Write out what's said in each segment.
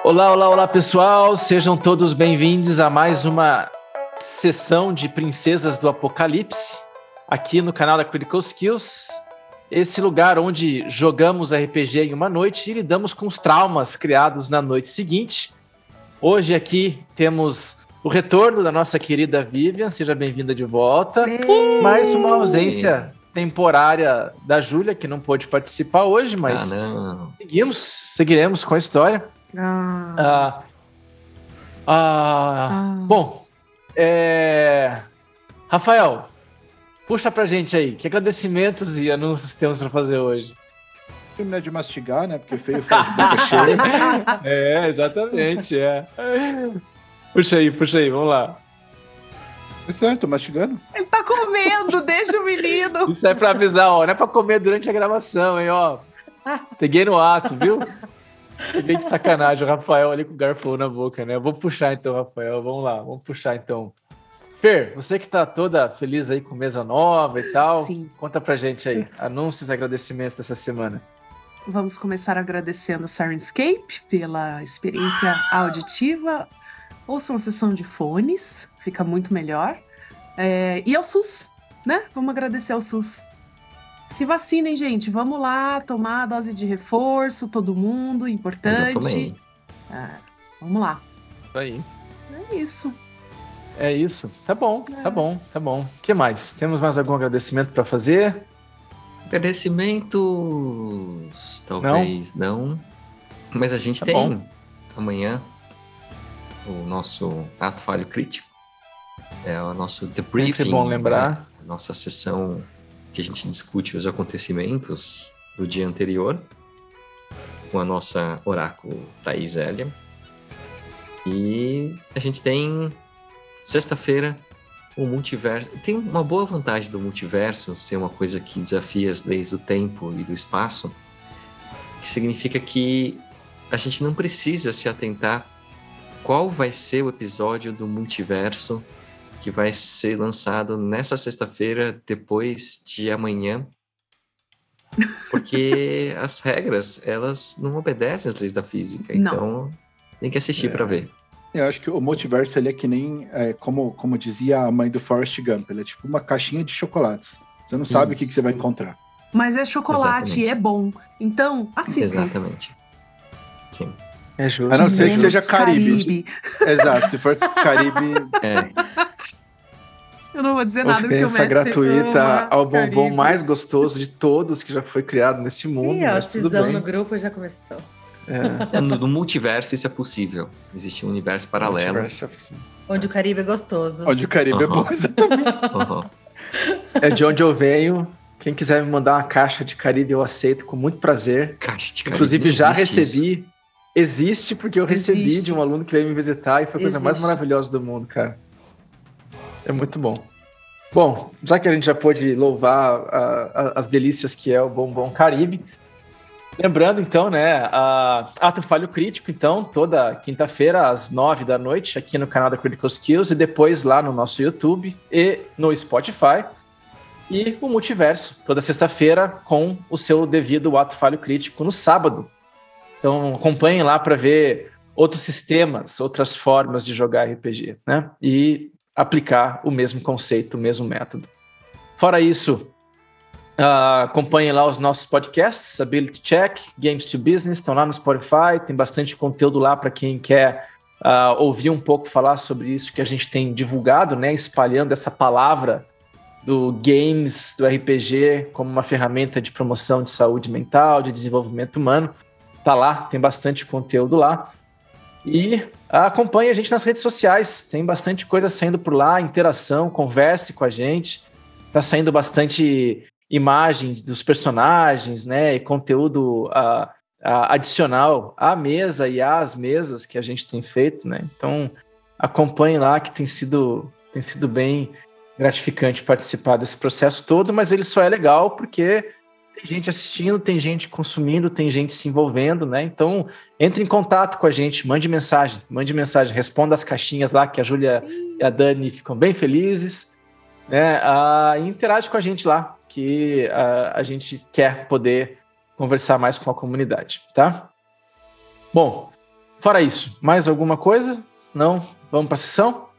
Olá, olá, olá, pessoal. Sejam todos bem-vindos a mais uma sessão de Princesas do Apocalipse, aqui no canal da Critical Skills, esse lugar onde jogamos RPG em uma noite e lidamos com os traumas criados na noite seguinte. Hoje aqui temos o retorno da nossa querida Vivian, seja bem-vinda de volta, mais uma ausência temporária da Júlia, que não pôde participar hoje, mas seguiremos com a história. Bom, Rafael, puxa pra gente aí, que agradecimentos e anúncios temos pra fazer hoje? Terminar de mastigar, né? Porque feio faz de boca cheia. Exatamente, Puxa aí, vamos lá. É certo, tô mastigando. Ele tá comendo, deixa o menino. Isso é pra avisar, ó, não é pra comer durante a gravação, hein, ó. Peguei no ato, viu? Peguei de sacanagem o Rafael ali com o garfo na boca, né? Eu vou puxar então, Rafael, vamos lá, vamos puxar então. Fer, você que tá toda feliz aí com mesa nova e tal, Sim. Conta pra gente aí, anúncios e agradecimentos dessa semana. Vamos começar agradecendo Sirenscape pela experiência auditiva. Ouçam a sessão de fones, fica muito melhor. E ao SUS, né? Vamos agradecer ao SUS. Se vacinem, gente. Vamos lá tomar a dose de reforço, todo mundo, importante. Eu já tomei. Vamos lá. Isso aí. É isso. É isso. Tá bom. O que mais? Temos mais algum agradecimento para fazer? Agradecimentos... Talvez não. Mas a gente tem bom. Amanhã o nosso ato falho crítico. É o nosso debriefing. Sempre bom lembrar. Né? Nossa sessão que a gente discute os acontecimentos do dia anterior com a nossa oráculo Thaís Elia. E a gente tem sexta-feira o multiverso. Tem uma boa vantagem do multiverso ser uma coisa que desafia as leis do tempo e do espaço, que significa que a gente não precisa se atentar qual vai ser o episódio do multiverso que vai ser lançado nessa sexta-feira, depois de amanhã, porque as regras, elas não obedecem às leis da física, então tem que assistir para ver. Eu acho que o multiverso ele é que nem, como dizia a mãe do Forrest Gump, ele é tipo uma caixinha de chocolates. Você não sabe o que você vai encontrar. Mas é chocolate, é bom. Então, assista. Exatamente. Sim. É justo. A não ser que seja Caribe. Exato, se for Caribe... Eu não vou dizer nada porque o mestre gratuita ao bombom Caribe. mais gostoso de todos que já foi criado nesse mundo. A Mas tudo cisão bem. no grupo já começou. No multiverso isso é possível. Existe um universo paralelo. Onde o Caribe é gostoso. Onde o Caribe é bom, exatamente. É de onde eu venho. Quem quiser me mandar uma caixa de Caribe, eu aceito com muito prazer. Caixa de Caribe. Inclusive, já existe recebi. Isso. Existe, porque eu recebi de um aluno que veio me visitar e foi a coisa mais Existe. maravilhosa do mundo, cara. É muito bom. Bom, já que a gente já pôde louvar as delícias que é o bombom Caribe, lembrando, então, né, Ato Falho Crítico, então, toda quinta-feira, às 9 da noite, aqui no canal da Critical Skills, e depois lá no nosso YouTube e no Spotify. E o Multiverso, toda sexta-feira, com o seu devido Ato Falho Crítico no sábado. Então, acompanhem lá para ver outros sistemas, outras formas de jogar RPG, né? E aplicar o mesmo conceito, o mesmo método. Fora isso, acompanhem lá os nossos podcasts, Ability Check, Games to Business, estão lá no Spotify, tem bastante conteúdo lá para quem quer ouvir um pouco falar sobre isso que a gente tem divulgado, né? Espalhando essa palavra do games, do RPG, como uma ferramenta de promoção de saúde mental, de desenvolvimento humano. Tá lá, tem bastante conteúdo lá. E acompanhe a gente nas redes sociais, tem bastante coisa saindo por lá, interação, converse com a gente. Tá saindo bastante imagem dos personagens, né, e conteúdo adicional à mesa e às mesas que a gente tem feito, né? Então, acompanhe lá que tem sido bem gratificante participar desse processo todo, mas ele só é legal porque tem gente assistindo, tem gente consumindo, tem gente se envolvendo, né? Então, entre em contato com a gente, mande mensagem, responda as caixinhas lá que a Júlia e a Dani ficam bem felizes, né? E interage com a gente lá, que a gente quer poder conversar mais com a comunidade, tá? Bom, Fora isso, mais alguma coisa? Não, vamos para a sessão?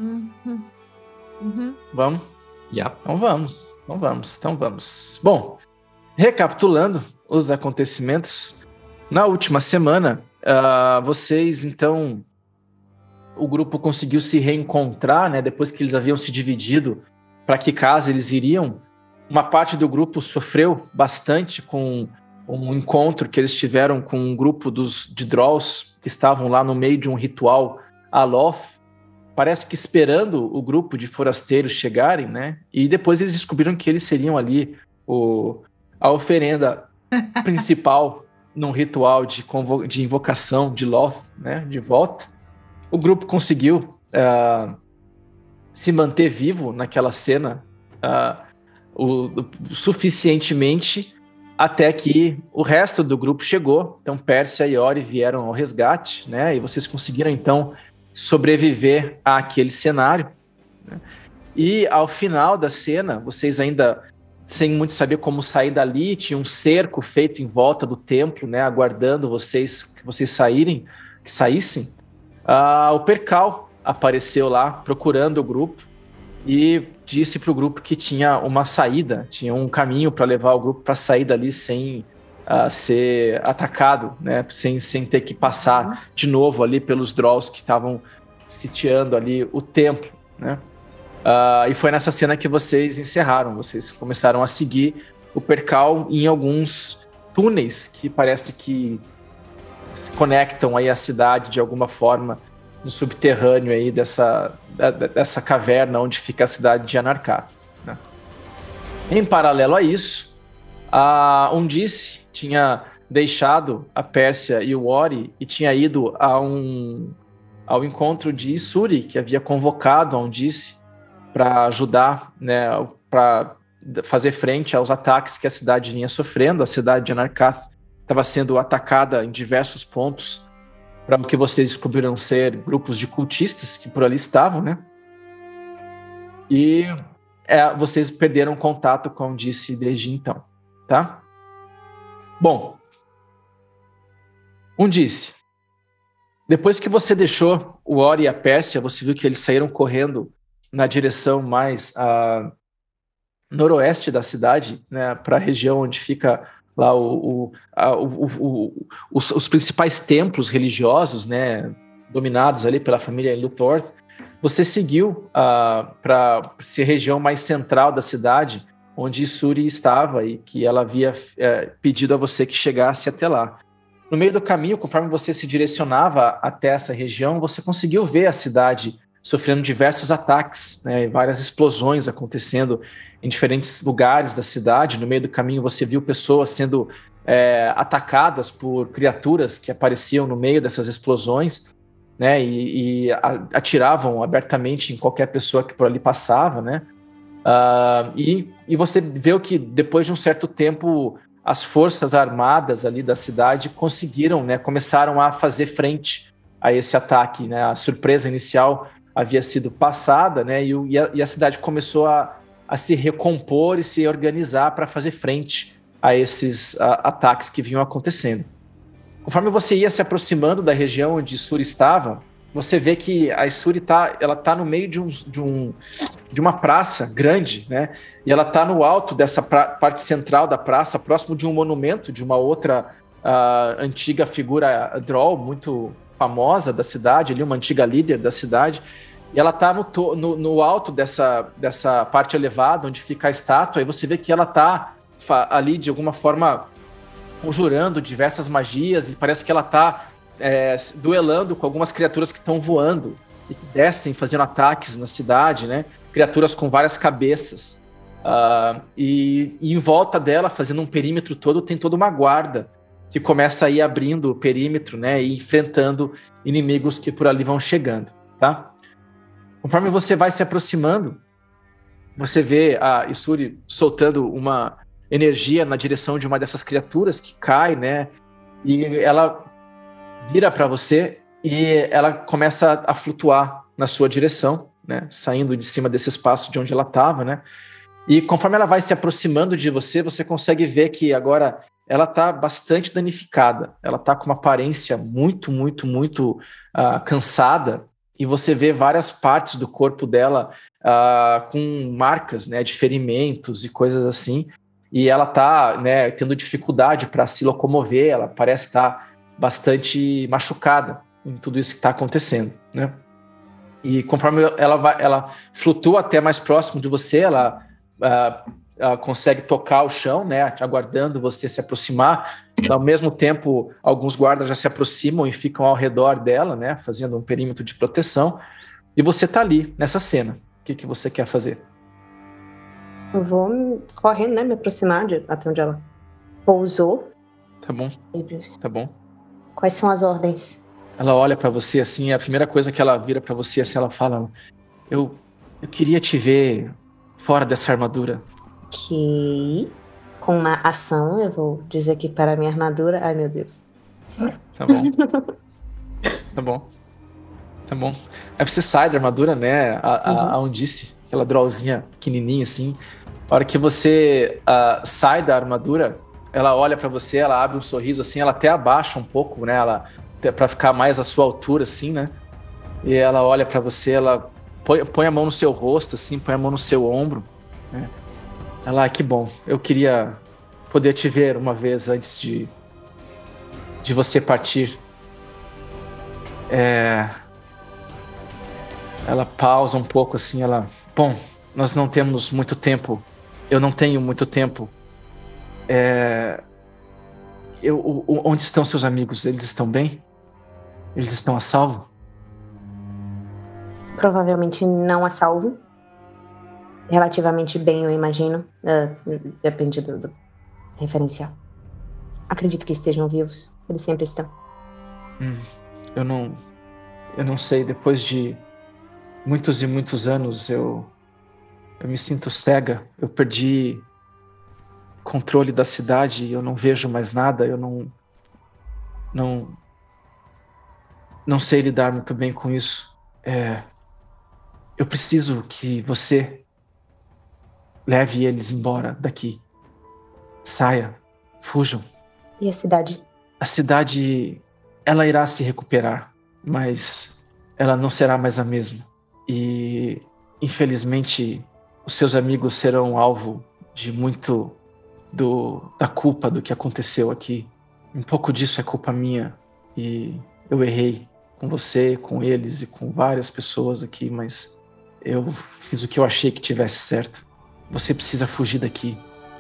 Vamos? Yeah. Então vamos. Bom, recapitulando os acontecimentos, na última semana, vocês, então, o grupo conseguiu se reencontrar, né, depois que eles haviam se dividido para que casa eles iriam. Uma parte do grupo sofreu bastante com um encontro que eles tiveram com um grupo de Drolls que estavam lá no meio de um ritual Aloth, parece que esperando o grupo de forasteiros chegarem, né? E depois eles descobriram que eles seriam ali a oferenda principal num ritual de invocação de Loth, né? De volta. O grupo conseguiu se manter vivo naquela cena suficientemente até que o resto do grupo chegou. Então Pérsia e Ori vieram ao resgate, né? E vocês conseguiram então sobreviver àquele cenário, né? E ao final da cena, vocês ainda sem muito saber como sair dali, tinha um cerco feito em volta do templo, né? Aguardando que vocês saíssem. O Percal apareceu lá procurando o grupo e disse para o grupo que tinha uma saída, tinha um caminho para levar o grupo para sair dali sem ser atacado, né? Sem ter que passar de novo ali pelos Drolls que estavam sitiando ali o templo, né? E foi nessa cena que vocês encerraram, vocês começaram a seguir o Percal em alguns túneis que parece que se conectam aí à cidade de alguma forma, no subterrâneo aí dessa caverna onde fica a cidade de Anarkath, né? Em paralelo a isso, a Undici tinha deixado a Pérsia e o Ori e tinha ido ao encontro de Isuri, que havia convocado a Undici para ajudar, né, para fazer frente aos ataques que a cidade vinha sofrendo. A cidade de Anarkath estava sendo atacada em diversos pontos para o que vocês descobriram ser grupos de cultistas que por ali estavam, né? E vocês perderam contato com a Undici desde então, tá? Bom, Undici, depois que você deixou o Ori e a Pérsia, você viu que eles saíram correndo na direção mais noroeste da cidade, né, para a região onde fica lá os principais templos religiosos, né, dominados ali pela família Luthorth. Você seguiu para essa região mais central da cidade, onde Isuri estava e que ela havia pedido a você que chegasse até lá. No meio do caminho, conforme você se direcionava até essa região, você conseguiu ver a cidade sofrendo diversos ataques, né, várias explosões acontecendo em diferentes lugares da cidade. No meio do caminho você viu pessoas sendo atacadas por criaturas que apareciam no meio dessas explosões, né, e atiravam abertamente em qualquer pessoa que por ali passava, né? E você viu que depois de um certo tempo as forças armadas ali da cidade conseguiram, né, começaram a fazer frente a esse ataque, né? A surpresa inicial havia sido passada, né? E a cidade começou a se recompor e se organizar para fazer frente a esses ataques que vinham acontecendo. Conforme você ia se aproximando da região onde Isuri estava, você vê que a Isuri tá no meio de uma praça grande, né? E ela está no alto dessa parte central da praça, próximo de um monumento de uma outra antiga figura Droll, muito famosa da cidade, ali, uma antiga líder da cidade. E ela está no alto dessa parte elevada, onde fica a estátua, e você vê que ela está ali, de alguma forma, conjurando diversas magias, e parece que ela está duelando com algumas criaturas que estão voando e que descem fazendo ataques na cidade, né? Criaturas com várias cabeças. E em volta dela, fazendo um perímetro todo, tem toda uma guarda que começa a ir abrindo o perímetro, né? E enfrentando inimigos que por ali vão chegando, tá? Conforme você vai se aproximando, você vê a Isuri soltando uma energia na direção de uma dessas criaturas que cai, né? E ela vira para você e ela começa a flutuar na sua direção, né? Saindo de cima desse espaço de onde ela estava, né? E conforme ela vai se aproximando de você, você consegue ver que agora ela está bastante danificada. Ela está com uma aparência muito, muito, muito cansada, e você vê várias partes do corpo dela com marcas, né, de ferimentos e coisas assim, e ela está, né, tendo dificuldade para se locomover, ela parece estar bastante machucada em tudo isso que está acontecendo, né? E conforme ela flutua até mais próximo de você, ela consegue tocar o chão, né, aguardando você se aproximar. Ao mesmo tempo, alguns guardas já se aproximam e ficam ao redor dela, né, fazendo um perímetro de proteção. E você está ali, nessa cena. O que você quer fazer? Eu vou correndo, né, me aproximar até onde ela pousou. Tá bom, tá bom. Quais são as ordens? Ela olha pra você assim, a primeira coisa que ela vira pra você assim, ela fala: eu queria te ver fora dessa armadura. Que com uma ação eu vou dizer que para a minha armadura. Ai, meu Deus. Tá bom. Tá bom. Tá bom. Aí você sai da armadura, né? A Undice, aquela drawzinha pequenininha assim. A hora que você sai da armadura, ela olha pra você, ela abre um sorriso assim, ela até abaixa um pouco, né? Pra ficar mais à sua altura, assim, né? E ela olha pra você, ela põe a mão no seu rosto, assim, põe a mão no seu ombro, né? Ela, que bom, eu queria poder te ver uma vez antes de você partir. Ela pausa um pouco, assim, bom, nós não temos muito tempo, eu não tenho muito tempo. Onde estão seus amigos? Eles estão bem? Eles estão a salvo? Provavelmente não a salvo. Relativamente bem, eu imagino. Depende do referencial. Acredito que estejam vivos. Eles sempre estão. Eu não sei. Depois de muitos e muitos anos, eu me sinto cega. Eu perdi controle da cidade. Eu não vejo mais nada. Eu não sei lidar muito bem com isso. Eu preciso que você leve eles embora daqui. Saia. Fujam. E a cidade? A cidade, ela irá se recuperar, mas ela não será mais a mesma. E, infelizmente, os seus amigos serão alvo de muito da culpa do que aconteceu aqui. Um pouco disso é culpa minha. E eu errei com você, com eles e com várias pessoas aqui, mas eu fiz o que eu achei que tivesse certo. Você precisa fugir daqui.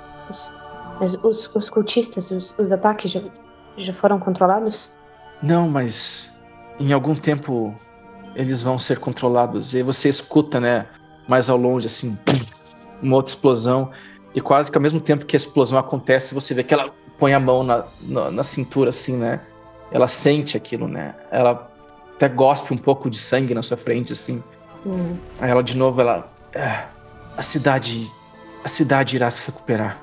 Mas os cultistas, os ataques já foram controlados? Não, mas em algum tempo eles vão ser controlados. E aí você escuta, né, mais ao longe, assim, uma outra explosão. E quase que ao mesmo tempo que a explosão acontece, você vê que ela põe a mão na cintura, assim, né? Ela sente aquilo, né? Ela até gospe um pouco de sangue na sua frente, assim. Aí ela, de novo, a cidade irá se recuperar.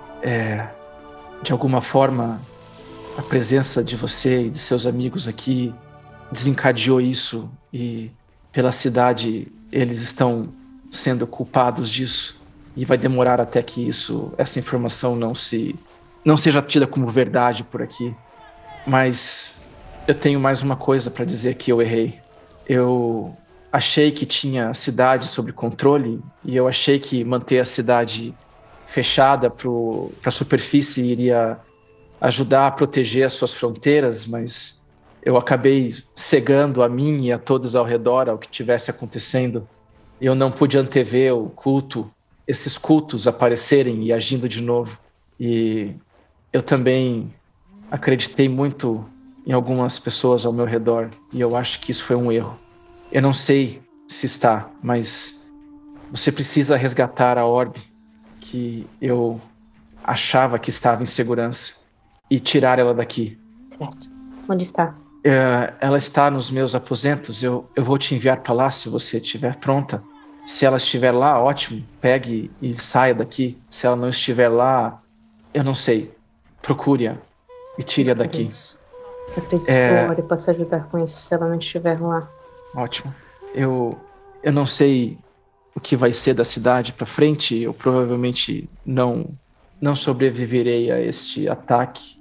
De alguma forma, a presença de você e de seus amigos aqui desencadeou isso, e pela cidade eles estão sendo culpados disso, e vai demorar até que essa informação não seja tida como verdade por aqui. Mas eu tenho mais uma coisa para dizer que eu errei. Eu achei que tinha a cidade sob controle, e eu achei que manter a cidade fechada para a superfície iria ajudar a proteger as suas fronteiras, mas eu acabei cegando a mim e a todos ao redor ao que estivesse acontecendo. Eu não pude antever esses cultos aparecerem e agindo de novo. E eu também acreditei muito em algumas pessoas ao meu redor, e eu acho que isso foi um erro. Eu não sei se está, mas você precisa resgatar a orbe que eu achava que estava em segurança e tirar ela daqui. Certo. Onde está? Ela está nos meus aposentos. Eu vou te enviar para lá se você estiver pronta. Se ela estiver lá, ótimo. Pegue e saia daqui. Se ela não estiver lá, eu não sei. Procure-a e tire-a daqui. Eu acredito que eu posso ajudar com isso se ela não estiver lá. Ótimo. Eu não sei o que vai ser da cidade para frente. Eu provavelmente não não sobreviverei a este ataque,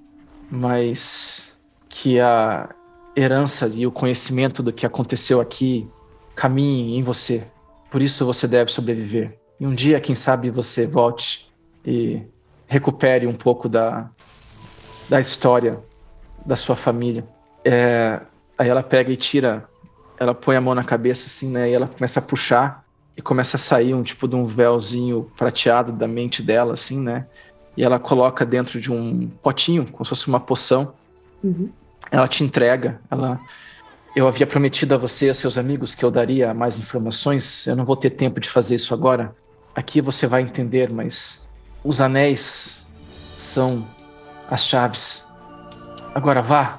mas que a herança e o conhecimento do que aconteceu aqui caminhem em você. Por isso você deve sobreviver. E um dia, quem sabe, você volte e recupere um pouco da história da sua família. Aí ela pega e tira, ela põe a mão na cabeça assim, né? E ela começa a puxar e começa a sair um tipo de um véuzinho prateado da mente dela, assim, né? E ela coloca dentro de um potinho, como se fosse uma poção. Uhum. Ela te entrega. Eu havia prometido a você e a seus amigos que eu daria mais informações. Eu não vou ter tempo de fazer isso agora. Aqui você vai entender, mas os anéis são as chaves. Agora vá.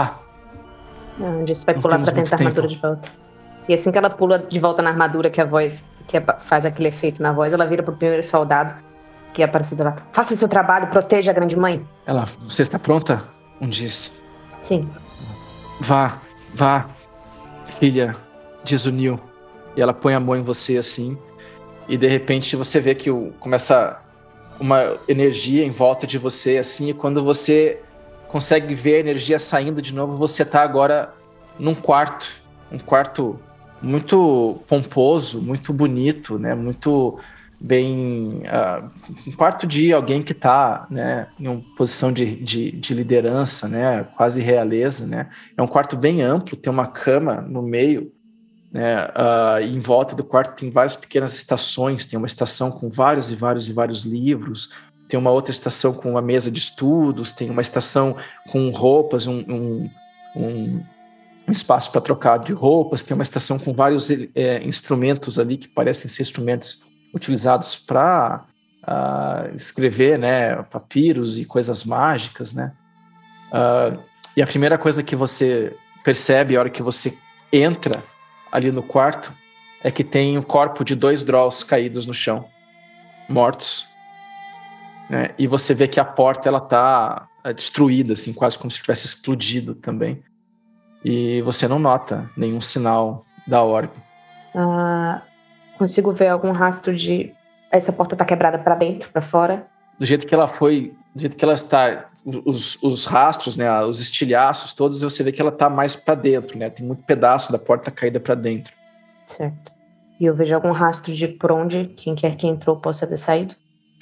Não, disse vai Não pular temos pra tentar a muito armadura tempo. de volta. E assim que ela pula de volta na armadura, que a voz faz aquele efeito na voz, ela vira pro primeiro soldado, que é aparecido lá. Faça seu trabalho, proteja a grande mãe. Você está pronta? Disse. Sim. Vá, filha, diz o Neil. E ela põe a mão em você assim, e de repente você vê que começa uma energia em volta de você assim, e quando você consegue ver a energia saindo de novo, você tá agora num quarto. Um quarto muito pomposo, muito bonito, né? Muito bem... um quarto de alguém que tá, né, em uma posição de liderança, né? Quase realeza, né? É um quarto bem amplo, tem uma cama no meio, né? E em volta do quarto tem várias pequenas estações. Tem uma estação com vários e vários livros, tem uma outra estação com uma mesa de estudos, tem uma estação com roupas, um espaço para trocar de roupas, tem uma estação com vários instrumentos ali que parecem ser instrumentos utilizados para escrever, né, papiros e coisas mágicas, né? E a primeira coisa que você percebe a hora que você entra ali no quarto é que tem o corpo de 2 Drolls caídos no chão, mortos, né? E você vê que a porta ela tá destruída, assim, quase como se tivesse explodido também. E você não nota nenhum sinal da orbe. Consigo ver algum rastro de... Essa porta tá quebrada pra dentro, pra fora? Do jeito que ela foi, do jeito que ela está, os rastros, né, os estilhaços todos, você vê que ela tá mais pra dentro, né? Tem muito pedaço da porta caída pra dentro. Certo. E eu vejo algum rastro de por onde quem quer que entrou possa ter saído?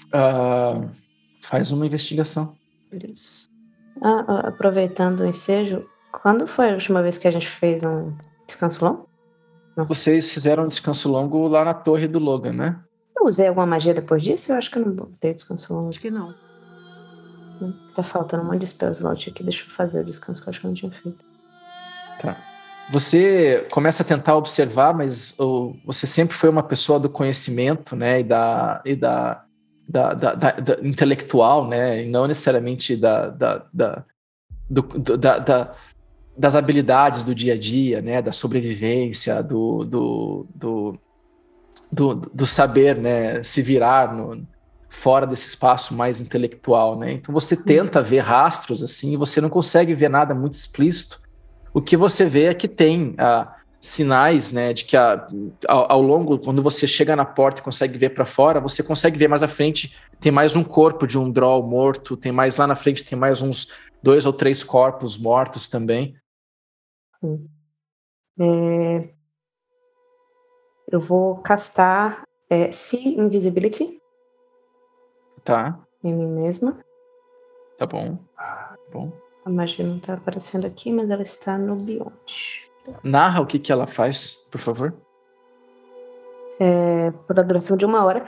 Faz uma investigação. Beleza. Aproveitando o ensejo, quando foi a última vez que a gente fez um descanso longo? Nossa. Vocês fizeram um descanso longo lá na torre do Logan, né? Eu usei alguma magia depois disso? Eu acho que eu não botei descanso longo. Acho que não. Tá faltando um monte de spell slot aqui. Deixa eu fazer o descanso que eu acho que eu não tinha feito. Tá. Você começa a tentar observar, mas você sempre foi uma pessoa do conhecimento, né? E da intelectual, né? E não necessariamente das habilidades do dia a dia, né? Da sobrevivência, do saber, né? Se virar fora desse espaço mais intelectual, né? Então você tenta ver rastros assim, e você não consegue ver nada muito explícito. O que você vê é que tem sinais, né, de que ao longo, quando você chega na porta e consegue ver para fora, você consegue ver mais à frente, tem mais um corpo de um Droll morto, tem mais lá na frente, tem mais uns 2 ou 3 corpos mortos também. Eu vou castar See Invisibility. Tá. Em mim mesma. Tá bom. A magia não tá aparecendo aqui, mas ela está no Beyond. Narra o que ela faz, por favor. Por a duração de 1 hora,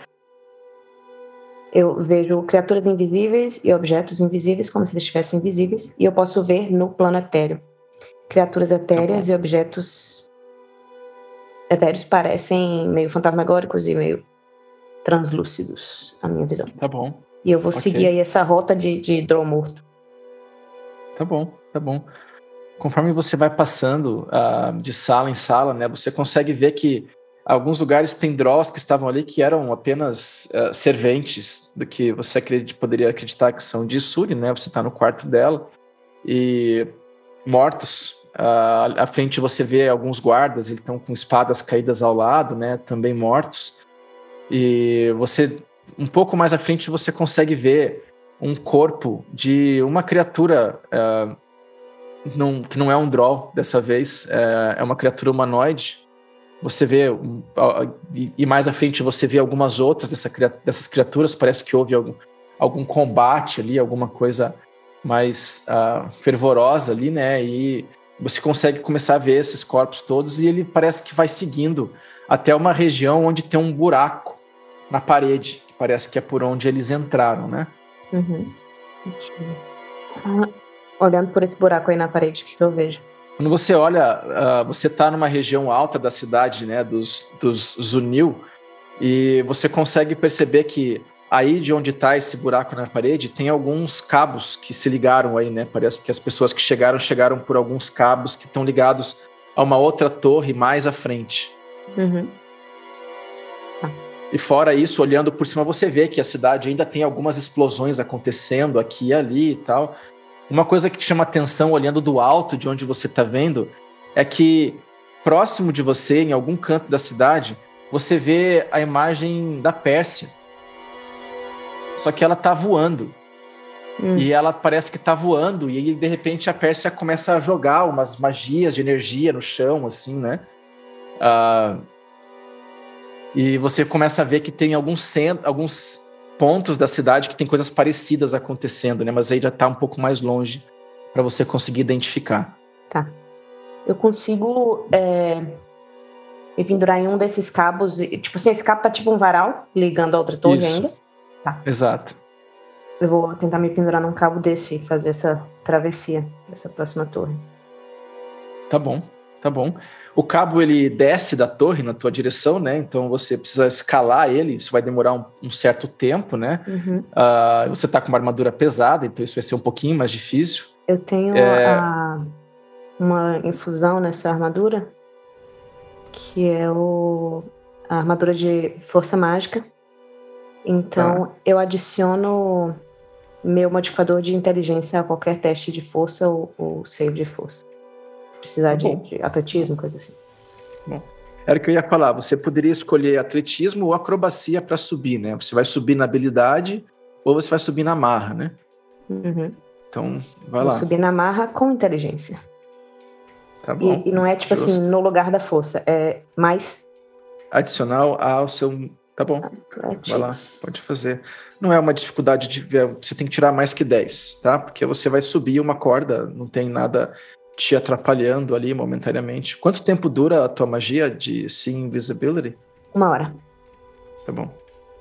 eu vejo criaturas invisíveis e objetos invisíveis como se eles estivessem invisíveis, e eu posso ver no plano etéreo. Criaturas etéreas e objetos etéreos parecem meio fantasmagóricos e meio translúcidos, a minha visão. Tá bom. E eu vou seguir aí essa rota de Droll morto. Tá bom. Conforme você vai passando de sala em sala, né, você consegue ver que alguns lugares tem Drolls que estavam ali que eram apenas serventes do que você poderia acreditar que são de Isuri, né? Você está no quarto dela e mortos. À frente você vê alguns guardas, eles estão com espadas caídas ao lado, né? Também mortos. E você um pouco mais à frente você consegue ver um corpo de uma criatura que não é um Droll dessa vez, é uma criatura humanoide. Você vê, e mais à frente você vê algumas outras dessas criaturas, parece que houve algum combate ali, alguma coisa mais fervorosa ali, né? E você consegue começar a ver esses corpos todos e ele parece que vai seguindo até uma região onde tem um buraco na parede, que parece que é por onde eles entraram, né? Uhum. Olhando por esse buraco aí na parede, o que eu vejo? Quando você olha, você está numa região alta da cidade, né, dos Zunil, e você consegue perceber que aí de onde está esse buraco na parede, tem alguns cabos que se ligaram aí, né? Parece que as pessoas que chegaram por alguns cabos que estão ligados a uma outra torre mais à frente. Uhum. E fora isso, olhando por cima, você vê que a cidade ainda tem algumas explosões acontecendo aqui e ali e tal. Uma coisa que te chama atenção, olhando do alto de onde você está vendo, é que próximo de você, em algum canto da cidade, você vê a imagem da Pérsia. Só que ela tá voando. E ela parece que tá voando, e aí, de repente, a Pérsia começa a jogar umas magias de energia no chão, assim, né? E você começa a ver que tem alguns pontos da cidade que tem coisas parecidas acontecendo, né? Mas aí já tá um pouco mais longe para você conseguir identificar. Tá. Eu consigo me pendurar em um desses cabos. Tipo assim, esse cabo tá tipo um varal ligando a outra torre. Isso. Ainda. Tá. Exato. Eu vou tentar me pendurar num cabo desse e fazer essa travessia dessa próxima torre. Tá bom, tá bom. O cabo, ele desce da torre na tua direção, né? Então você precisa escalar ele, isso vai demorar um certo tempo, né? Uhum. Você tá com uma armadura pesada, então isso vai ser um pouquinho mais difícil. Eu tenho uma infusão nessa armadura, que é a armadura de força mágica. Então eu adiciono meu modificador de inteligência a qualquer teste de força ou save de força. Precisar de atletismo, coisa assim. Bom, era o que eu ia falar. Você poderia escolher atletismo ou acrobacia para subir, né? Você vai subir na habilidade ou você vai subir na marra, né? Uhum. Então, vai lá. Vou subir na marra com inteligência. Tá bom. E não é tipo assim, no lugar da força. É mais... adicional ao seu... Tá bom. Vai lá, pode fazer. Não é uma dificuldade de... Você tem que tirar mais que 10, tá? Porque você vai subir uma corda, não tem nada te atrapalhando ali momentaneamente. Quanto tempo dura a tua magia de See Invisibility? 1 hora. Tá bom.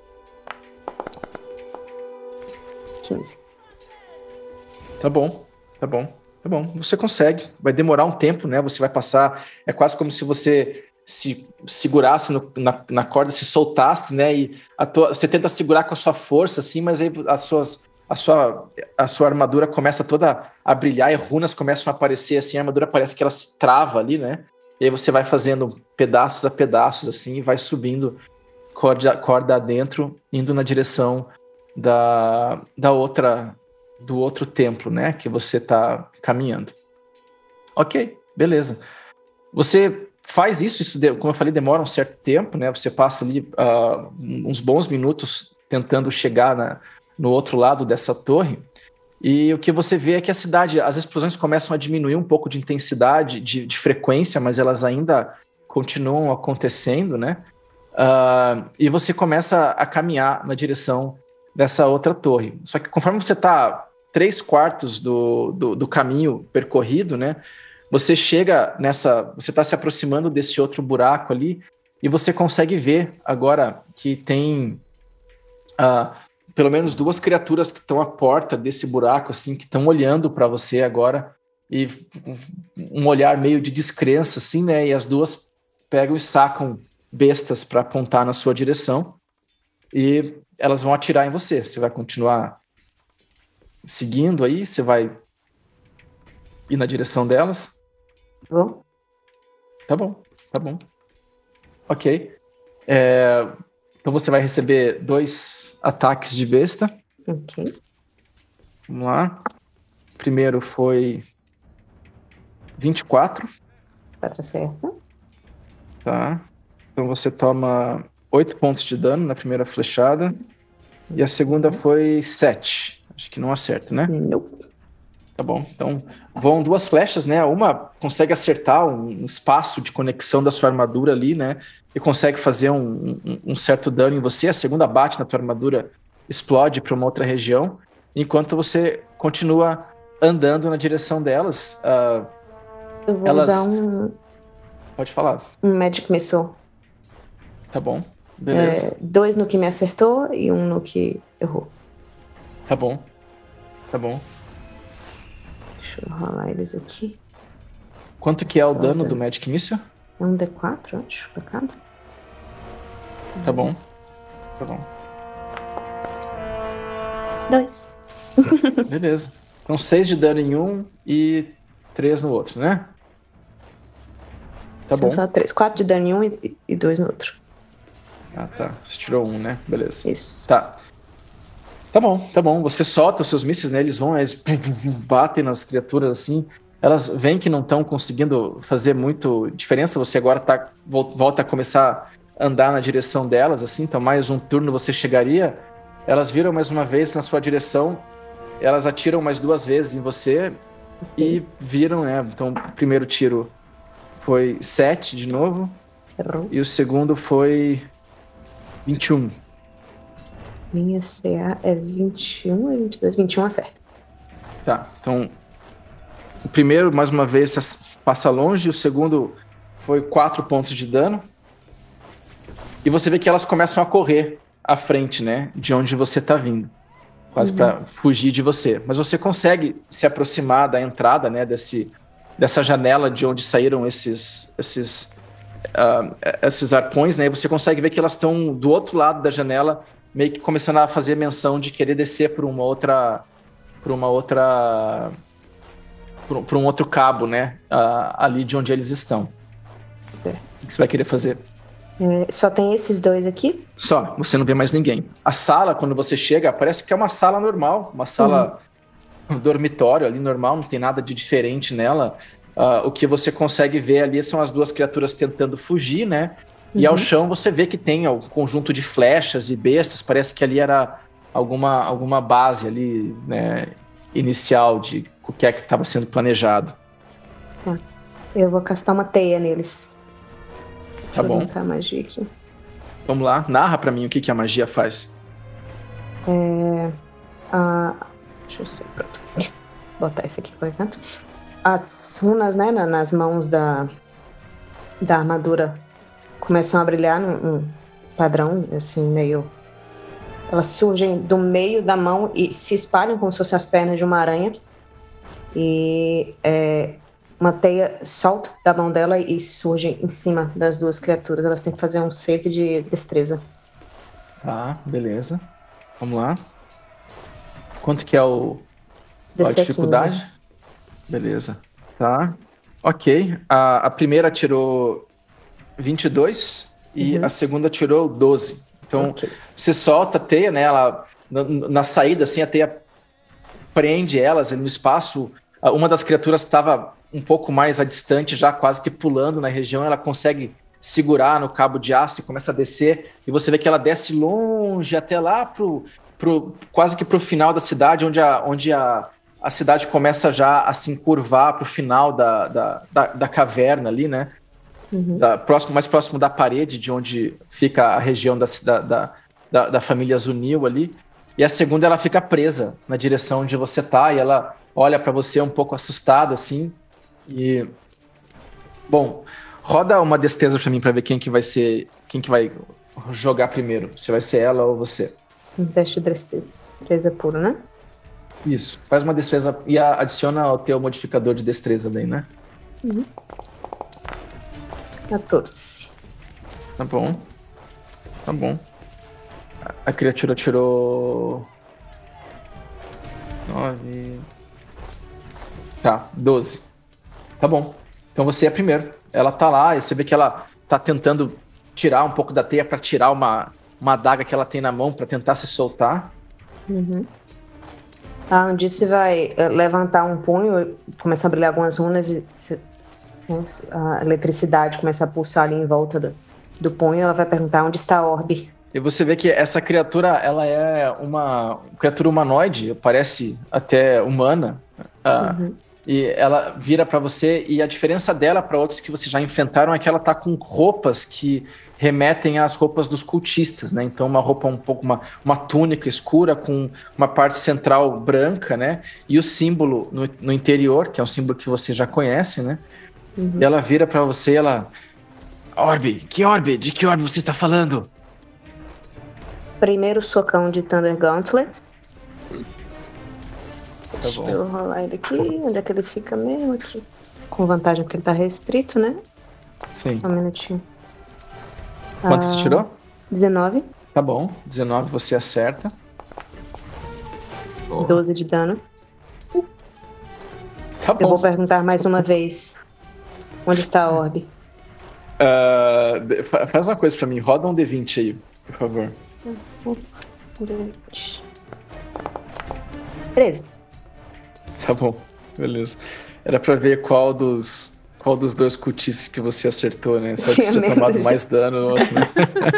15. Tá bom, tá bom, tá bom. Você consegue. Vai demorar um tempo, né? Você vai passar... É quase como se você se segurasse na corda, se soltasse, né? E você tenta segurar com a sua força, assim, mas aí a sua armadura começa toda a brilhar e runas começam a aparecer, assim, a armadura parece que ela se trava ali, né? E aí você vai fazendo pedaços a pedaços, assim, e vai subindo corda adentro, indo na direção do outro templo, né? Que você tá caminhando. Ok, beleza. Você faz isso, como eu falei, demora um certo tempo, né? Você passa ali uns bons minutos tentando chegar no outro lado dessa torre, e o que você vê é que a cidade, as explosões começam a diminuir um pouco de intensidade, de frequência, mas elas ainda continuam acontecendo, né? E você começa a caminhar na direção dessa outra torre. Só que conforme você está 3/4 do caminho percorrido, né? Você chega você está se aproximando desse outro buraco ali, e você consegue ver agora que tem pelo menos 2 criaturas que estão à porta desse buraco, assim, que estão olhando para você agora, e um olhar meio de descrença, assim, né? E as 2 pegam e sacam bestas para apontar na sua direção, e elas vão atirar em você. Você vai continuar seguindo aí? Você vai ir na direção delas? Bom. Tá bom, tá bom. Ok. Então você vai receber 2 ataques de besta. Ok. Vamos lá. O primeiro foi 24. Tá certo. Tá. Então você toma 8 pontos de dano na primeira flechada. E a segunda foi 7. Acho que não acerta, né? Nope. Tá bom. Então, vão 2 flechas, né? Uma consegue acertar um espaço de conexão da sua armadura ali, né? E consegue fazer um certo dano em você. A segunda bate na tua armadura, explode para uma outra região. Enquanto você continua andando na direção delas. Eu vou Elas- usar um Pode falar. Magic Missile. Tá bom. Beleza. 2 no que me acertou e 1 no que errou. Tá bom. Tá bom. Deixa eu rolar eles aqui. Quanto que é o Só dano dano. do Magic Missile? É um D4, acho, pra cada. Tá bom. Tá bom. 2. Beleza. Então 6 de dano em um e 3 no outro, né? Tá bom. São só 3. 4 de dano em um e 2 no outro. Ah, tá. Você tirou um, né? Beleza. Isso. Tá. Tá bom, tá bom. Você solta os seus mísseis, né? Eles vão, eles batem nas criaturas assim. Elas veem que não estão conseguindo fazer muito diferença. Você agora volta a começar a andar na direção delas, assim. Então mais um turno você chegaria. Elas viram mais uma vez na sua direção. Elas atiram mais 2 vezes em você e viram, né? Então o primeiro tiro foi 7 de novo. Errou. E o segundo foi 21. Minha CA é 21 e 22. 21 acerta. Tá, então o primeiro, mais uma vez, passa longe. O segundo foi 4 pontos de dano. E você vê que elas começam a correr à frente, né? De onde você tá vindo. Quase para fugir de você. Mas você consegue se aproximar da entrada, né? Dessa janela de onde saíram esses arpões, né? E você consegue ver que elas estão do outro lado da janela, meio que começando a fazer menção de querer descer por um outro cabo, né? Ali de onde eles estão. É. O que você vai querer fazer? Só tem esses 2 aqui. Só, você não vê mais ninguém. A sala, quando você chega, parece que é uma sala normal, uma sala um dormitório ali normal, não tem nada de diferente nela. O que você consegue ver ali são as 2 criaturas tentando fugir, né? E ao chão você vê que tem um conjunto de flechas e bestas, parece que ali era alguma base ali, né, inicial de o que é que estava sendo planejado. Eu vou castar uma teia neles. Tá bom. Deixa eu brincar a magia aqui. Vamos lá, narra pra mim o que a magia faz. Deixa eu ver. Pronto. Vou botar esse aqui por enquanto. As runas, né, nas mãos da armadura começam a brilhar num padrão, assim, meio... Elas surgem do meio da mão e se espalham como se fossem as pernas de uma aranha. E uma teia solta da mão dela e surge em cima das 2 criaturas. Elas têm que fazer um save de destreza. Tá, beleza. Vamos lá. Quanto que é a DC dificuldade? 15. Beleza. Tá. Ok. A primeira tirou 22 e a segunda tirou 12. Então, você solta a teia, né? Ela, na saída, assim, a teia prende elas no espaço. Uma das criaturas estava um pouco mais à distante, já quase que pulando na região. Ela consegue segurar no cabo de aço e começa a descer. E você vê que ela desce longe, até lá quase que pro final da cidade, onde a cidade começa já a se encurvar pro final da caverna ali, né? Mais próximo da parede, de onde fica a região da família Zunil ali. E a segunda, ela fica presa na direção onde você tá, e ela olha pra você um pouco assustada, assim. E... Bom, roda uma destreza pra mim pra ver quem que vai jogar primeiro. Se vai ser ela ou você. Um teste de destreza puro, né? Isso. Faz uma destreza e adiciona o teu modificador de destreza daí, né? 14. Tá bom. Tá bom. A criatura tirou... 9... Tá, 12. Tá bom. Então você é primeiro. Ela tá lá e você vê que ela tá tentando tirar um pouco da teia pra tirar uma adaga que ela tem na mão pra tentar se soltar. A Andice vai levantar um punho, começar a brilhar algumas runas e a eletricidade começa a pulsar ali em volta do punho. Ela vai perguntar onde está a orbe E você vê que essa criatura, ela é uma criatura humanoide, parece até humana. E ela vira pra você, e a diferença dela para outros que vocês já enfrentaram é que ela tá com roupas que remetem às roupas dos cultistas, né? Então uma roupa um pouco, uma túnica escura com uma parte central branca, né? E o símbolo no interior, que é um símbolo que você já conhece, né? E ela vira pra você, Orbe, que orbe? De que orbe você está falando? Primeiro socão de Thunder Gauntlet. Tá Deixa bom. eu rolar ele aqui. Onde é que ele fica mesmo? Aqui. Com vantagem porque ele tá restrito, né? Sim. Só um minutinho. Quanto você tirou? 19. Tá bom. 19 você acerta. Boa. 12 de dano. Tá Eu vou bom. perguntar mais uma vez. Onde está a orbe? Faz uma coisa pra mim. Roda um D20 aí, por favor. 13. Tá bom. Beleza. Era pra ver qual dos dois cultistas que você acertou, né? Só que você Tinha tinha menos. tomado mais dano no outro, né?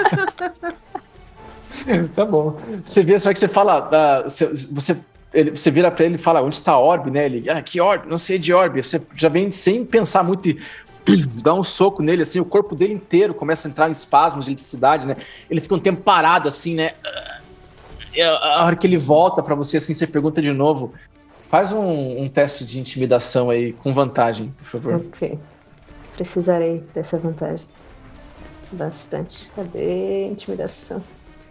Tá bom. Você vê, só que você fala... você vira pra ele e fala, onde está a orbe, né? Ele, que orbe? Não sei de orbe. Você já vem sem pensar muito e dá um soco nele, assim, o corpo dele inteiro começa a entrar em espasmos de eletricidade, né? Ele fica um tempo parado, assim, né? E a hora que ele volta pra você, assim, você pergunta de novo. Faz um teste de intimidação aí, com vantagem, por favor. Ok. Precisarei dessa vantagem. Bastante. Cadê? Intimidação.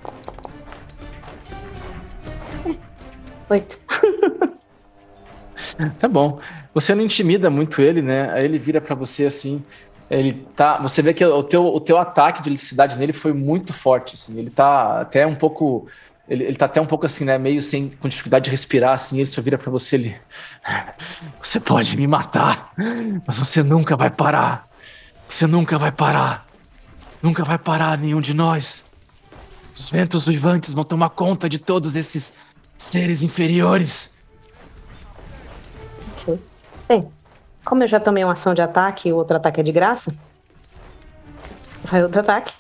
8. Tá bom. Você não intimida muito ele, né? Aí ele vira pra você assim. Você vê que o teu ataque de eletricidade nele foi muito forte, assim. Ele tá até um pouco. Ele tá até um pouco assim, né? Meio com dificuldade de respirar, assim. Ele só vira pra você ali. Você pode me matar, mas você nunca vai parar. Você nunca vai parar. Nunca vai parar nenhum de nós. Os ventos uivantes vão tomar conta de todos esses seres inferiores. Ok. Bem, como eu já tomei uma ação de ataque e o outro ataque é de graça, vai outro ataque.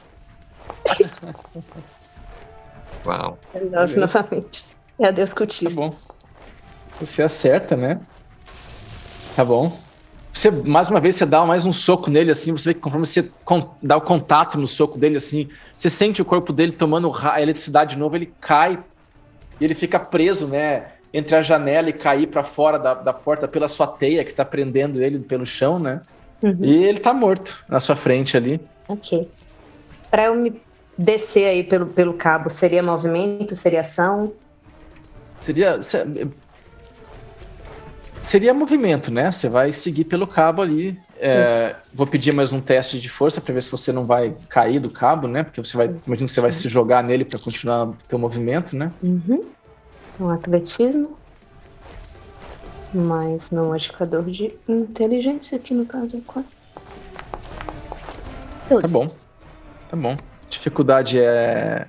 Uau. Resolve novamente. E adeus, Tá cultista. bom. Você acerta, né? Tá bom. Você, mais uma vez, você dá mais um soco nele, assim, você vê que conforme você dá o contato no soco dele, assim, você sente o corpo dele tomando a eletricidade de novo, ele cai e ele fica preso, né, entre a janela e cair pra fora da porta pela sua teia, que tá prendendo ele pelo chão, né? E ele tá morto na sua frente ali. Ok. Pra eu me descer aí pelo cabo, seria movimento, seria ação? Seria movimento, né? Você vai seguir pelo cabo ali. Vou pedir mais um teste de força para ver se você não vai cair do cabo, né? Porque imagino que você vai se jogar nele para continuar o teu movimento, né? Um atletismo. Mais meu modificador de inteligência, aqui no caso é 4. Tá bom. Tá bom. Dificuldade é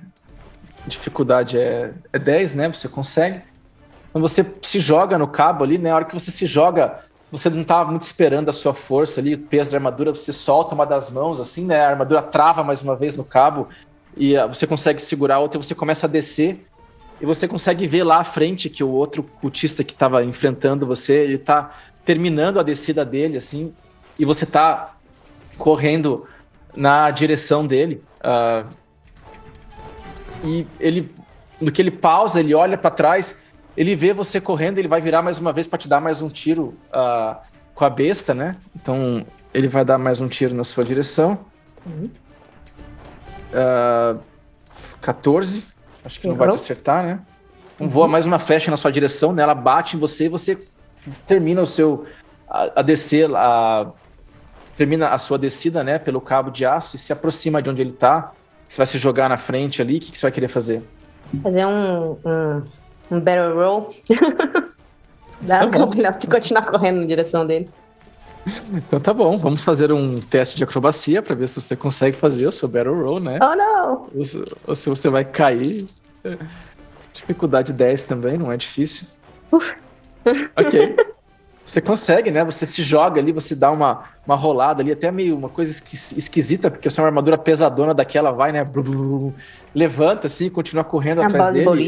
10, né? Você consegue. Então você se joga no cabo ali, né? Na hora que você se joga, você não tá muito esperando a sua força ali, o peso da armadura, você solta uma das mãos, assim, né? A armadura trava mais uma vez no cabo e você consegue segurar a outra e você começa a descer e você consegue ver lá à frente que o outro cultista que tava enfrentando você, ele tá terminando a descida dele, assim, e você tá correndo na direção dele. E no que ele pausa, ele olha pra trás, ele vê você correndo, ele vai virar mais uma vez pra te dar mais um tiro com a besta, né? Então, ele vai dar mais um tiro na sua direção. 14. Acho que não vai te acertar, né? Então, voa mais uma flecha na sua direção, né? Ela bate em você e você termina o seu... termina a sua descida, né? Pelo cabo de aço e se aproxima de onde ele tá. Você vai se jogar na frente ali. O que você vai querer fazer? Fazer um barrel roll. Dá pra continuar correndo na direção dele. Então tá bom, vamos fazer um teste de acrobacia pra ver se você consegue fazer o seu barrel roll, né? Oh, não! Ou se você vai cair. Dificuldade 10 também, não é difícil. Ok. Você consegue, né? Você se joga ali, você dá uma rolada ali, até meio uma coisa esquisita, porque se é uma armadura pesadona daquela vai, né? Levanta assim, continua correndo atrás dele.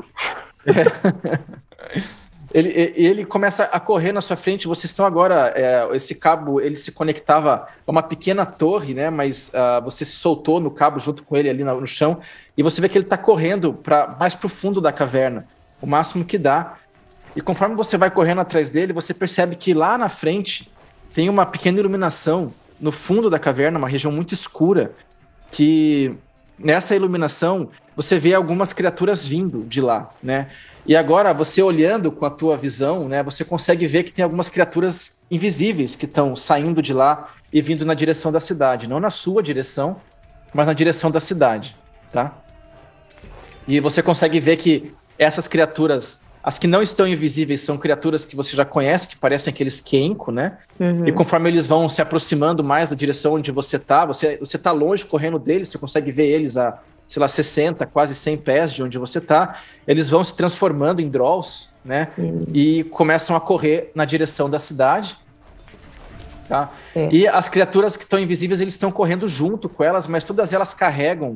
Ele começa a correr na sua frente. Vocês estão agora... esse cabo, ele se conectava a uma pequena torre, né? Mas você se soltou no cabo junto com ele ali no chão. E você vê que ele está correndo mais para o fundo da caverna. O máximo que dá. E conforme você vai correndo atrás dele, você percebe que lá na frente tem uma pequena iluminação no fundo da caverna, uma região muito escura, que nessa iluminação você vê algumas criaturas vindo de lá, né? E agora, você olhando com a tua visão, né, você consegue ver que tem algumas criaturas invisíveis que estão saindo de lá e vindo na direção da cidade. Não na sua direção, mas na direção da cidade, tá? E você consegue ver que essas criaturas... As que não estão invisíveis são criaturas que você já conhece, que parecem aqueles Kenko, né? Uhum. E conforme eles vão se aproximando mais da direção onde você tá longe correndo deles, você consegue ver eles a, sei lá, 60, quase 100 pés de onde você tá. Eles vão se transformando em Drolls, né? Uhum. E começam a correr na direção da cidade. Tá? E as criaturas que estão invisíveis, eles estão correndo junto com elas, mas todas elas carregam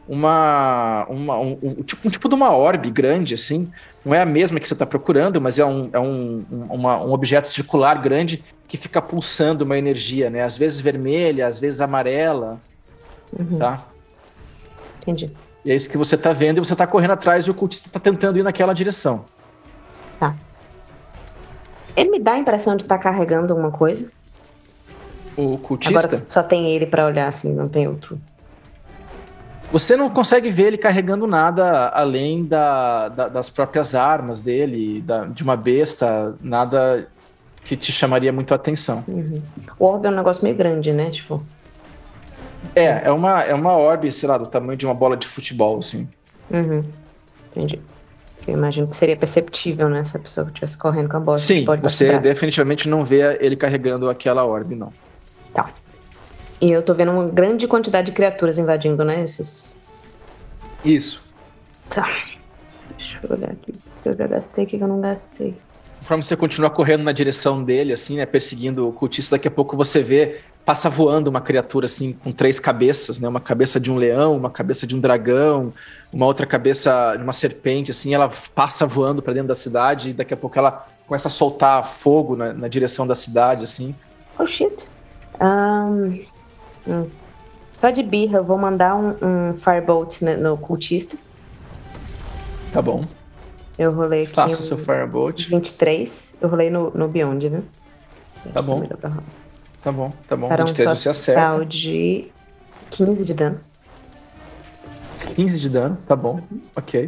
um tipo de uma orbe grande, assim. Não é a mesma que você está procurando, mas é um objeto circular grande que fica pulsando uma energia, né? Às vezes vermelha, às vezes amarela, tá? Entendi. E é isso que você está vendo, e você está correndo atrás e o cultista está tentando ir naquela direção. Tá. Ele me dá a impressão de estar carregando alguma coisa. O cultista? Agora só tem ele para olhar, assim, não tem outro. Você não consegue ver ele carregando nada além das próprias armas dele, de uma besta, nada que te chamaria muito a atenção. Uhum. O orbe é um negócio meio grande, né? Tipo... É uma orbe, sei lá, do tamanho de uma bola de futebol, assim. Uhum. Entendi. Eu imagino que seria perceptível, né? Se a pessoa estivesse correndo com a bola. Sim, você definitivamente não vê ele carregando aquela orbe, não. Tá. E eu tô vendo uma grande quantidade de criaturas invadindo, né? Isso. Tá. Deixa eu olhar aqui. O que eu já gastei, o que eu não gastei. Conforme você continua correndo na direção dele, assim, né? Perseguindo o cultista, daqui a pouco você vê, passa voando uma criatura, assim, com 3 cabeças, né? Uma cabeça de um leão, uma cabeça de um dragão, uma outra cabeça de uma serpente, assim. Ela passa voando pra dentro da cidade e daqui a pouco ela começa a soltar fogo na direção da cidade, assim. Oh, shit. Só de birra, eu vou mandar um Firebolt no cultista. Tá bom. Eu rolei aqui. Faça o seu Firebolt. 23. Eu rolei no Beyond, viu? Tá bom. Tá bom. Para 23 você acerta. Total de 15 de dano. 15 de dano, tá bom. Ok.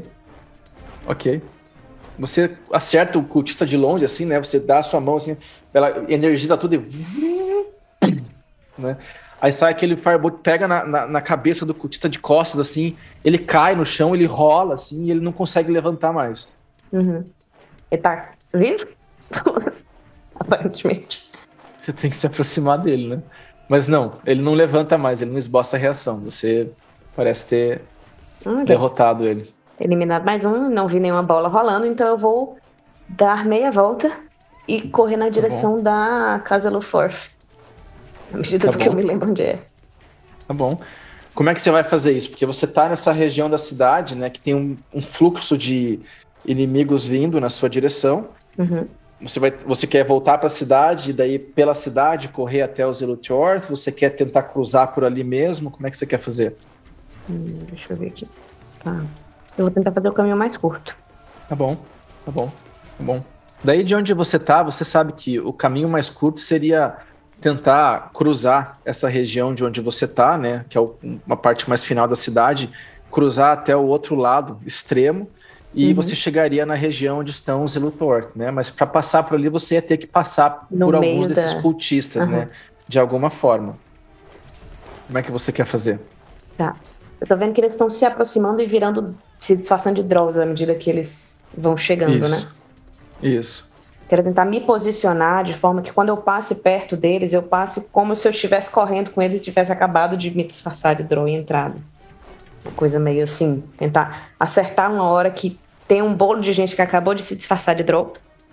Você acerta o cultista de longe, assim, né? Você dá a sua mão, assim, ela energiza tudo e... né? Aí sai aquele Firebolt, pega na cabeça do cultista de costas, assim, ele cai no chão, ele rola, assim, e ele não consegue levantar mais. Uhum. Ele tá vivo? Aparentemente. Você tem que se aproximar dele, né? Mas não, ele não levanta mais, ele não esboça a reação. Você parece ter derrotado ele. Eliminado mais um, não vi nenhuma bola rolando, então eu vou dar meia volta e correr na direção da Casa Luforth. À medida do que eu me lembro onde é. Tá bom. Como é que você vai fazer isso? Porque você tá nessa região da cidade, né, que tem um fluxo de inimigos vindo na sua direção. Uhum. Você quer voltar para a cidade e daí pela cidade correr até o Zilutjord? Você quer tentar cruzar por ali mesmo? Como é que você quer fazer? Deixa eu ver aqui. Tá. Eu vou tentar fazer o caminho mais curto. Tá bom. Daí de onde você tá, você sabe que o caminho mais curto seria tentar cruzar essa região de onde você tá, né? Que é uma parte mais final da cidade, cruzar até o outro lado extremo e você chegaria na região onde estão os Zilutjord, né? Mas para passar por ali você ia ter que passar por alguns desses cultistas, né? De alguma forma. Como é que você quer fazer? Tá. Eu tô vendo que eles estão se aproximando e se disfarçando de Drolls à medida que eles vão chegando, né? Isso. Quero tentar me posicionar de forma que quando eu passe perto deles, eu passe como se eu estivesse correndo com eles e tivesse acabado de me disfarçar de Droll e entrado. Uma coisa meio assim, tentar acertar uma hora que tem um bolo de gente que acabou de se disfarçar de Droll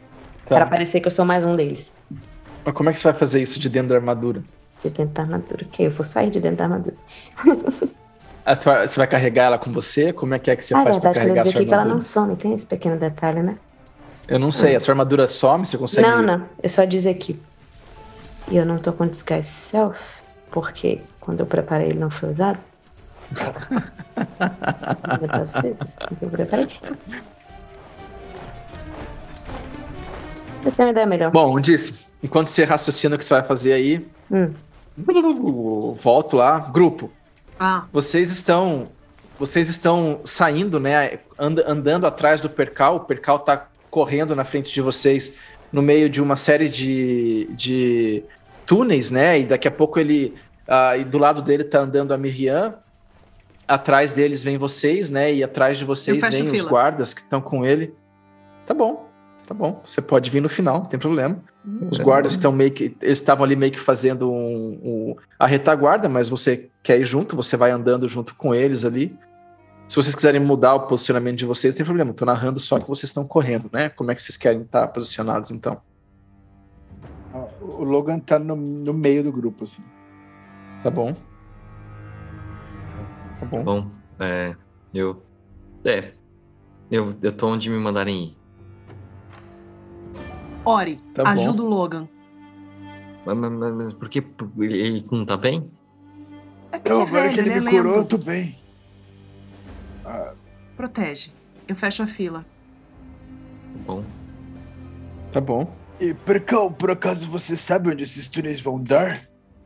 Tá. Pra parecer que eu sou mais um deles. Mas como é que você vai fazer isso de dentro da armadura? De dentro da armadura. Ok, eu vou sair de dentro da armadura. Você vai carregar ela com você? Como é que você faz pra verdade, quando eu carregar a dizer sua aqui que ela armadura? não some, tem esse pequeno detalhe, né? Eu não sei, a sua armadura some? Você consegue... Não, é só dizer aqui. E eu não tô com Disguise Self, porque quando eu preparei ele não foi usado. Eu preparei. Eu tenho uma ideia melhor. Bom, disse, enquanto você raciocina o que você vai fazer aí, volto lá, grupo. Vocês estão saindo, né, andando atrás do Percal. O Percal tá correndo na frente de vocês no meio de uma série de túneis, né, e daqui a pouco ele, e do lado dele tá andando a Miriam, atrás deles vem vocês, né, e atrás de vocês vem os guardas que estão com ele. Tá bom, você pode vir no final, não tem problema. Os guardas estão eles estavam ali meio que fazendo a retaguarda, mas você quer ir junto, você vai andando junto com eles ali. Se vocês quiserem mudar o posicionamento de vocês, não tem problema. Estou narrando só que vocês estão correndo, né? Como é que vocês querem estar posicionados, então? O Logan tá no meio do grupo, assim. Tá bom. Bom, eu tô onde me mandarem ir. Ori, Tá ajuda bom. o Logan. Mas por que ele não tá bem? É porque Agora que ele me curou, eu lento. tô bem. Protege. Eu fecho a fila. Bom, Tá bom. E, Percal, por acaso você sabe onde esses túneis vão dar?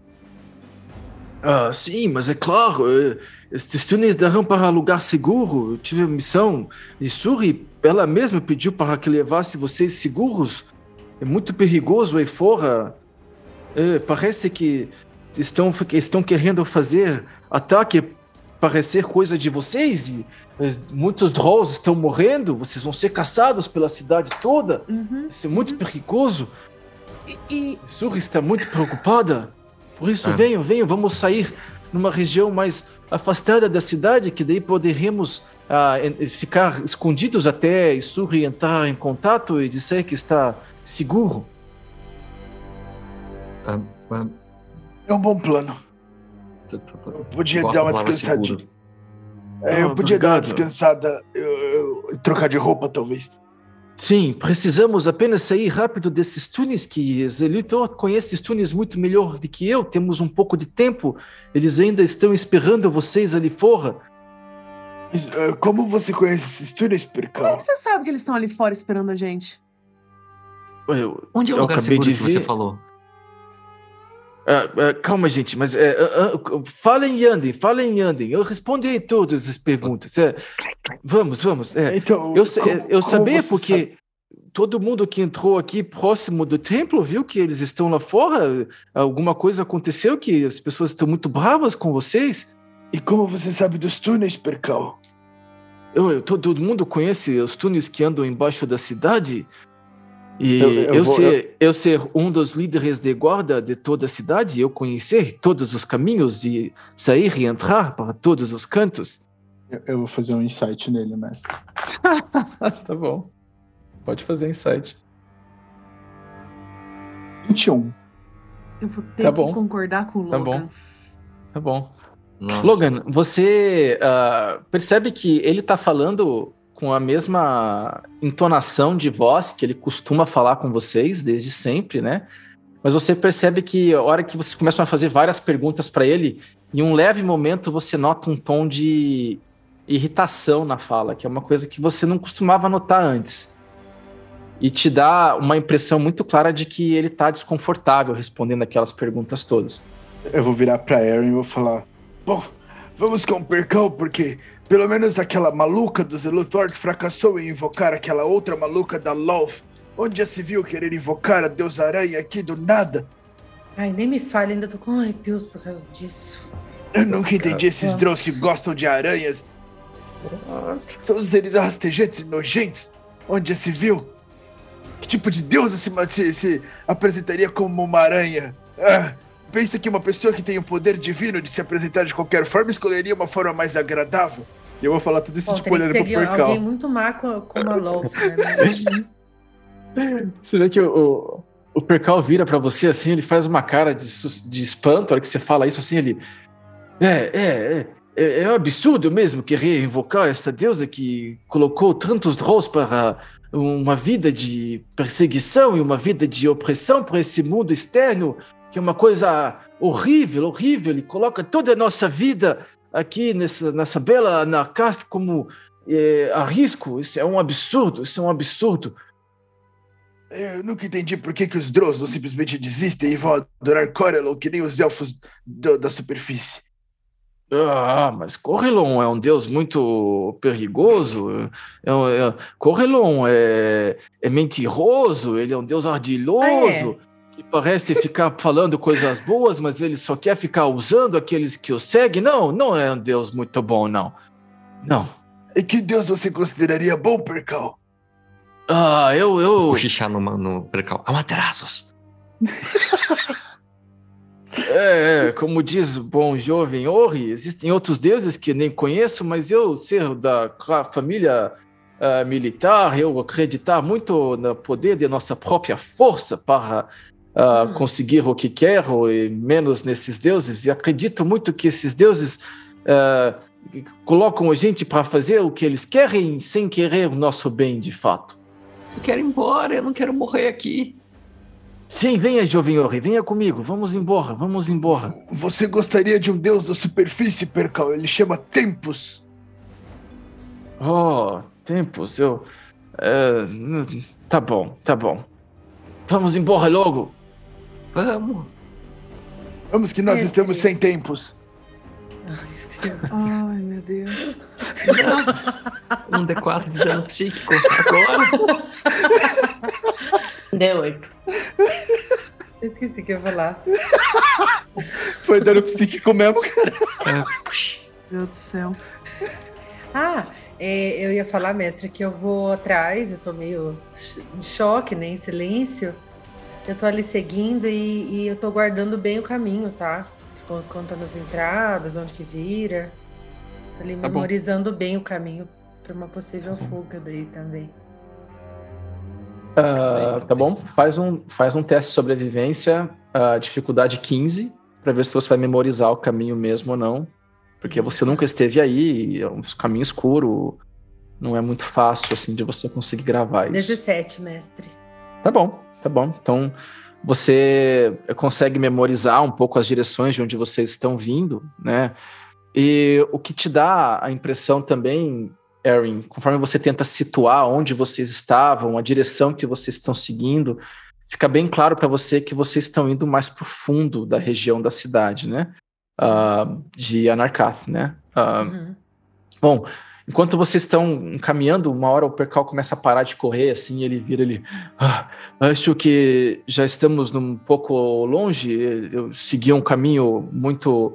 Sim, mas é claro, estes túneis darão para lugar seguro. Eu tive a missão de Suri, ela mesma pediu para que levasse vocês seguros. É muito perigoso aí fora. Parece que estão querendo fazer ataque, parecer coisa de vocês. E muitos Drolls estão morrendo, vocês vão ser caçados pela cidade toda. Isso é muito perigoso. Suri está muito preocupada. Por isso, venham, vamos sair numa região mais afastada da cidade, que daí poderemos ficar escondidos até Suri entrar em contato e dizer que está seguro. É um bom plano. Eu podia dar uma descansadinha. Eu podia dar uma descansada, trocar de roupa, talvez. Sim, precisamos apenas sair rápido desses túneis, que Zelitor conhece os túneis muito melhor do que eu. Temos um pouco de tempo. Eles ainda estão esperando vocês ali fora. Como você conhece esses túneis, Percal? Como é que você sabe que eles estão ali fora esperando a gente? Onde é o lugar seguro que você falou? Calma, gente, mas falem e andem. Eu respondi todas as perguntas. Vamos. Então, eu sabia porque todo mundo que entrou aqui próximo do templo viu que eles estão lá fora. Alguma coisa aconteceu que as pessoas estão muito bravas com vocês. E como você sabe dos túneis, Percal? Todo mundo conhece os túneis que andam embaixo da cidade. E eu ser um dos líderes de guarda de toda a cidade, eu conhecer todos os caminhos de sair e entrar para todos os cantos. Eu vou fazer um insight nele, mestre. Tá bom. Pode fazer insight. 21. Eu vou ter que concordar com o Logan. Tá bom. Nossa. Logan, você percebe que ele tá falando com a mesma entonação de voz que ele costuma falar com vocês desde sempre, né? Mas você percebe que a hora que vocês começam a fazer várias perguntas para ele, em um leve momento você nota um tom de irritação na fala, que é uma coisa que você não costumava notar antes. E te dá uma impressão muito clara de que ele tá desconfortável respondendo aquelas perguntas todas. Eu vou virar pra Aaron e vou falar: bom, vamos com o Percal, porque pelo menos aquela maluca do Zeluthor fracassou em invocar aquela outra maluca da Lolth. Onde já se viu querer invocar a deusa aranha aqui do nada? Ai, nem me fale, ainda tô com arrepios por causa disso. Eu nunca entendi esses Drolls que gostam de aranhas. São os seres rastejantes e nojentos. Onde já se viu? Que tipo de deusa se apresentaria como uma aranha? Pensa que uma pessoa que tem o poder divino de se apresentar de qualquer forma escolheria uma forma mais agradável? E eu vou falar tudo isso tipo olhando pro Percal. Alguém muito má como a Lolth, né? Você vê que o Percal vira pra você assim, ele faz uma cara de espanto, a hora que você fala isso assim, ele... É um absurdo mesmo querer invocar essa deusa que colocou tantos Drolls para uma vida de perseguição e uma vida de opressão para esse mundo externo, que é uma coisa horrível, horrível. Ele coloca toda a nossa vida aqui nessa bela Anarcast como a risco. Isso é um absurdo, isso é um absurdo. Eu nunca entendi por que os Drolls não simplesmente desistem e vão adorar Corellon que nem os elfos da superfície. Mas Corellon é um deus muito perigoso. Corellon é mentiroso, ele é um deus ardiloso, que parece ficar falando coisas boas, mas ele só quer ficar usando aqueles que o seguem. Não é um deus muito bom, não. Não. E que deus você consideraria bom, Percal? Eu... Cochichar no Percal. Amaterasus. Como diz o bom jovem Ori, existem outros deuses que nem conheço, mas eu ser da família militar, eu acreditar muito no poder de nossa própria força para conseguir o que quero e menos nesses deuses, e acredito muito que esses deuses colocam a gente para fazer o que eles querem sem querer o nosso bem de fato. Eu quero ir embora, eu não quero morrer aqui. Sim, venha, jovem Ori, venha comigo, vamos embora. Você gostaria de um deus da superfície, Percal? Ele chama Tempus. Tempus, tá bom. Vamos embora logo. Vamos que nós estamos sem Tempus. Ai, meu Deus. Um D4 de dano psíquico agora. D8. Eu esqueci que eu ia falar. Foi dano psíquico mesmo, cara. Meu Deus do céu. Eu ia falar, mestre, que eu vou atrás, eu tô meio em choque, né, em silêncio. Eu tô ali seguindo e eu tô guardando bem o caminho, tá? Contando as entradas, onde que vira. Tô ali memorizando bem o caminho para uma possível fuga daí também. Tá bom, faz um teste de sobrevivência, dificuldade 15, para ver se você vai memorizar o caminho mesmo ou não. Porque você nunca esteve aí, é um caminho escuro, não é muito fácil assim de você conseguir gravar isso. 17, mestre. Tá bom. Então, você consegue memorizar um pouco as direções de onde vocês estão vindo, né? E o que te dá a impressão também, Erin, conforme você tenta situar onde vocês estavam, a direção que vocês estão seguindo, fica bem claro para você que vocês estão indo mais para o fundo da região da cidade, né? De Anarkath, né? Bom, enquanto vocês estão caminhando, uma hora o Percal começa a parar de correr, assim, ele vira, acho que já estamos um pouco longe, eu segui um caminho muito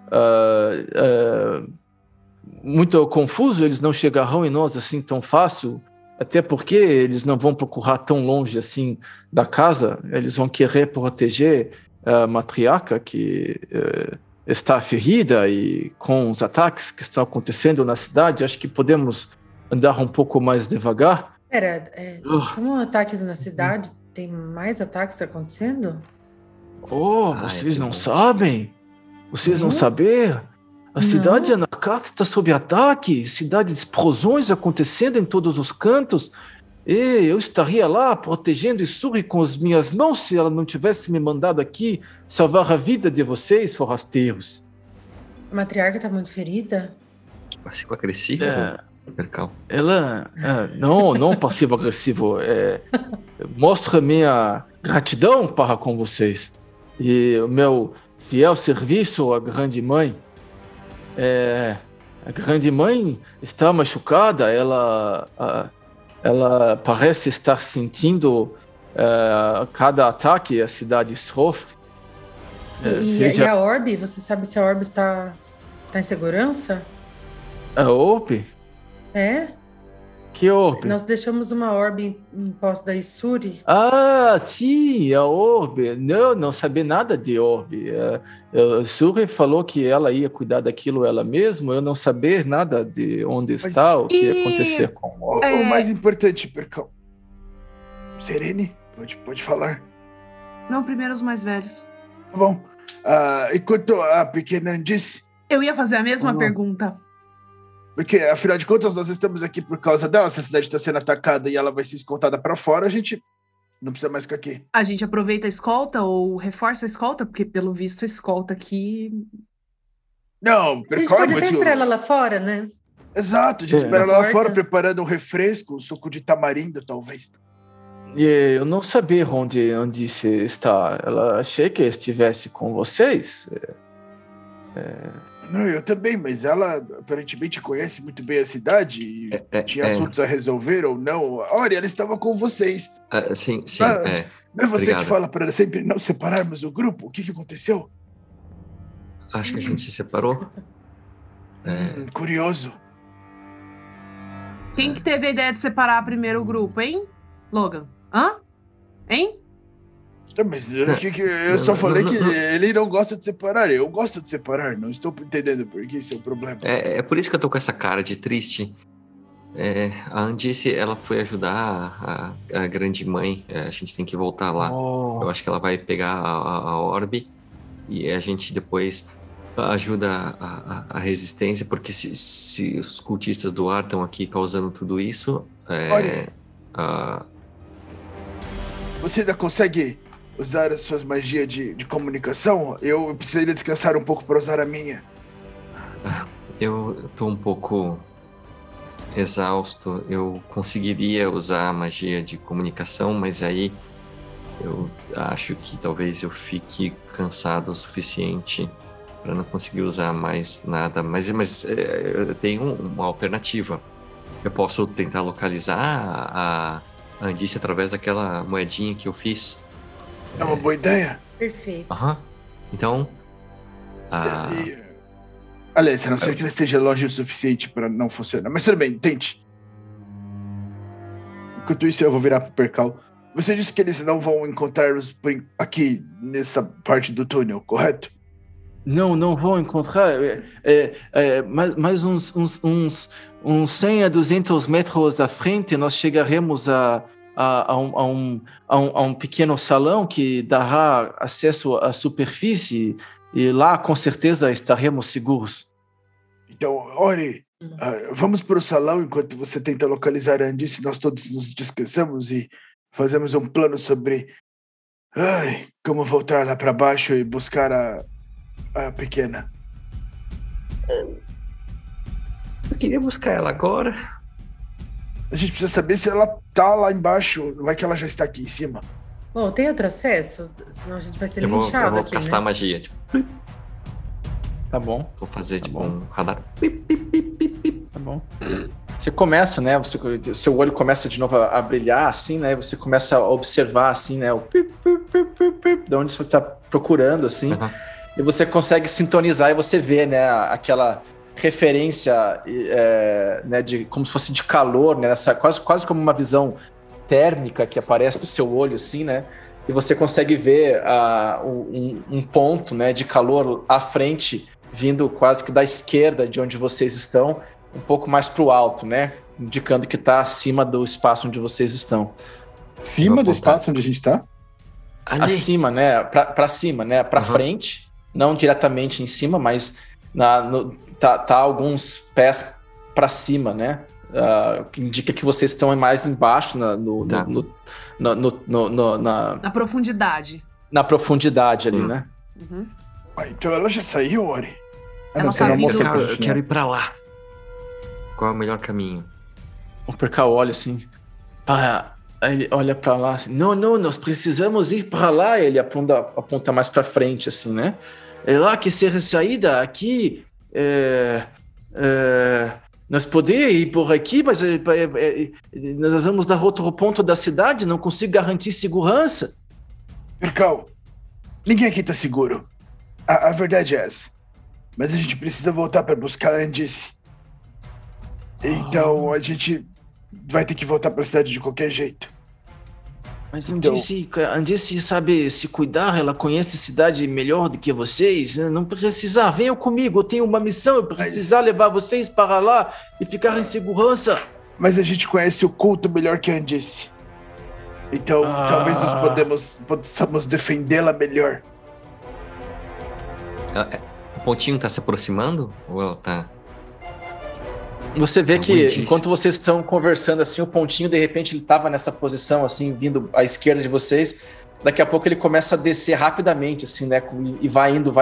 confuso, eles não chegarão em nós assim tão fácil, até porque eles não vão procurar tão longe assim da casa, eles vão querer proteger a matriarca que está ferida e com os ataques que estão acontecendo na cidade, acho que podemos andar um pouco mais devagar. Pera, como ataques na cidade, tem mais ataques acontecendo? Vocês não sabem? Vocês não sabem? A cidade de Anarkath está sob ataque, cidade de explosões acontecendo em todos os cantos. E eu estaria lá protegendo Isuri com as minhas mãos se ela não tivesse me mandado aqui salvar a vida de vocês, forasteiros. A matriarca está muito ferida? Passivo-agressivo? Percal. Ela... não passivo-agressivo. Mostra minha gratidão para com vocês. E o meu fiel serviço à Grande Mãe. A Grande Mãe está machucada, ela parece estar sentindo cada ataque a cidade sofre. E a Orbe? Você sabe se a Orbe está em segurança? A Orbe? Que Orbe? Nós deixamos uma Orbe em posse da Isuri. Sim, a Orbe. Não sabia nada de Orbe. A Isuri falou que ela ia cuidar daquilo ela mesma, eu não saber nada de onde está, o que ia acontecer com a Orbe. O mais importante, Percal. Serene? Pode falar. Não, primeiro os mais velhos. Tá bom. E quanto à pequena Andice? Eu ia fazer a mesma pergunta. Porque, afinal de contas, nós estamos aqui por causa dela. Se a cidade está sendo atacada e ela vai ser escoltada para fora, a gente não precisa mais ficar aqui. A gente aproveita a escolta ou reforça a escolta? Porque, pelo visto, a escolta aqui... Não, A gente pode até esperar ela lá fora, né? Exato, a gente espera ela lá fora preparando um refresco, um suco de tamarindo, talvez. Eu não sabia onde você está. Ela achei que estivesse com vocês. Não, eu também, mas ela aparentemente conhece muito bem a cidade e tinha assuntos a resolver ou não. Olha, ela estava com vocês. Sim. Não é você Obrigado. que fala para sempre não separarmos o grupo? O que aconteceu? Acho que a gente se separou. Curioso. Quem que teve a ideia de separar primeiro o grupo, hein? Logan? Hã? Hein? Mas eu só falei que ele não gosta de separar. Eu gosto de separar. Não estou entendendo por que esse é o problema. É por isso que eu tô com essa cara de triste. A Andice, ela foi ajudar a grande mãe. A gente tem que voltar lá. Eu acho que ela vai pegar a orbe e a gente depois ajuda a resistência, porque se os cultistas do ar estão aqui causando tudo isso... Você ainda consegue usar as suas magias de comunicação? Eu precisaria descansar um pouco para usar a minha. Eu tô um pouco exausto. Eu conseguiria usar a magia de comunicação, mas aí eu acho que talvez eu fique cansado o suficiente para não conseguir usar mais nada. Mas eu tenho uma alternativa. Eu posso tentar localizar a Andice através daquela moedinha que eu fiz. É uma boa ideia. Perfeito. Então... Aliás, a não ser que ela esteja longe o suficiente para não funcionar. Mas tudo bem, tente. Enquanto isso, eu vou virar pro Percal. Você disse que eles não vão encontrar-nos aqui nessa parte do túnel, correto? Não vou encontrar. Mais uns 100 a 200 metros à frente, nós chegaremos a um pequeno salão que dará acesso à superfície e lá, com certeza, estaremos seguros. Então, Ori, vamos para o salão enquanto você tenta localizar a Andice. Nós todos nos descansamos e fazemos um plano sobre como voltar lá para baixo e buscar a pequena. Eu queria buscar ela agora. A gente precisa saber se ela tá lá embaixo. Vai que ela já está aqui em cima. Bom, tem outro acesso? Senão a gente vai ser linchado aqui, eu vou castar a magia. Tá bom. Vou fazer bom. Um radar. Tá bom. Você começa, né? Seu olho começa de novo a brilhar, assim, né? Você começa a observar, assim, né? O de onde você está procurando, assim. E você consegue sintonizar e você vê, né? Aquela referência, né? De como se fosse de calor, né? Quase como uma visão térmica que aparece do seu olho, assim, né? E você consegue ver um ponto, né? De calor à frente, vindo quase que da esquerda de onde vocês estão, um pouco mais para o alto, né? Indicando que está acima do espaço onde vocês estão. Acima do espaço onde a gente está? Acima, né? Para cima, né? Para frente, não diretamente em cima, mas tá alguns pés para cima, né? Que indica que vocês estão mais embaixo na profundidade. Na profundidade ali, né? Então ela já saiu, Ori? Ela tá vindo. Eu quero ir pra lá. Qual é o melhor caminho? O Percal olha assim. Ele olha pra lá assim. Não, nós precisamos ir pra lá. Ele aponta mais pra frente, assim, né? É lá que ser a saída. Aqui. Nós podemos ir por aqui, mas nós vamos dar outro ponto da cidade. Não consigo garantir segurança. Percal, ninguém aqui tá seguro. A verdade é essa. Mas a gente precisa voltar pra buscar a Andice. Então a gente vai ter que voltar pra cidade de qualquer jeito. Mas Andice sabe se cuidar, ela conhece a cidade melhor do que vocês. Não precisar, venham comigo, eu tenho uma missão, eu precisar levar vocês para lá e ficar em segurança. Mas a gente conhece o culto melhor que a Andice. Então, talvez possamos defendê-la melhor. O pontinho tá se aproximando? Ou ela tá... Você vê que indício. enquanto vocês estão conversando assim, o pontinho, de repente, ele tava nessa posição, assim, vindo à esquerda de vocês. Daqui a pouco ele começa a descer rapidamente, assim, né? E vai indo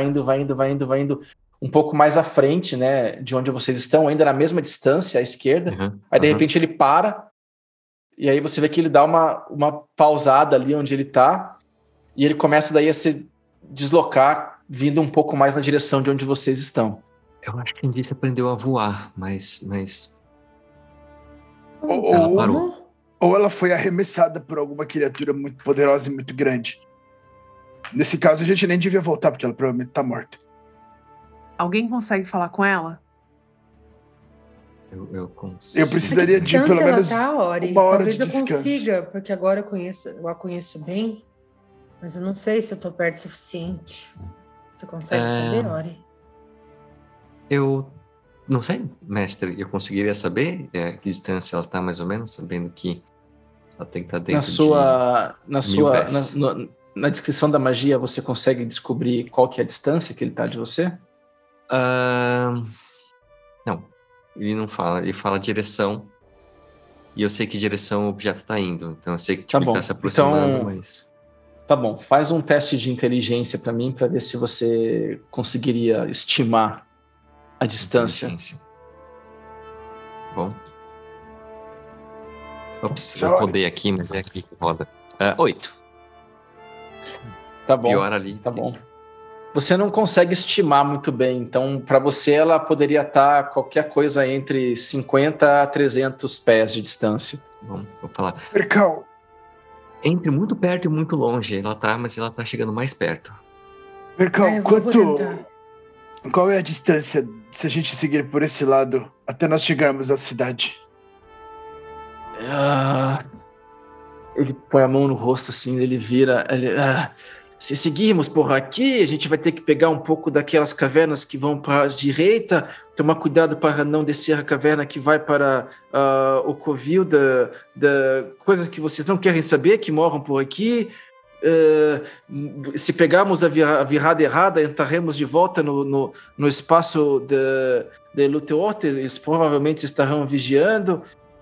um pouco mais à frente, né? De onde vocês estão, ainda na mesma distância à esquerda. Aí, de repente, ele para. E aí você vê que ele dá uma pausada ali onde ele tá. E ele começa daí a se deslocar, vindo um pouco mais na direção de onde vocês estão. Eu acho que a Indícia aprendeu a voar, mas... Ou ela parou. Ou ela foi arremessada por alguma criatura muito poderosa e muito grande. Nesse caso, a gente nem devia voltar, porque ela provavelmente tá morta. Alguém consegue falar com ela? Eu consigo. Eu precisaria de pelo menos uma hora Talvez de descanso. eu consiga, porque agora eu a conheço bem, mas eu não sei se eu tô perto o suficiente. Você consegue saber, Ori? Eu não sei, mestre. Eu conseguiria saber que distância ela está, mais ou menos, sabendo que ela tem que estar dentro na descrição da magia, você consegue descobrir qual que é a distância que ele está de você? Não, ele não fala. Ele fala direção. E eu sei que direção o objeto está indo. Então eu sei que ele está se aproximando, mas... Tá bom, faz um teste de inteligência para mim, para ver se você conseguiria estimar a distância. Bom. Ops, eu rodei aqui, mas é aqui que roda. 8. Tá bom. Pior ali. Tá bom. Você não consegue estimar muito bem, então para você ela poderia estar qualquer coisa entre 50 a 300 pés de distância. Bom, vou falar. Percal. Entre muito perto e muito longe, mas ela tá chegando mais perto. Percal, qual é a distância se a gente seguir por esse lado até nós chegarmos à cidade? Ele põe a mão no rosto assim, ele vira... se seguirmos por aqui, a gente vai ter que pegar um pouco daquelas cavernas que vão para a direita, tomar cuidado para não descer a caverna que vai para o covil da coisas que vocês não querem saber, que moram por aqui. Se pegarmos a virada errada, entraremos de volta no espaço de Luteorte, eles provavelmente estarão vigiando.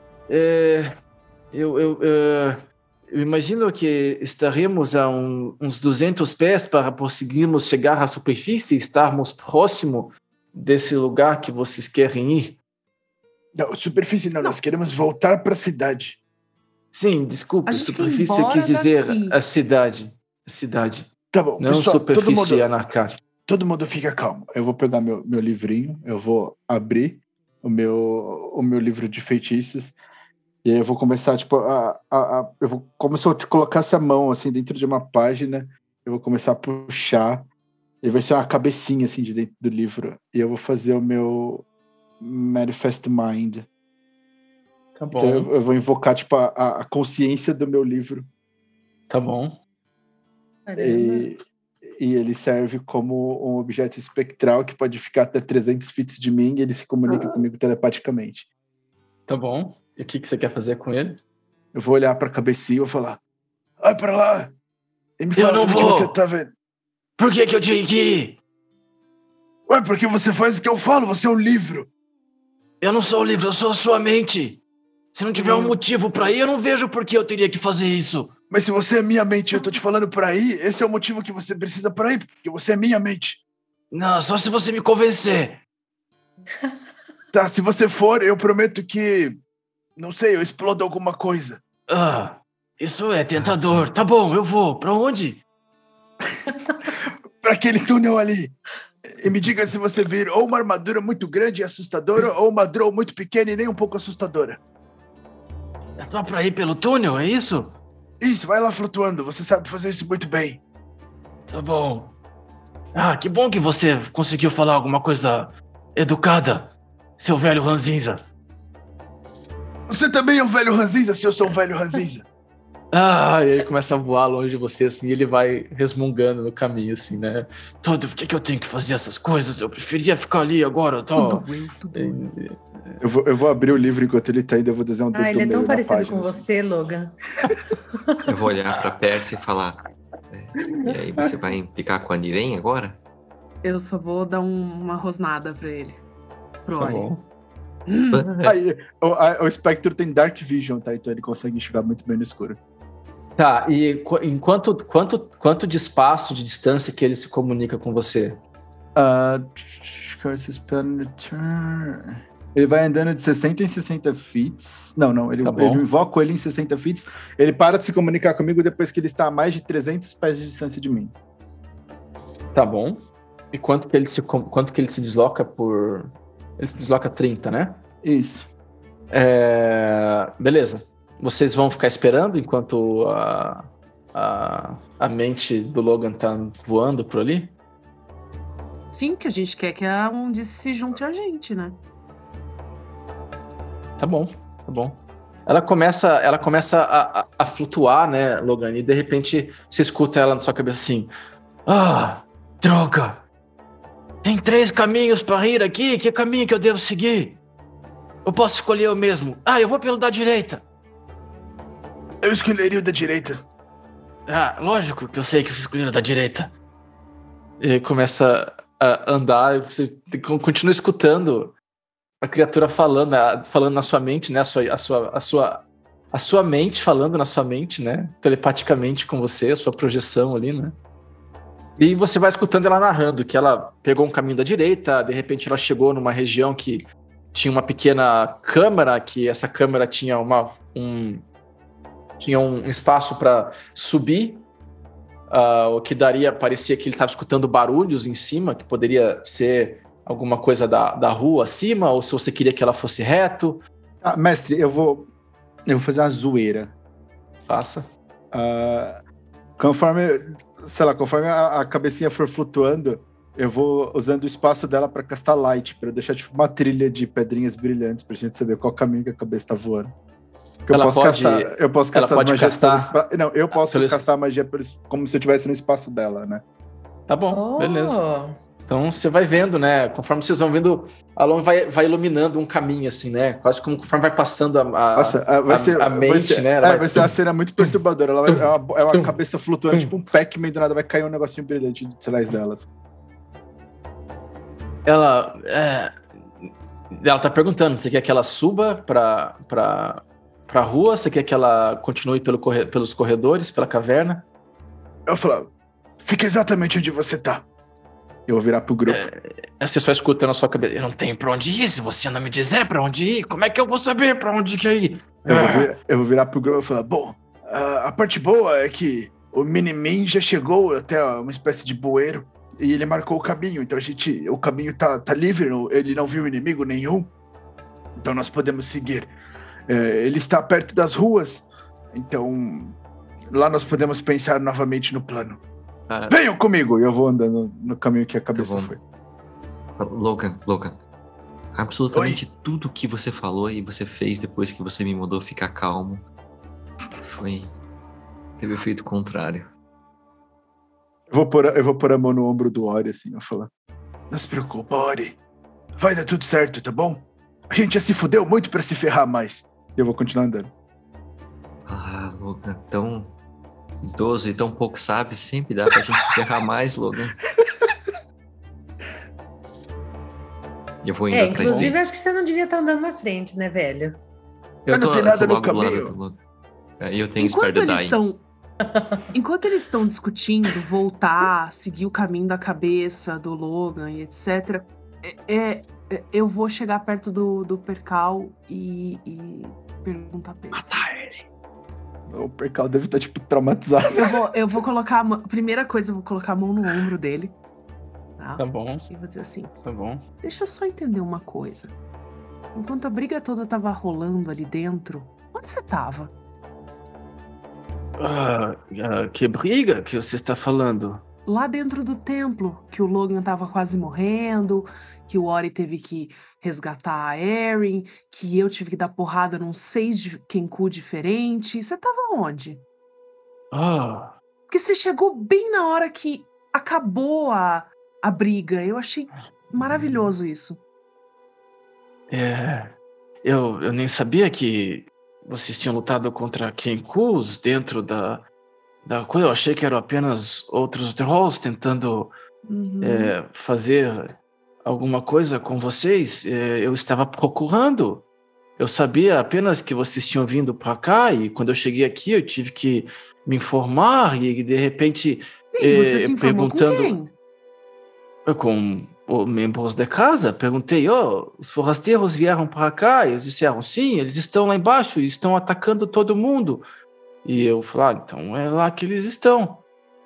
Eu imagino que estaremos a uns 200 pés para conseguirmos chegar à superfície e estarmos próximo desse lugar que vocês querem ir. Não, superfície não. Nós queremos voltar para a cidade. Sim, desculpe, superfície eu quis dizer a cidade. Tá bom, não pessoal, superfície anarcada. Todo mundo fica calmo. Eu vou pegar meu livrinho, eu vou abrir o meu livro de feitiços. E aí eu vou começar, eu vou, como se eu colocasse a mão, assim, dentro de uma página, eu vou começar a puxar, e vai ser uma cabecinha, assim, de dentro do livro, e eu vou fazer o meu Manifest Mind. Tá bom. Então eu vou invocar, a consciência do meu livro. Tá bom. E ele serve como um objeto espectral que pode ficar até 300 feet de mim, e ele se comunica comigo telepaticamente. Tá bom. E o que você quer fazer com ele? Eu vou olhar pra cabecinha e vou falar: vai pra lá! E me fala tudo que você tá vendo. Por que eu tinha que ir? Ué, porque você faz o que eu falo, você é um livro. Eu não sou o livro, eu sou a sua mente. Se não tiver um motivo pra ir, eu não vejo por que eu teria que fazer isso. Mas se você é minha mente e eu tô te falando pra ir, esse é o motivo que você precisa pra ir, porque você é minha mente. Não, só se você me convencer. Tá, se você for, eu prometo que... Não sei, eu explodo alguma coisa. Isso é tentador. Tá bom, eu vou. Pra onde? Pra aquele túnel ali. E me diga se você vir ou uma armadura muito grande e assustadora, ou uma drow muito pequena e nem um pouco assustadora. É só pra ir pelo túnel, é isso? Isso, vai lá flutuando. Você sabe fazer isso muito bem. Tá bom. Que bom que você conseguiu falar alguma coisa educada, seu velho ranzinza. Você também é um velho ranzinza, se eu sou um velho ranzinza. E aí começa a voar longe de você, assim, e ele vai resmungando no caminho, assim, né? Por que eu tenho que fazer essas coisas? Eu preferia ficar ali agora, Tudo eu. Eu vou abrir o livro enquanto ele tá indo, eu vou desenhar um dedo ele é no tão meio da parecido página, com assim. você, Logan. Eu vou olhar pra Percy e falar... E aí, você vai ficar com a Niren agora? Eu só vou dar uma rosnada pra ele. Pro Tá Ori. bom. Aí, o Spectre tem Dark Vision, tá? Então ele consegue enxergar muito bem no escuro. Tá, e quanto de espaço, de distância que ele se comunica com você? Ele vai andando de 60 em 60 feet. Não, ele Tá bom. eu invoco ele em 60 feet. Ele para de se comunicar comigo depois que ele está a mais de 300 pés de distância de mim. Tá bom. E quanto que ele se desloca por... Ele se desloca 30, né? Isso. Beleza. Vocês vão ficar esperando enquanto a mente do Logan tá voando por ali? Sim, que a gente quer que a Undice se junte a gente, né? Tá bom. Ela começa a flutuar, né, Logan? E de repente você escuta ela na sua cabeça assim: droga! Tem 3 caminhos pra ir aqui. Que caminho que eu devo seguir? Eu posso escolher eu mesmo. Eu vou pelo da direita. Eu escolheria o da direita. Lógico que eu sei que você escolheu o da direita. E começa a andar, e você continua escutando a criatura falando na sua mente, né? A sua mente falando na sua mente, né? Telepaticamente com você, a sua projeção ali, né? E você vai escutando ela narrando que ela pegou um caminho da direita, de repente ela chegou numa região que tinha uma pequena câmara, que essa câmara tinha um espaço para subir, o que parecia que ele estava escutando barulhos em cima, que poderia ser alguma coisa da rua acima, ou se você queria que ela fosse reto. Mestre, eu vou fazer uma zoeira. Faça. Conforme a cabecinha for flutuando, eu vou usando o espaço dela para castar light, para deixar tipo uma trilha de pedrinhas brilhantes pra gente saber qual caminho que a cabeça tá voando. Eu posso castar as magias Não, eu posso castar a magia como se eu estivesse no espaço dela, né? Tá bom, beleza. Então você vai vendo, né? Conforme vocês vão vendo, a Lon vai iluminando um caminho, assim, né? Quase como conforme vai passando a mente, né? Vai ser uma cena muito perturbadora. É uma cabeça flutuando, tipo um Pac-Man, do nada vai cair um negocinho brilhante de trás delas. Ela tá perguntando, você quer que ela suba pra rua? Você quer que ela continue pelos corredores, pela caverna? Eu falo, fica exatamente onde você tá. Eu vou virar pro grupo. Você só escuta na sua cabeça. Eu não tenho pra onde ir, se você não me dizer pra onde ir. Como é que eu vou saber pra onde que é ir? Eu vou virar pro grupo e falar, bom, a parte boa é que o Minimin já chegou até uma espécie de bueiro e ele marcou o caminho. Então o caminho tá livre, ele não viu inimigo nenhum. Então nós podemos seguir. Ele está perto das ruas, então lá nós podemos pensar novamente no plano. Venham comigo! E eu vou andando no caminho que a cabeça foi. Logan, absolutamente tudo que você falou e você fez depois que você me mandou ficar calmo teve efeito contrário. Eu vou pôr a mão no ombro do Ori, assim, eu falar. Não se preocupa, Ori. Vai dar tudo certo, tá bom? A gente já se fudeu muito pra se ferrar mais. E eu vou continuar andando. Logan, tão idoso e tão pouco sabe, sempre dá pra gente se ferrar mais, Logan. Eu vou indo atrás inclusive dele. acho que você não devia estar andando na frente, né, velho? Eu não tenho nada no caminho. Aí eu tenho Spare the Dying. Enquanto eles estão discutindo voltar, seguir o caminho da cabeça do Logan e etc., eu vou chegar perto do Percal e perguntar pra ele. Matar ele. O Percal deve estar, tipo, traumatizado. Eu vou colocar a mão... Primeira coisa, eu vou colocar a mão no ombro dele. Tá bom. E vou dizer assim... Tá bom. Deixa eu só entender uma coisa. Enquanto a briga toda tava rolando ali dentro, onde você tava? Que briga que você está falando? Lá dentro do templo, que o Logan tava quase morrendo, que o Ori teve que resgatar a Erin, que eu tive que dar porrada num 6 de Kenku diferente. Você tava onde? Porque você chegou bem na hora que acabou a briga. Eu achei maravilhoso isso. Eu nem sabia que vocês tinham lutado contra Kenkus dentro da coisa. Eu achei que eram apenas outros Trolls tentando fazer alguma coisa com vocês. Eu estava procurando. Eu sabia apenas que vocês tinham vindo para cá e quando eu cheguei aqui eu tive que me informar e de repente E você se informou perguntando com quem? com os membros da casa, perguntei, os forasteiros vieram para cá? E eles disseram, sim, eles estão lá embaixo e estão atacando todo mundo. E eu falei, então é lá que eles estão.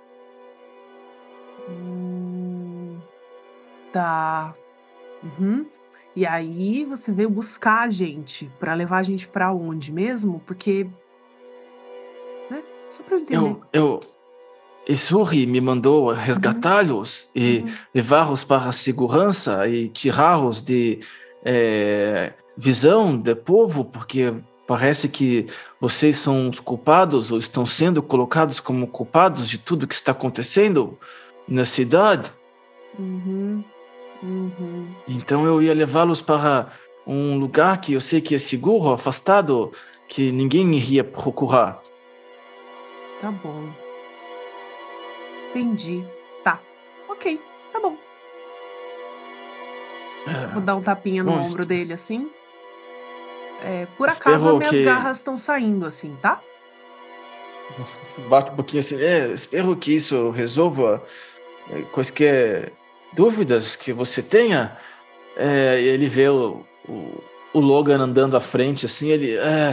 Tá. E aí você veio buscar a gente, pra levar a gente pra onde mesmo? Porque, né? Só pra eu entender. Isuri me mandou resgatá-los e levá-los para a segurança e tirá-los de visão do povo, porque parece que vocês são os culpados ou estão sendo colocados como culpados de tudo que está acontecendo na cidade. Então eu ia levá-los para um lugar que eu sei que é seguro, afastado, que ninguém iria procurar. Tá bom. Entendi. Tá. Ok. Tá bom. Vou dar um tapinha no ombro dele, assim. Por acaso, as minhas garras estão saindo, assim, tá? Bate um pouquinho assim. Espero que isso resolva quaisquer dúvidas que você tenha. Ele vê o Logan andando à frente, assim, ele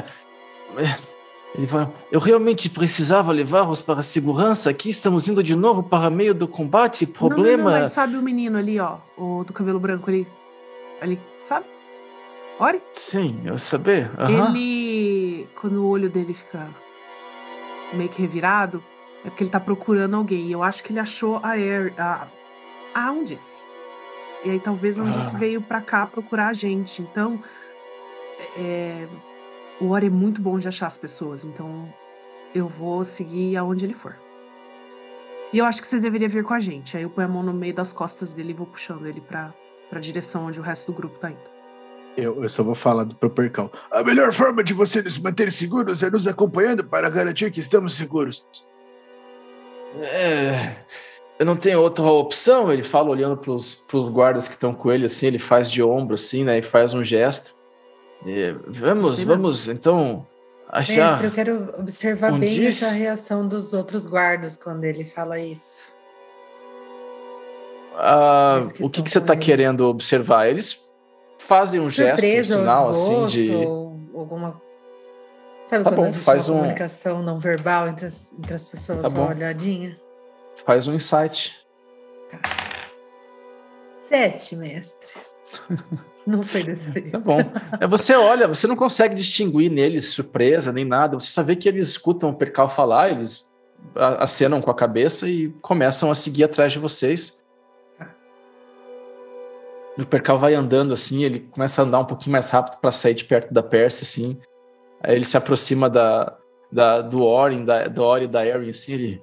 fala, eu realmente precisava levá-los para a segurança. Aqui estamos indo de novo para meio do combate. Problema... Não, mas sabe o menino ali, ó, o do cabelo branco ali, sabe? Ori? Sim, eu sabia. Ele, quando o olho dele fica meio que revirado, é porque ele tá procurando alguém. E eu acho que ele achou a Undice. E aí talvez a Undice veio pra cá procurar a gente. Então, o Ori é muito bom de achar as pessoas. Então, eu vou seguir aonde ele for. E eu acho que você deveria vir com a gente. Aí eu ponho a mão no meio das costas dele e vou puxando ele pra direção onde o resto do grupo tá indo. Eu só vou falar pro Percal. A melhor forma de você nos manter seguros é nos acompanhando para garantir que estamos seguros. Eu não tenho outra opção, ele fala olhando pros guardas que estão com ele, assim, ele faz de ombro, assim, né, e faz um gesto. Vamos, então, achar... Mestre, eu quero observar bem essa reação dos outros guardas quando ele fala isso. O que você está querendo observar? Eles fazem um surpresa, gesto, um sinal, desgosto, assim, de... ou alguma... Sabe tá quando bom, existe uma comunicação não verbal entre as pessoas, tá só bom. uma olhadinha? Faz um insight. Tá. 7, mestre. Não foi dessa vez. Tá bom. Você olha, você não consegue distinguir neles surpresa nem nada, você só vê que eles escutam o Percal falar, eles acenam com a cabeça e começam a seguir atrás de vocês. E o Percal vai andando assim, ele começa a andar um pouquinho mais rápido para sair de perto da Pérsia, assim. Aí ele se aproxima do Ori e da Erin, assim, ele...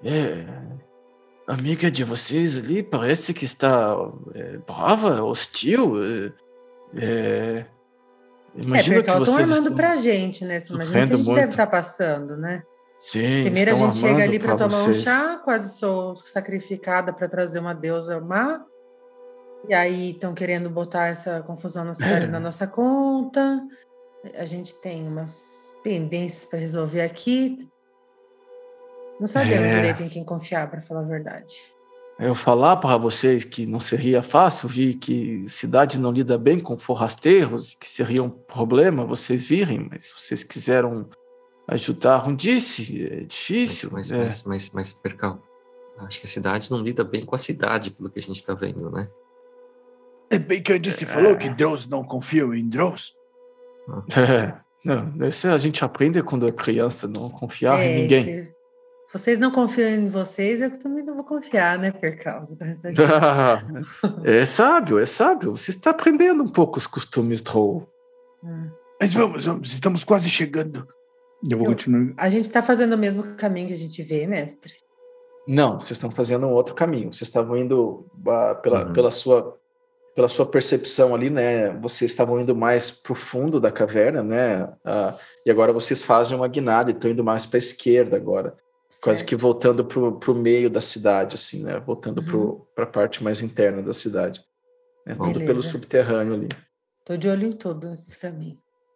amiga de vocês ali parece que está brava, hostil. Imagino que vocês estão armando pra gente, né? Você imagina que a gente deve estar passando, né? Sim, primeiro a gente chega ali para tomar vocês. Um chá, quase sou sacrificada para trazer uma deusa má. E aí estão querendo botar essa confusão na cidade na nossa conta. A gente tem umas pendências para resolver aqui. Não sabemos direito em quem confiar, para falar a verdade. Eu falar para vocês que não seria fácil, vi que cidade não lida bem com forrasteiros, que seria um problema vocês virem, mas se vocês quiseram ajudar, disse, é difícil. Mas, Percal, acho que a cidade não lida bem com a cidade, pelo que a gente está vendo, né? É bem que a Disse falou que Drows não confiam em Drows. Não, isso a gente aprende quando é criança, não confiar em ninguém. Se vocês não confiam em vocês, eu também não vou confiar, né, Percal? É sábio. Você está aprendendo um pouco os costumes Drow. Mas vamos, estamos quase chegando. Eu vou continuar. A gente tá fazendo o mesmo caminho que a gente vê, mestre? Não, vocês estão fazendo um outro caminho. Vocês estavam indo pela sua percepção ali, né? Vocês estavam indo mais pro fundo da caverna, né? E agora vocês fazem uma guinada e estão indo mais para a esquerda agora. Quase que voltando pro meio da cidade, assim, né? Voltando para a parte mais interna da cidade. Né? Tudo pelo subterrâneo ali. Tô de olho em tudo nesse caminho.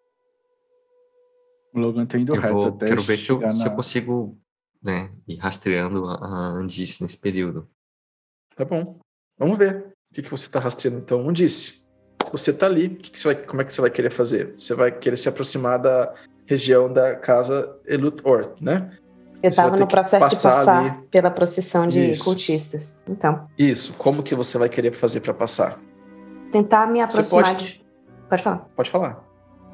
O Logan tá indo reto até quero ver se eu consigo, né, ir rastreando a Andice nesse período. Tá bom. Vamos ver. O que você tá rastreando, então? Andice, você tá ali. Como é que você vai querer fazer? Você vai querer se aproximar da região da casa Eluthor, né? Eu estava no processo de passar ali pela procissão de cultistas. Então. Isso. Como que você vai querer fazer para passar? Tentar me aproximar Pode falar. Pode falar.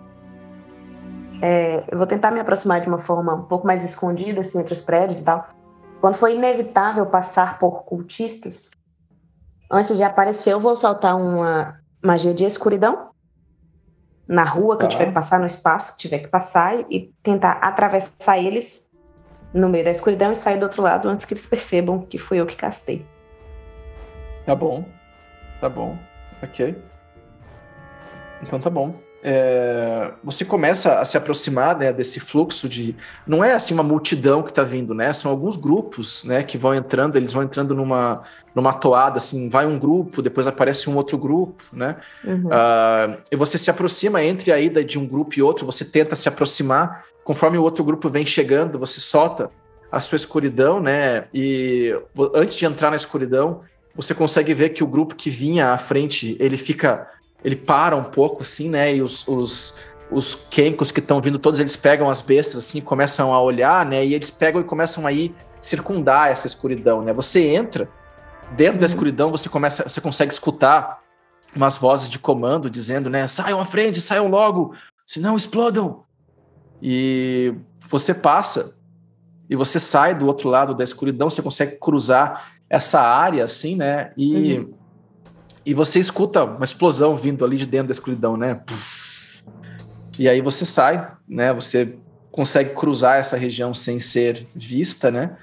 Eu vou tentar me aproximar de uma forma um pouco mais escondida, assim, entre os prédios e tal. Quando for inevitável passar por cultistas, antes de aparecer, eu vou soltar uma magia de escuridão na rua que eu tiver que passar, no espaço que tiver que passar, e tentar atravessar eles no meio da escuridão e sair do outro lado antes que eles percebam que fui eu que castei. Tá bom. Ok. Então tá bom. Você começa a se aproximar, né, desse fluxo de... Não é assim uma multidão que tá vindo, né? São alguns grupos, né, que vão entrando, eles vão entrando numa toada, assim, vai um grupo, depois aparece um outro grupo, né? E você se aproxima entre a ida de um grupo e outro, você tenta se aproximar, conforme o outro grupo vem chegando, você solta a sua escuridão, né? E antes de entrar na escuridão, você consegue ver que o grupo que vinha à frente, ele para um pouco, assim, né? E os Kenkos que estão vindo, todos eles pegam as bestas, assim, e começam a olhar, né? E eles pegam e começam a ir circundar essa escuridão, né? Você entra, dentro da escuridão, você consegue escutar umas vozes de comando dizendo, né? Saiam à frente, saiam logo, senão explodam. E você passa, e você sai do outro lado da escuridão, você consegue cruzar essa área, assim, né? E você escuta uma explosão vindo ali de dentro da escuridão, né? E aí você sai, né? Você consegue cruzar essa região sem ser vista, né?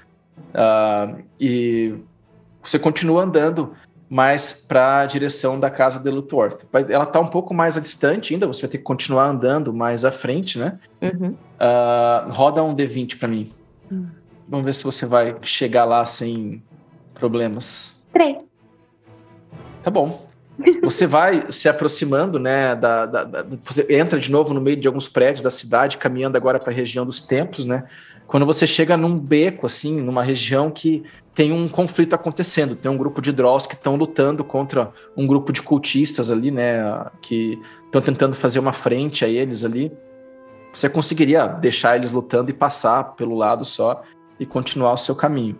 E você continua andando mais para a direção da casa de Eluthor. Ela está um pouco mais distante ainda, você vai ter que continuar andando mais à frente, né? Roda um D20 para mim. Vamos ver se você vai chegar lá sem problemas. 3. Tá bom. Você vai se aproximando, né? Você entra de novo no meio de alguns prédios da cidade, caminhando agora para a região dos templos, né? Quando você chega num beco, assim, numa região que tem um conflito acontecendo, tem um grupo de Drolls que estão lutando contra um grupo de cultistas ali, né? Que estão tentando fazer uma frente a eles ali. Você conseguiria deixar eles lutando e passar pelo lado só e continuar o seu caminho.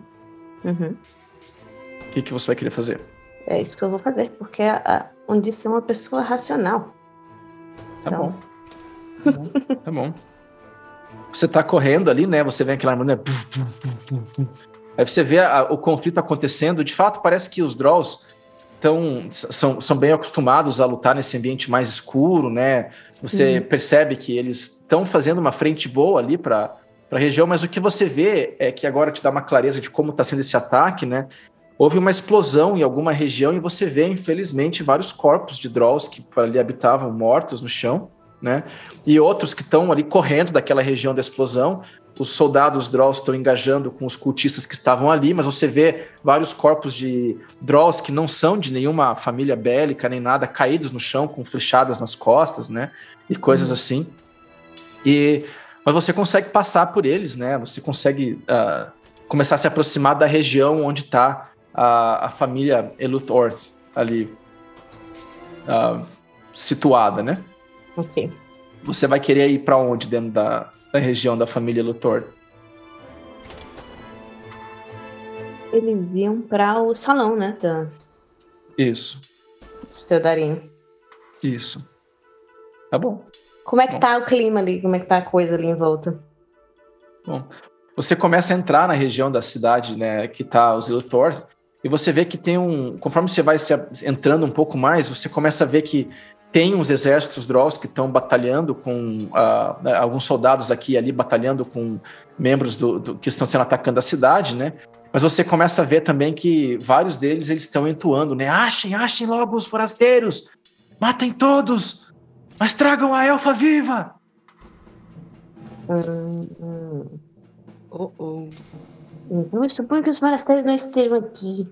O que você vai querer fazer? É isso que eu vou fazer, porque onde ser uma pessoa racional. Tá bom. Tá bom. Você tá correndo ali, né? Você vê aquela arma, né? Aí você vê o conflito acontecendo. De fato, parece que os Drolls são bem acostumados a lutar nesse ambiente mais escuro, né? Você percebe que eles estão fazendo uma frente boa ali para a região, mas o que você vê é que agora te dá uma clareza de como está sendo esse ataque, né? Houve uma explosão em alguma região e você vê, infelizmente, vários corpos de Drolls que ali habitavam mortos no chão, né? E outros que estão ali correndo daquela região da explosão. Os soldados Drolls estão engajando com os cultistas que estavam ali, mas você vê vários corpos de Drolls que não são de nenhuma família bélica nem nada, caídos no chão com flechadas nas costas, né? E coisas assim. Mas você consegue passar por eles, né? Você consegue começar a se aproximar da região onde está a família Eluthor ali situada, né? Ok. Você vai querer ir para onde dentro da região da família Eluthor? Eles iam para o salão, né? Isso. Seu Darinho. Isso. Tá bom. Como é que tá o clima ali? Como é que tá a coisa ali em volta? Bom, você começa a entrar na região da cidade, né, que tá os Eluthor, e você vê que tem conforme você vai entrando um pouco mais, você começa a ver que tem uns exércitos Drolls que estão batalhando com alguns soldados aqui e ali, batalhando com membros que estão sendo atacando a cidade, né? Mas você começa a ver também que vários deles eles estão entoando, né? Achem logo os forasteiros! Matem todos! Mas tragam a elfa viva! Eu suponho que os forasteiros não estejam aqui.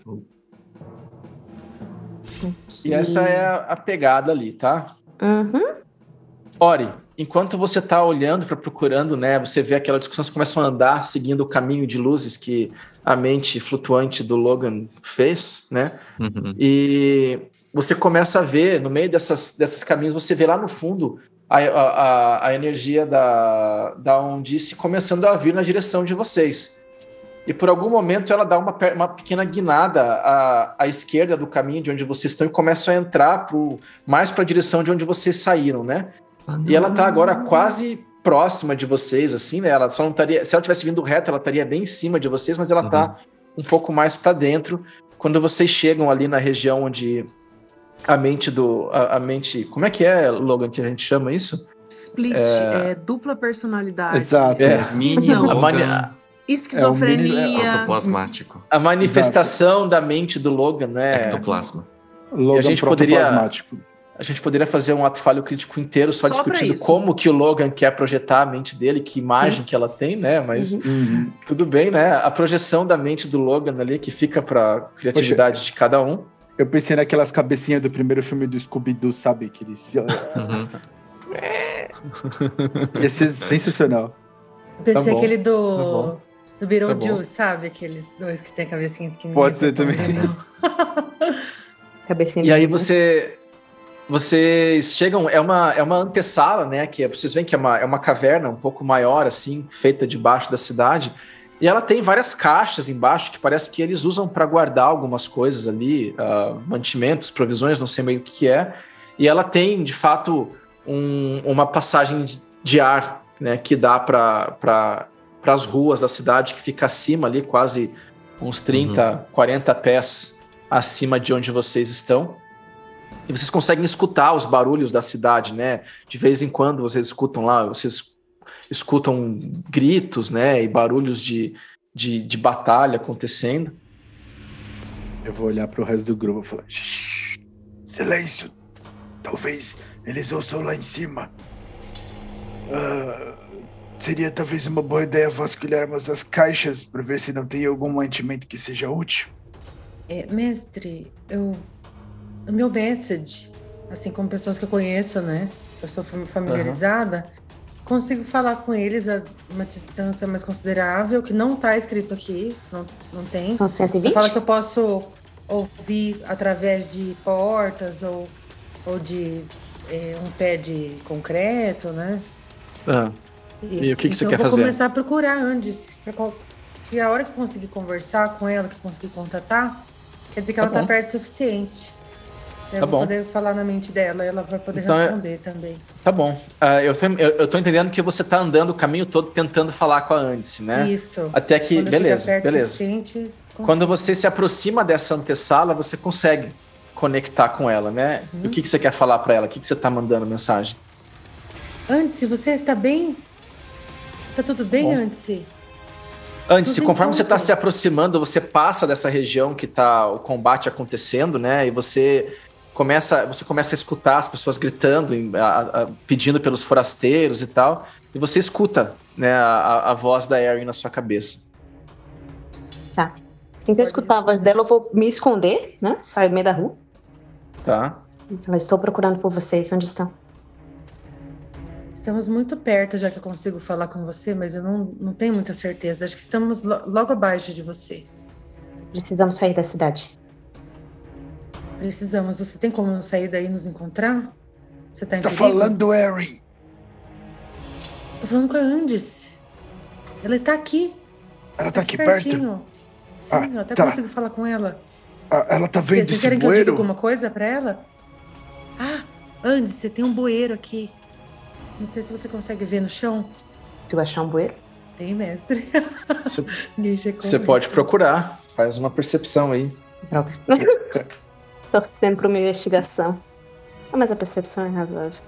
E essa é a pegada ali, tá? Uhum. Ori, enquanto você tá olhando, procurando, né? Você vê aquela discussão, você começa a andar seguindo o caminho de luzes que a mente flutuante do Logan fez, né? Uhum. E você começa a ver, no meio desses caminhos, você vê lá no fundo a energia da Undice começando a vir na direção de vocês. E por algum momento ela dá uma pequena guinada à esquerda do caminho de onde vocês estão e começa a entrar mais para a direção de onde vocês saíram, né? E ela tá agora quase próxima de vocês, assim, né? Ela só não estaria. Se ela tivesse vindo reto, ela estaria bem em cima de vocês, mas ela tá um pouco mais para dentro. Quando vocês chegam ali na região onde a mente. Como é que é, Logan, que a gente chama isso? Split, dupla personalidade. Exato. Mini Logan. Esquizofrenia. Ectoplasmático. A manifestação da mente do Logan, né? Ectoplasma. Logan a gente poderia fazer um ato falho crítico inteiro só discutindo como que o Logan quer projetar a mente dele, que imagem que ela tem, né? Mas tudo bem, né? A projeção da mente do Logan ali, que fica pra criatividade de cada um. Eu pensei naquelas cabecinhas do primeiro filme do Scooby-Doo, sabe? Que eles... Ia ser sensacional. Pensei aquele do Beetlejuice, sabe? Aqueles dois que tem a cabecinha pequenininha. Pode ser também. Cabecinha e aí vocês chegam, é uma antessala, né? Que vocês veem que é uma caverna um pouco maior, assim, feita debaixo da cidade. E ela tem várias caixas embaixo que parece que eles usam para guardar algumas coisas ali, mantimentos, provisões, não sei meio o que é. E ela tem, de fato, uma passagem de ar, né? Que dá para as ruas da cidade, que fica acima ali, quase uns 30, 40 pés acima de onde vocês estão. E vocês conseguem escutar os barulhos da cidade, né? De vez em quando vocês escutam gritos, né? E barulhos de batalha acontecendo. Eu vou olhar pro resto do grupo e falar: silêncio. Talvez eles ouçam lá em cima. Seria talvez uma boa ideia vasculharmos as caixas para ver se não tem algum mantimento que seja útil. Mestre, o meu message, assim como pessoas que eu conheço, né? Eu sou familiarizada, consigo falar com eles a uma distância mais considerável, que não está escrito aqui, não tem. São 120? Você fala que eu posso ouvir através de portas ou de um pé de concreto, né? E o que você quer fazer? Eu vou começar a procurar antes. Porque a hora que eu conseguir conversar com ela, que eu conseguir contatar, quer dizer que ela tá perto o suficiente. Eu vou poder falar na mente dela e ela vai poder responder também. Tá bom. Eu tô entendendo que você tá andando o caminho todo tentando falar com a Andice, né? Isso. Até que... Quando beleza. Quando consigo. você se aproxima dessa antessala, você consegue conectar com ela, né? E o que você quer falar pra ela? O que você tá mandando mensagem? Andice, você está bem? Tá tudo bem, Andice? Andice, conforme você tá se aproximando, você passa dessa região que tá o combate acontecendo, né? E você começa a escutar as pessoas gritando, pedindo pelos forasteiros e tal. E você escuta, né, a voz da Erin na sua cabeça. Tá. Assim que eu escutar a voz dela, eu vou me esconder, né? Sair do meio da rua. Tá. Ela, estou procurando por vocês. Onde estão? Estamos muito perto, já que eu consigo falar com você, mas eu não tenho muita certeza. Acho que estamos logo abaixo de você. Precisamos sair da cidade. Precisamos. Você tem como sair daí e nos encontrar? Você tá em perigo? Falando, Erin. Tô falando com a Andice. Ela está aqui. Ela tá aqui pertinho. Perto? Sim, eu até consigo falar com ela. Ela tá vendo esse bueiro? Vocês querem que eu diga alguma coisa pra ela? Andice, tem um bueiro aqui. Não sei se você consegue ver no chão. Tu achar um bueiro? Tem, mestre. Você pode procurar. Faz uma percepção aí. Droga. Torcendo pra uma investigação. Mas a percepção é razoável.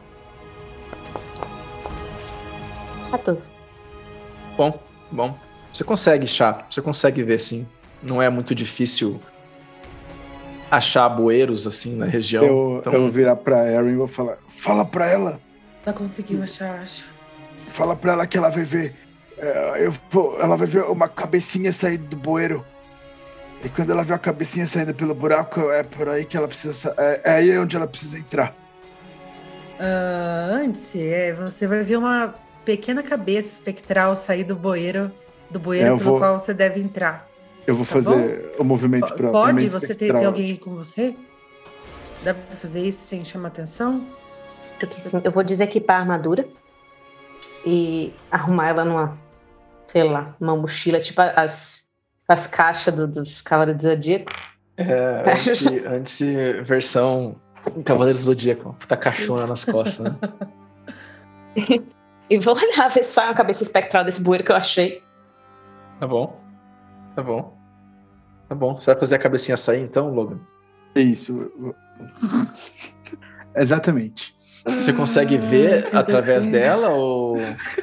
14. Bom. Você consegue, Chá. Você consegue ver, sim. Não é muito difícil achar bueiros, assim, na região. Eu vou virar pra Erin e vou falar... Fala pra ela. Ela conseguiu achar, acho. Fala pra ela que ela vai ver. Ela vai ver uma cabecinha saindo do bueiro. E quando ela vê a cabecinha saindo pelo buraco, é por aí que ela precisa... É aí onde ela precisa entrar. Antes, você vai ver uma pequena cabeça espectral sair do bueiro pelo qual você deve entrar. Eu vou fazer o movimento pra... Pode? Você tem alguém com você? Dá pra fazer isso sem chamar atenção? Eu vou desequipar a armadura e arrumar ela numa, sei lá, uma mochila, tipo as caixas dos Cavaleiros do Zodíaco. Antes versão Cavaleiros do Zodíaco. Puta caixona nas costas, né? E vou olhar, ver se sai uma cabeça espectral desse bueiro que eu achei. Tá bom. Você vai fazer a cabecinha sair, então, Logan? Isso. Exatamente. Você consegue ver através dela ou...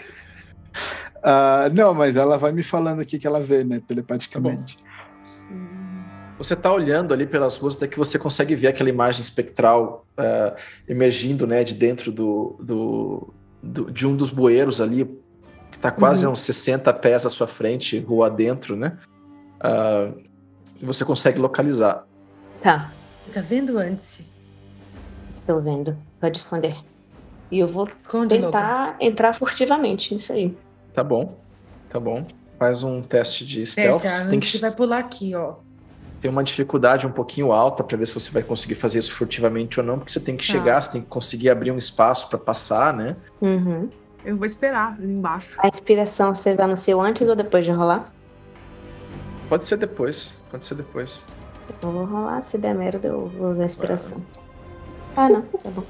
Não, mas ela vai me falando o que ela vê, né? Telepaticamente. Você tá olhando ali pelas ruas, até que você consegue ver aquela imagem espectral emergindo, né? De dentro de um dos bueiros ali, que tá quase a uns 60 pés à sua frente, rua dentro, né? E você consegue localizar. Tá. Tá vendo antes? Estou vendo. Pode esconder. E eu vou Esconde, tentar entrar furtivamente nisso aí. Tá bom. Faz um teste de stealth. Você vai pular aqui, ó. Tem uma dificuldade um pouquinho alta pra ver se você vai conseguir fazer isso furtivamente ou não, porque você tem que chegar, você tem que conseguir abrir um espaço pra passar, né? Uhum. Eu vou esperar ali embaixo. A inspiração você anunciou antes ou depois de rolar? Pode ser depois. Eu vou rolar, se der merda eu vou usar a inspiração. Não, tá bom.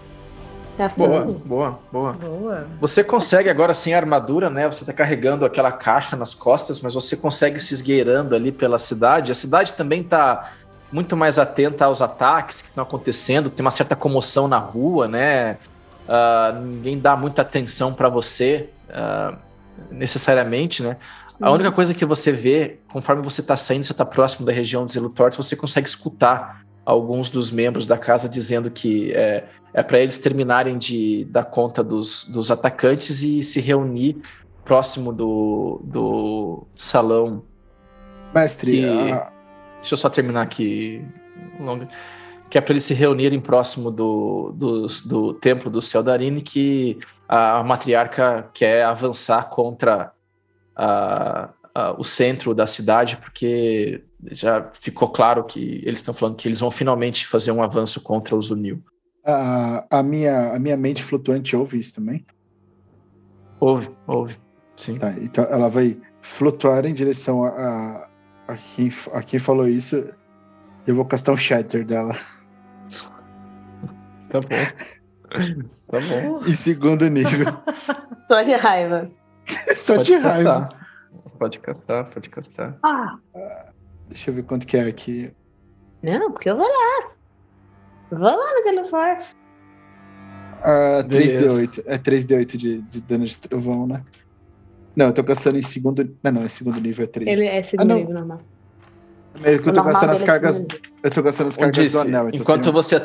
Boa. Você consegue agora sem armadura, né? Você tá carregando aquela caixa nas costas, mas você consegue se esgueirando ali pela cidade. A cidade também tá muito mais atenta aos ataques que estão acontecendo. Tem uma certa comoção na rua, né? Ninguém dá muita atenção para você, necessariamente, né? A única coisa que você vê, conforme você tá saindo, você tá próximo da região dos Elutortes, você consegue escutar alguns dos membros da casa dizendo que é para eles terminarem de dar conta dos atacantes e se reunir próximo do salão. Mestre, deixa eu só terminar aqui. Que é para eles se reunirem próximo do templo do Seldarine, que a matriarca quer avançar contra o centro da cidade, porque já ficou claro que eles estão falando que eles vão finalmente fazer um avanço contra os Unil. A minha mente flutuante ouve isso também? Ouve, sim. Tá, então ela vai flutuar em direção a quem falou isso. Eu vou castar um Shatter dela. Tá bom. Em segundo nível. Só de raiva. Só de raiva. Pode castar. Deixa eu ver quanto que é aqui. Não, porque eu vou lá. Mas ele for. 3D8. É 3D8 de dano de trovão, né? Não, eu tô gastando em segundo... Não, em segundo nível é 3. Ele é segundo nível normal. É que eu tô gastando as cargas... Eu tô gastando as cargas do anel. Então enquanto você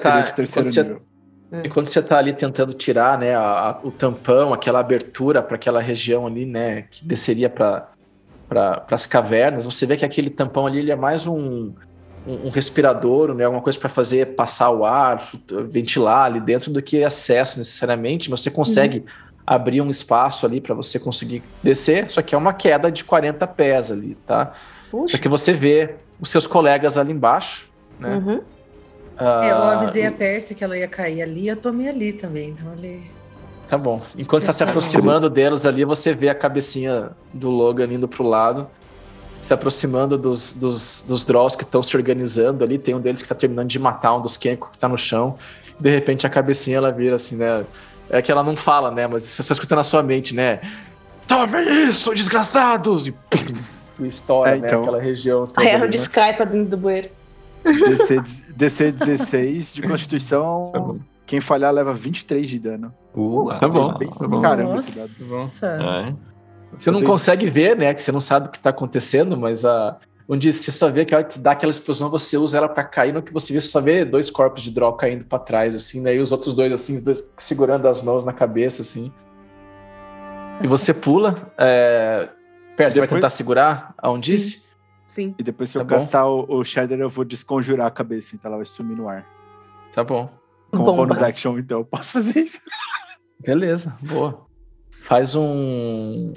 tá ali tentando tirar, né, o tampão, aquela abertura para aquela região ali, né, que desceria para as cavernas, você vê que aquele tampão ali ele é mais um respirador, né, alguma coisa para fazer passar o ar, ventilar ali dentro, do que acesso necessariamente, mas você consegue abrir um espaço ali para você conseguir descer, só que é uma queda de 40 pés ali, tá? Puxa. Só que você vê os seus colegas ali embaixo, né? Eu avisei a Pérsia que ela ia cair ali, eu tomei ali também, então ali... Tá bom. Enquanto está se aproximando deles ali, você vê a cabecinha do Logan indo pro lado, se aproximando dos Drolls que estão se organizando ali. Tem um deles que tá terminando de matar um dos Kenko que tá no chão. De repente a cabecinha ela vira assim, né? É que ela não fala, né? Mas você só escuta na sua mente, né? Tomem isso, desgraçados! E estoura, né? Aquela região toda. Aí ela descai pra dentro do bueiro. DC 16 de Constituição Quem falhar leva 23 de dano. Tá bom. Bem, Tá bom. caramba esse dado. Nossa. Você não consegue ver, né? Que você não sabe o que tá acontecendo, mas onde você só vê que a hora que dá aquela explosão, você usa ela pra cair. No que você vê, você só vê 2 corpos de Droll caindo pra trás, assim, né? E os outros 2, assim, os 2 segurando as mãos na cabeça, assim. E você pula. Pera, você vai tentar segurar a Undice? Sim. E depois que Tá eu bom. gastar o Shatter, eu vou desconjurar a cabeça, então ela vai sumir no ar. Tá bom. Com Bomba. bonus action, então eu posso fazer isso. Beleza, boa. Faz um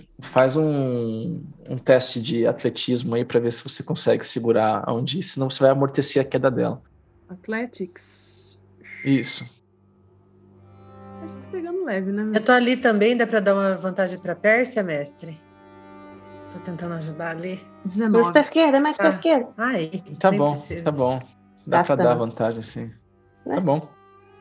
teste de atletismo aí pra ver se você consegue segurar a Undice, senão você vai amortecer a queda dela. Athletics. Isso. Mas você tá pegando leve, né? Eu tô ali também, dá pra dar uma vantagem pra Pérsia, mestre? Tô tentando ajudar ali. Mais 19. pra esquerda, mais pra Tá. esquerda. Ai, Tá nem bom, precisa. tá bom. Dá pra Gastando. dar vantagem, sim. Né? Tá bom.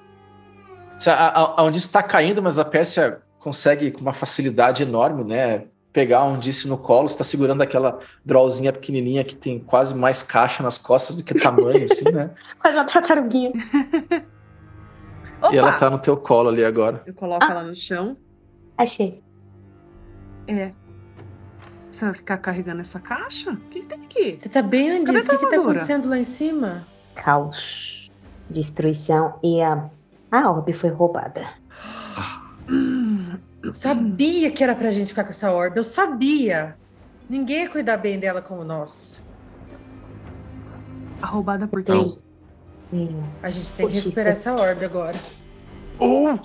A Undice tá caindo, mas a Pérsia consegue, com uma facilidade enorme, né? Pegar a Undice no colo. Você tá segurando aquela Drollzinha pequenininha que tem quase mais caixa nas costas do que tamanho, assim, né? Faz uma tartaruguinha. Opa! E ela tá no teu colo ali agora. Eu coloco ela no chão. Achei. Você vai ficar carregando essa caixa? O que tem aqui? Você tá bem, Andice? Cadê O tua que tá armadura? acontecendo lá em cima? Caos. Destruição e a orbe foi roubada. Eu sabia que era pra gente ficar com essa orbe. Eu sabia. Ninguém ia cuidar bem dela como nós. A roubada por Tem. quem? A gente tem que Poxa, recuperar essa orbe agora. Ou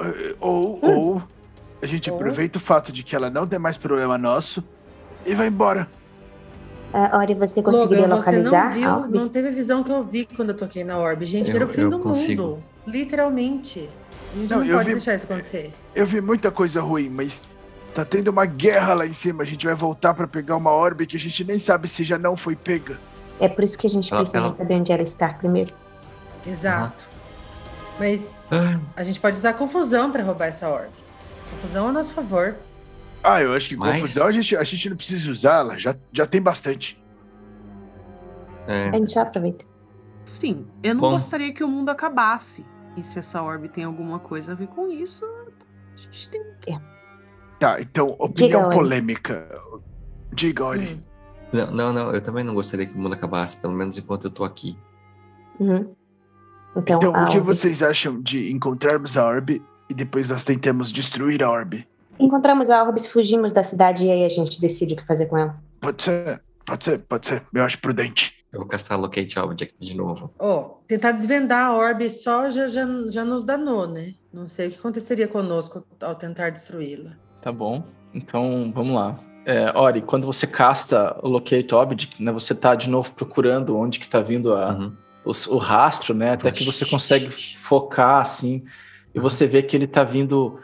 a gente Ou? aproveita o fato de que ela não tem mais problema nosso e vai embora. Ori, você conseguiria Logan, você localizar não a viu, orbe? não teve a visão que eu vi quando eu toquei na orbe. Gente, era o fim Eu do consigo. mundo. Literalmente. A gente Não, não eu pode vi- deixar isso acontecer. Eu vi muita coisa ruim, mas tá tendo uma guerra lá em cima. A gente vai voltar pra pegar uma orbe que a gente nem sabe se já não foi pega. É por isso que a gente precisa Ela- saber onde ela está primeiro. Exato. Mas Ah, a gente pode usar a confusão pra roubar essa orbe. Confusão a nosso favor. Ah, eu acho que Mas- confusão a gente não precisa usá-la. Já tem bastante. é, A gente já aproveita. Sim, eu não Bom. gostaria que o mundo acabasse. E se essa orbe tem alguma coisa a ver com isso, a gente tem Tá, então, opinião Ori. polêmica. Diga, Ori. Não, eu também não gostaria que o mundo acabasse, pelo menos enquanto eu tô aqui. Uhum. Então, Então, a o que orbe. vocês acham de encontrarmos a orbe e depois nós tentamos destruir a orbe? Encontramos a orbe, fugimos da cidade e aí a gente decide o que fazer com ela. Pode ser. Eu acho prudente. Eu vou castar Locate Object de novo. Ó, tentar desvendar a orbe só já nos danou, né? Não sei o que aconteceria conosco ao tentar destruí-la. Tá bom. Então, vamos lá. Ori, quando você casta o Locate Object, né? Você tá de novo procurando onde que tá vindo Uhum. o rastro, né? Até que você consegue focar, assim, e você vê que ele tá vindo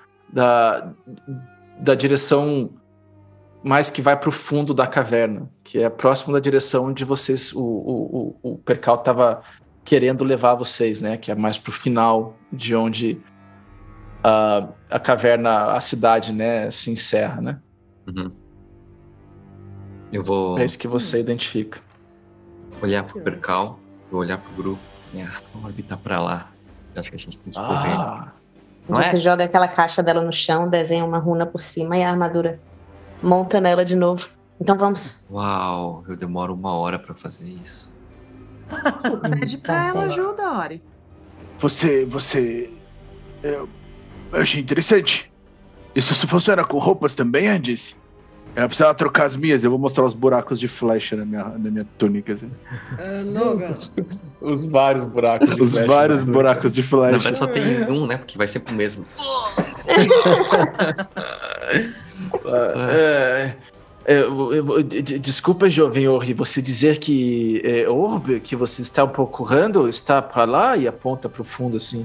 da direção mais que vai pro fundo da caverna, que é próximo da direção onde vocês, o Percal tava querendo levar vocês, né? Que é mais pro final de onde a caverna, a cidade, né, se encerra, né? Uhum. Eu vou É isso que você identifica. olhar pro Percal, vou olhar pro grupo. A orbe tá pra lá. Eu acho que a gente tem que correr. Não Você é? joga aquela caixa dela no chão, desenha uma runa por cima e a armadura monta nela de novo. Então vamos. Uau, eu demoro 1 hora pra fazer isso. Pede pra ela ajuda, Ori. Eu achei interessante. Isso funciona com roupas também, Andice? Eu precisava trocar as minhas, eu vou mostrar os buracos de flecha na minha túnica. Assim. Logan, Os vários buracos de Os flecha, vários né? buracos de Na flecha. verdade só tem um, né? Porque vai ser pro mesmo. Desculpa, jovem Ori, você dizer que orbe que você está procurando está para lá e aponta para o fundo assim.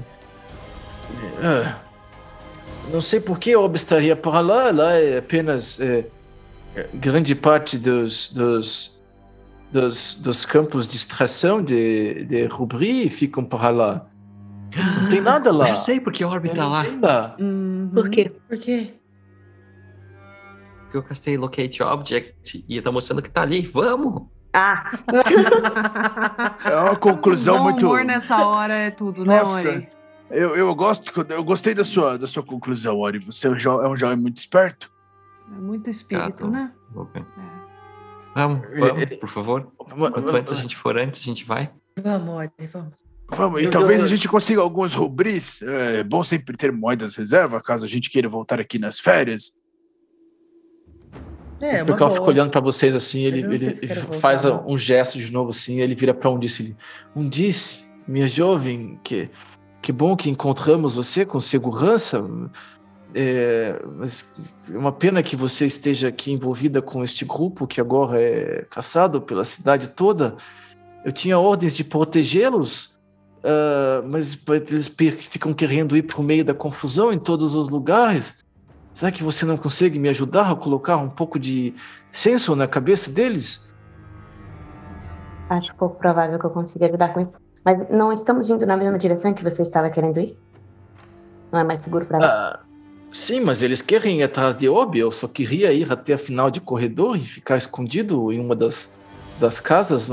Não sei por que orbe estaria para lá. Lá é apenas grande parte dos campos de extração de Rubri ficam para lá. Não tem nada lá. Eu já sei porque a orbe tá Não lá. tem lá. Uhum. Por quê? por quê? Porque eu castei Locate Object e tá mostrando que tá ali. Vamos! Ah, É uma conclusão Bom muito. humor nessa hora é tudo, né, Nossa. Ori? Eu gostei da sua conclusão, Ori. Você é um jovem muito esperto. É muito espírito, né? Okay. Vamos, por favor. Quanto antes a gente for antes, a gente vai. Vamos, Ori, vamos. Vamos, e talvez a gente consiga alguns rubris. É bom sempre ter moedas reserva, caso a gente queira voltar aqui nas férias. É, Porque eu fico olhando pra vocês assim, ele faz voltar, um gesto de novo assim, ele vira pra Undice. Undice, minha jovem, que bom que encontramos você com segurança. Mas é uma pena que você esteja aqui envolvida com este grupo que agora é caçado pela cidade toda. Eu tinha ordens de protegê-los, mas eles ficam querendo ir para o meio da confusão em todos os lugares. Será que você não consegue me ajudar a colocar um pouco de senso na cabeça deles? Acho pouco provável que eu consiga ajudar com isso. Mas não estamos indo na mesma direção que você estava querendo ir? Não é mais seguro para mim? Sim, mas eles querem ir atrás de Orbe. Eu só queria ir até a final de corredor e ficar escondido em uma das casas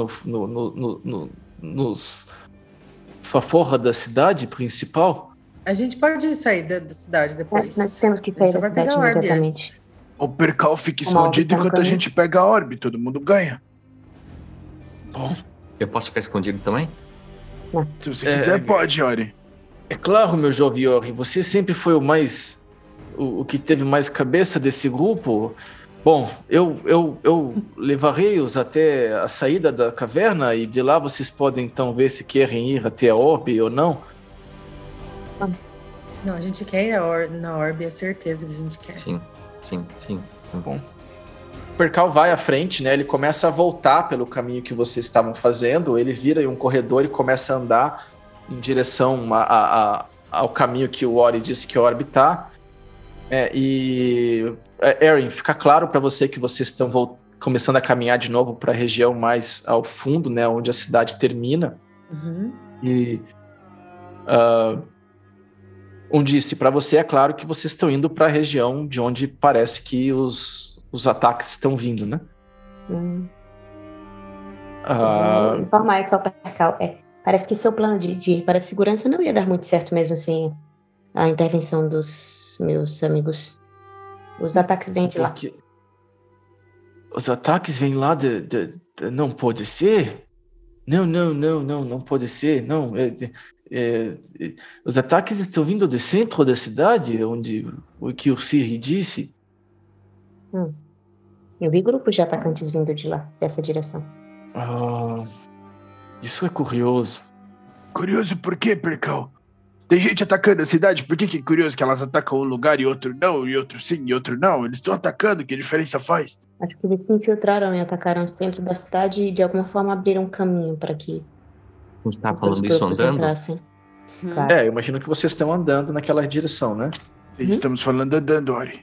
sua forra da cidade principal. A gente pode sair da cidade depois. Nós temos que sair da cidade imediatamente. O Percal fica escondido enquanto a gente pega a Orbe. Todo mundo ganha. Bom, eu posso ficar escondido também? Não. Se você quiser, pode, Ori. É claro, meu jovem Ori. Você sempre foi o que teve mais cabeça desse grupo. Bom, eu levarei-os até a saída da caverna e de lá vocês podem então ver se querem ir até a Orbe ou não. Não, a gente quer ir na Orbe, é certeza que a gente quer. Sim. Bom, o Percal vai à frente, né? Ele começa a voltar pelo caminho que vocês estavam fazendo. Ele vira em um corredor e começa a andar em direção ao caminho que o Ori disse que a Orbe está. Erin, fica claro para você que vocês estão começando a caminhar de novo para a região mais ao fundo, né, onde a cidade termina. Uhum. E disse para você, é claro que vocês estão indo para a região de onde parece que os ataques estão vindo, né? Vou informar isso ao Percal. Parece que seu plano de ir para a segurança não ia dar muito certo mesmo sem a intervenção dos meus amigos. Os ataques vêm de lá. Os ataques vêm lá não pode ser? Não pode ser. Não. Os ataques estão vindo do centro da cidade, onde o que o Siri disse. Eu vi grupos de atacantes vindo de lá, dessa direção. Isso é curioso. Curioso por quê, Percal? Tem gente atacando a cidade, por que é curioso que elas atacam um lugar e outro não, e outro sim e outro não? Eles estão atacando, que diferença faz? Acho que eles se infiltraram e atacaram o centro da cidade e de alguma forma abriram um caminho para que a gente tá falando isso andando? Claro. Eu imagino que vocês estão andando naquela direção, né? Estamos falando andando, Ori.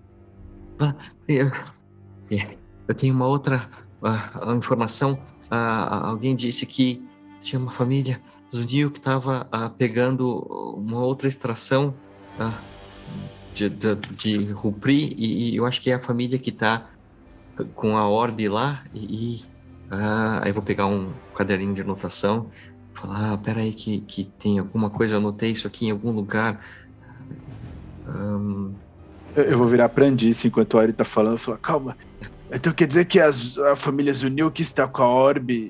Eu tenho uma outra informação. Alguém disse que tinha uma família Zunil que estava pegando uma outra extração de Rupri, e eu acho que é a família que está com a Orbe lá, aí eu vou pegar um caderninho de anotação e falar, peraí que tem alguma coisa, eu anotei isso aqui em algum lugar. Eu vou virar pra Andice enquanto a Ori tá falando e falar, calma, então quer dizer que a família Zunil que está com a Orbe...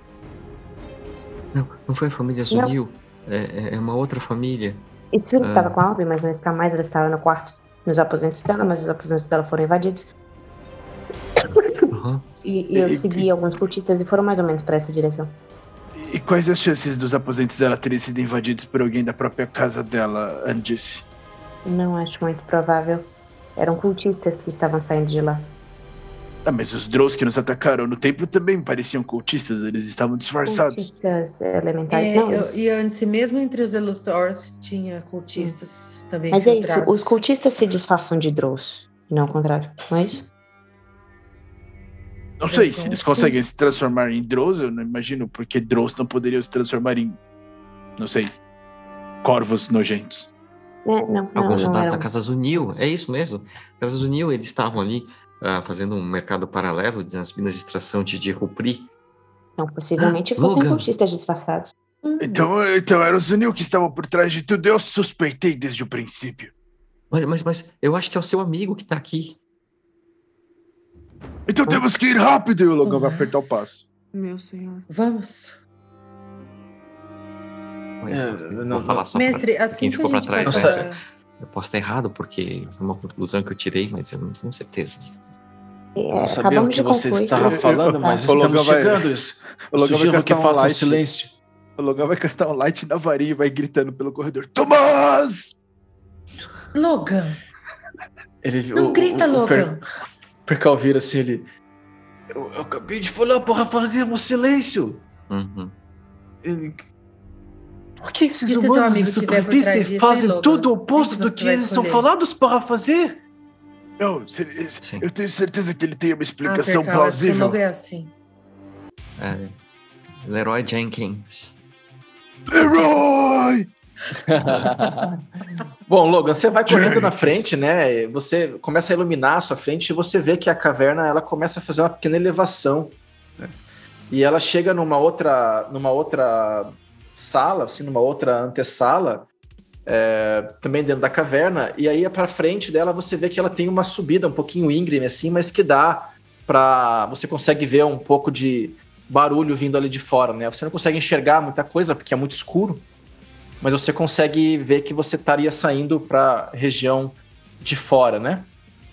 Não foi a família Zunil, é uma outra família. Isso estava com a Orbe, mas não está mais, ela estava no quarto, nos aposentos dela, mas os aposentos dela foram invadidos. Uhum. E eu segui alguns cultistas e foram mais ou menos para essa direção. E quais as chances dos aposentos dela terem sido invadidos por alguém da própria casa dela, Andice? Não acho muito provável. Eram cultistas que estavam saindo de lá. Mas os Drows que nos atacaram no templo também pareciam cultistas, eles estavam disfarçados. Cultistas elementais. E antes mesmo entre os Eluthorth tinha cultistas também. Mas filtrados. é isso, os cultistas se disfarçam de Drows, não ao contrário, não é isso? Não sei, se eles conseguem se transformar em Drows, eu não imagino porque Drows não poderiam se transformar em, não sei, corvos nojentos. Alguns soldados da Casa Zunil, é isso mesmo. Casa Zunil, eles estavam ali fazendo um mercado paralelo nas minas de extração de Rupri. Não, possivelmente fossem cultistas disfarçados. Então eram os Zunil que estavam por trás de tudo. Eu suspeitei desde o princípio. Mas eu acho que é o seu amigo que tá aqui. Então temos que ir rápido. E o Logan vai apertar o passo. Meu senhor. Vamos. Vou falar só Mestre, pra assim quem que ficou a pra gente trás. passa... Eu posso estar errado, porque foi uma conclusão que eu tirei, mas eu não tenho certeza. Não sabia o que você estava concluir. falando, mas O Logan estamos chegando. O Logan vai Sugiro que castar um faça light. silêncio. O Logan vai castar um light na varinha e vai gritando pelo corredor. Tomás! Logan! Ele, Não grita, Logan! Percal vira assim, ele... Eu acabei de falar para fazermos silêncio. Uhum. Por que esses E se teu humanos amigo de tiver por trás superfície disso, fazem hein, Logan? tudo o O que oposto você do que vai eles são escolher? falados para fazer? Não, Sim. eu tenho certeza que ele tem uma explicação Percal, acho que o plausível. Logan é assim. Leroy Jenkins. Herói! Bom, Logan, você vai correndo na frente, né? Você começa a iluminar a sua frente e você vê que a caverna ela começa a fazer uma pequena elevação, né? E ela chega numa outra sala, assim, numa outra antessala, também dentro da caverna. E aí para frente dela você vê que ela tem uma subida um pouquinho íngreme, assim, mas que dá para você consegue ver um pouco de barulho vindo ali de fora, né? Você não consegue enxergar muita coisa porque é muito escuro, mas você consegue ver que você estaria saindo para a região de fora, né?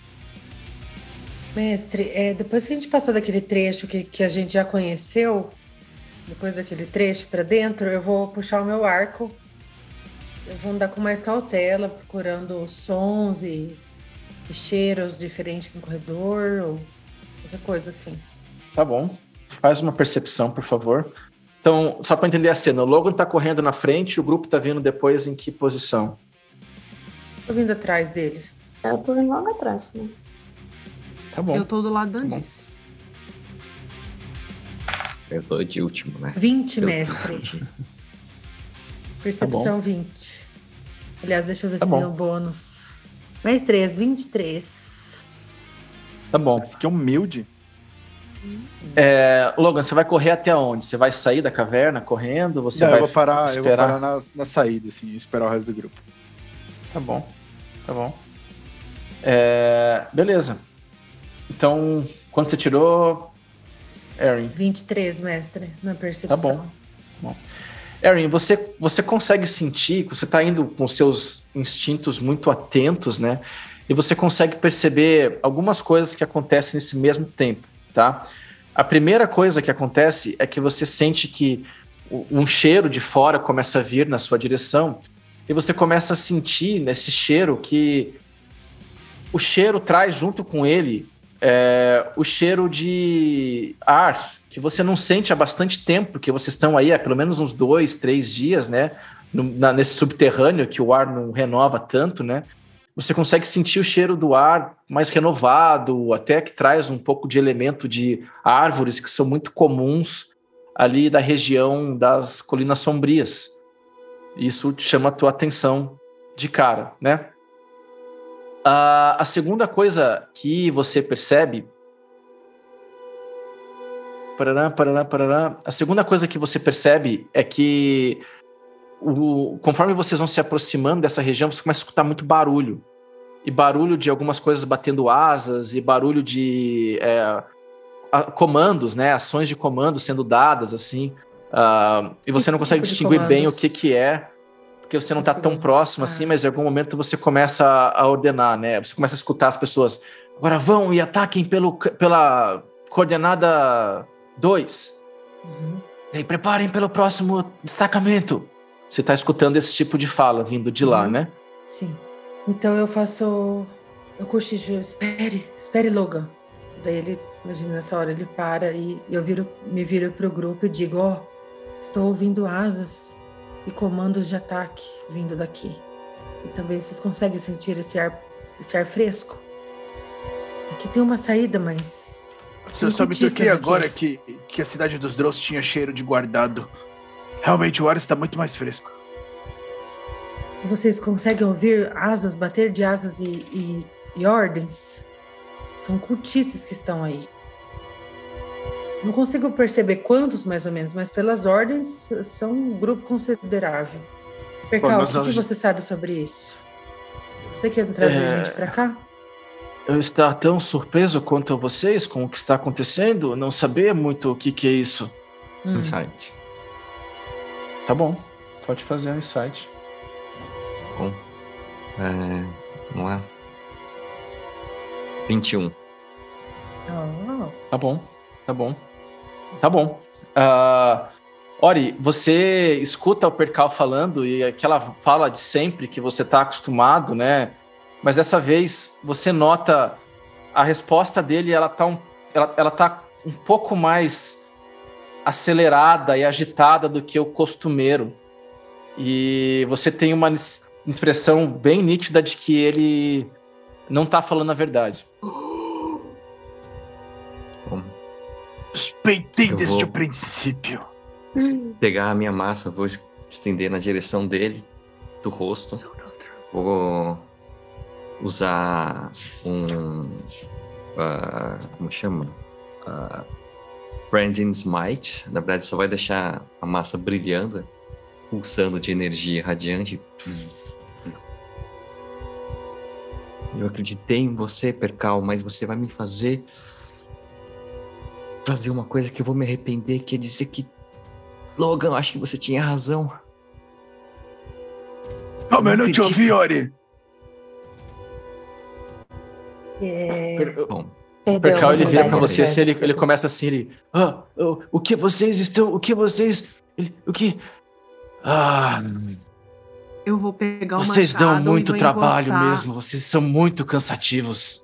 Mestre, depois que a gente passar daquele trecho que a gente já conheceu, depois daquele trecho para dentro, eu vou puxar o meu arco. Eu vou andar com mais cautela, procurando sons e cheiros diferentes no corredor, ou qualquer coisa assim. Tá bom. Faz uma percepção, por favor. Então, só para entender a cena, o Logan tá correndo na frente, o grupo tá vindo depois em que posição? Tô vindo atrás dele. Eu tô indo logo atrás, né? Tá bom. Eu tô do lado da Tá bom. Andice. Eu tô de último, né? 20, mestre. Percepção 20. Aliás, deixa eu ver Tá se bom. tem o bônus. Mais 3, 23. Tá bom. Que humilde. Logan, você vai correr até onde? Você vai sair da caverna correndo? Você Não, vai eu vou parar esperar? na saída, assim, e esperar o resto do grupo. Tá bom. Tá bom. Beleza. Então, quanto você tirou, Erin? 23, mestre, na percepção. Tá bom. Erin, você consegue sentir que você está indo com seus instintos muito atentos, né? E você consegue perceber algumas coisas que acontecem nesse mesmo tempo, tá? A primeira coisa que acontece é que você sente que um cheiro de fora começa a vir na sua direção e você começa a sentir nesse cheiro que o cheiro traz junto com ele o cheiro de ar que você não sente há bastante tempo, porque vocês estão aí há pelo menos uns 2, 3 dias, né? Nesse subterrâneo que o ar não renova tanto, né? Você consegue sentir o cheiro do ar mais renovado, até que traz um pouco de elemento de árvores que são muito comuns ali da região das Colinas Sombrias. Isso chama a tua atenção de cara, né? A segunda coisa que você percebe... A segunda coisa que você percebe é que conforme vocês vão se aproximando dessa região, você começa a escutar muito barulho. E barulho de algumas coisas batendo asas, e barulho de comandos, né? Ações de comando sendo dadas, assim. E você não consegue distinguir bem o que é, porque você não está tão próximo assim, mas em algum momento você começa a ordenar, né? Você começa a escutar as pessoas. Agora vão e ataquem pela coordenada 2. E preparem pelo próximo destacamento. Você está escutando esse tipo de fala vindo de lá, né? Sim. Então eu cochicho, espere, Logan. Daí ele, imagina, nessa hora ele para e eu me viro pro grupo e digo, estou ouvindo asas e comandos de ataque vindo daqui. E também vocês conseguem sentir esse ar fresco? Aqui tem uma saída, mas... Eu só me toquei agora que a cidade dos Drows tinha cheiro de guardado. Realmente o ar está muito mais fresco. Vocês conseguem ouvir asas, bater de asas e ordens? São cultistas que estão aí. Não consigo perceber quantos, mais ou menos, mas pelas ordens são um grupo considerável. Percal, o que você sabe sobre isso? Você quer trazer a gente pra cá? Eu estou tão surpreso quanto vocês com o que está acontecendo, não saber muito o que é isso. Insight. Tá bom, pode fazer um insight. Bom, vamos lá. 21. Tá bom. Ori, você escuta o Percal falando e aquela fala de sempre que você está acostumado, né? Mas dessa vez você nota a resposta dele, ela tá um pouco mais acelerada e agitada do que o costumeiro. E você tem uma impressão bem nítida de que ele não tá falando a verdade. Bom, suspeitei desde o princípio. Pegar a minha massa, vou estender na direção dele, do rosto. Vou usar como chama? Branding Smite. Na verdade, só vai deixar a massa brilhando, pulsando de energia radiante. Eu acreditei em você, Percal, mas você vai me fazer uma coisa que eu vou me arrepender, que é dizer que Logan, acho que você tinha razão. Calma, eu não te ouvi, Ori. Bom, o Percal, ele vira pra você, assim, ele começa assim, o que vocês estão, eu vou pegar o vocês machado dão muito e vou trabalho encostar. mesmo, vocês são muito cansativos.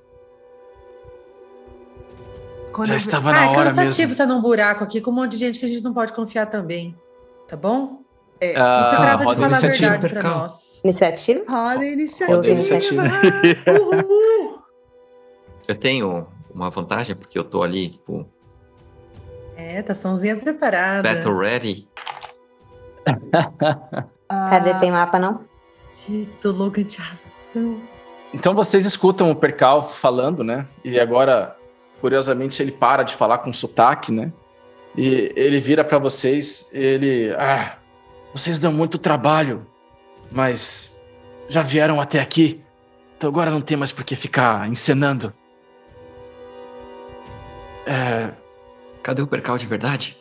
Quando Já eu estava na hora cansativo mesmo. tá num buraco aqui com um monte de gente que a gente não pode confiar também. Tá bom? Você Ah, trata de roda falar a iniciativa, verdade pra Percal. nós. Iniciativa? Roda Eu iniciativa. iniciativa. Uhul! eu tenho uma vantagem, porque eu tô ali, tipo, Taçãozinha preparada. battle ready. Cadê? Tem mapa, não? Título de razão. Então vocês escutam o Percal falando, né? E agora, curiosamente, ele para de falar com sotaque, né? E ele vira pra vocês, vocês dão muito trabalho, mas já vieram até aqui, então agora não tem mais por que ficar encenando. Cadê o Percal de verdade?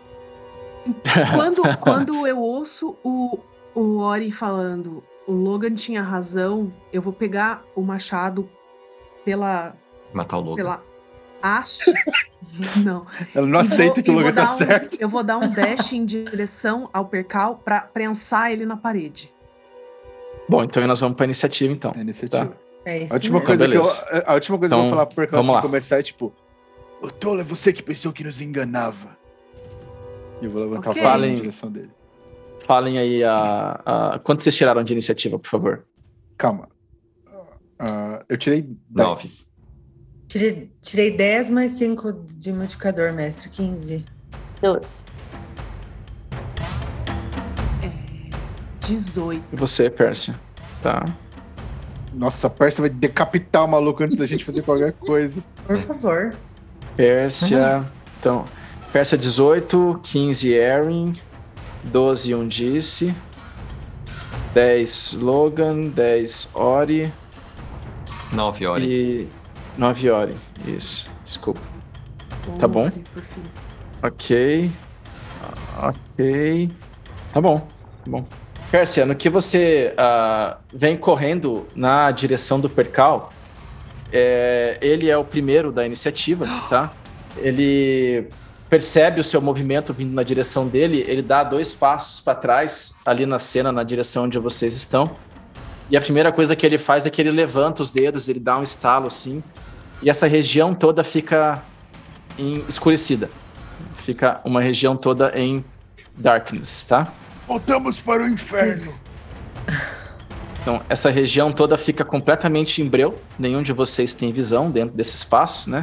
Quando eu ouço o Ori falando, o Logan tinha razão, eu vou pegar o machado Matar o Logan. pela haste. Não. Ela não aceita que o Logan tá certo. Eu vou dar um dash em direção ao Percal pra prensar ele na parede. Bom, então nós vamos pra iniciativa, então. É iniciativa. Tá. É isso A última mesmo. coisa, beleza. a última coisa que eu vou falar pro Percal antes de começar é tipo, O tolo é você que pensou que nos enganava. e eu vou levantar Ok. a faca na direção dele. Falem aí quanto vocês tiraram de iniciativa, por favor? Calma. Eu tirei 10. 9. Tirei 10 mais 5 de multiplicador, mestre. 15. 12. 18. E você, Pérsia? Tá. Nossa, a Pérsia vai decapitar o maluco antes da gente fazer qualquer coisa. Por favor. Pérsia. Então, Pérsia 18, 15 Erin, 12 Undice, 10 Logan, 10 Ori 9 horas. e 9 Ori. Isso, desculpa. Tá bom. Ori, por fim. Ok. Tá bom. Pérsia, no que você vem correndo na direção do Percal, ele é o primeiro da iniciativa, tá? Ele percebe o seu movimento vindo na direção dele, ele dá 2 passos para trás, ali na cena, na direção onde vocês estão. E a primeira coisa que ele faz é que ele levanta os dedos, ele dá um estalo assim, e essa região toda fica escurecida. Fica uma região toda em darkness, tá? Voltamos para o inferno. Então, essa região toda fica completamente em breu. Nenhum de vocês tem visão dentro desse espaço, né?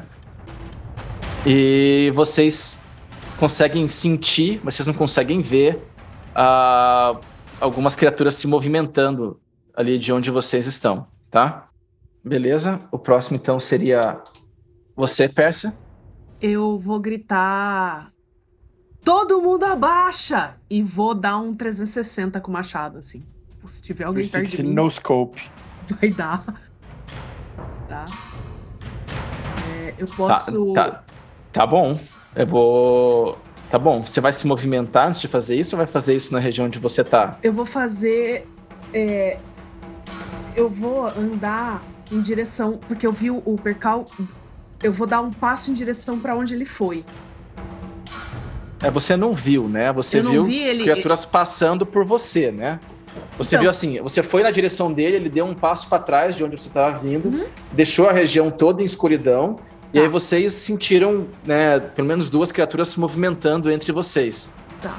E vocês conseguem sentir, mas vocês não conseguem ver algumas criaturas se movimentando ali de onde vocês estão, tá? Beleza? O próximo, então, seria você, Pérsia. Eu vou gritar... Todo mundo abaixa! E vou dar um 360 com o machado, assim. Se tiver alguém perto de mim, No scope. vai dar. Tá? Eu posso... Tá bom. Eu vou... Tá bom. Você vai se movimentar antes de fazer isso ou vai fazer isso na região onde você tá? Eu vou fazer... Eu vou andar em direção... Porque eu vi o Percal... Eu vou dar um passo em direção pra onde ele foi. Você não viu, né? Você viu criaturas passando por você, né? Você viu assim, você foi na direção dele, ele deu um passo pra trás de onde você estava vindo, deixou a região toda em escuridão, e aí vocês sentiram, né, pelo menos 2 criaturas se movimentando entre vocês. Tá.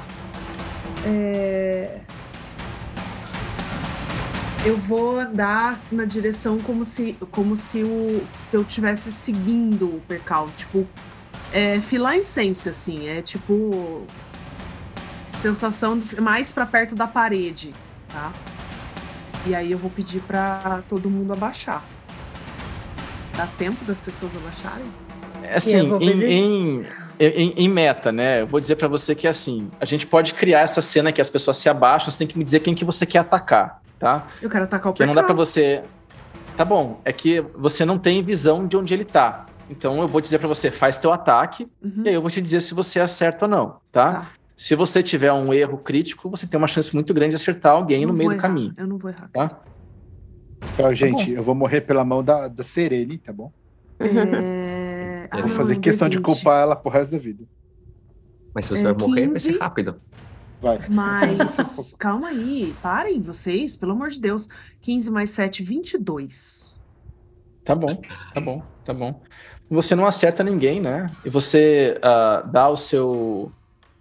Eu vou andar na direção como se eu estivesse seguindo o Percal, tipo... filar em sense, assim, tipo sensação mais pra perto da parede, tá? E aí eu vou pedir pra todo mundo abaixar. Dá tempo das pessoas abaixarem? Assim, em meta, né? Eu vou dizer pra você que assim, a gente pode criar essa cena que as pessoas se abaixam, você tem que me dizer quem que você quer atacar, tá? Eu quero atacar o Porque Percal. não dá pra você... Tá bom, é que você não tem visão de onde ele tá. Então eu vou dizer pra você, faz teu ataque, e aí eu vou te dizer se você acerta ou não, tá? Se você tiver um erro crítico, você tem uma chance muito grande de acertar alguém no meio do caminho. Eu não vou errar. Tá? Então, gente, eu vou morrer pela mão da Serene, tá bom? Eu vou fazer questão de culpar ela pro resto da vida. Mas se você vai morrer, vai ser rápido. Vai. Mas, calma aí, parem vocês, pelo amor de Deus. 15 mais 7, 22. Tá bom. Você não acerta ninguém, né? E você dá o seu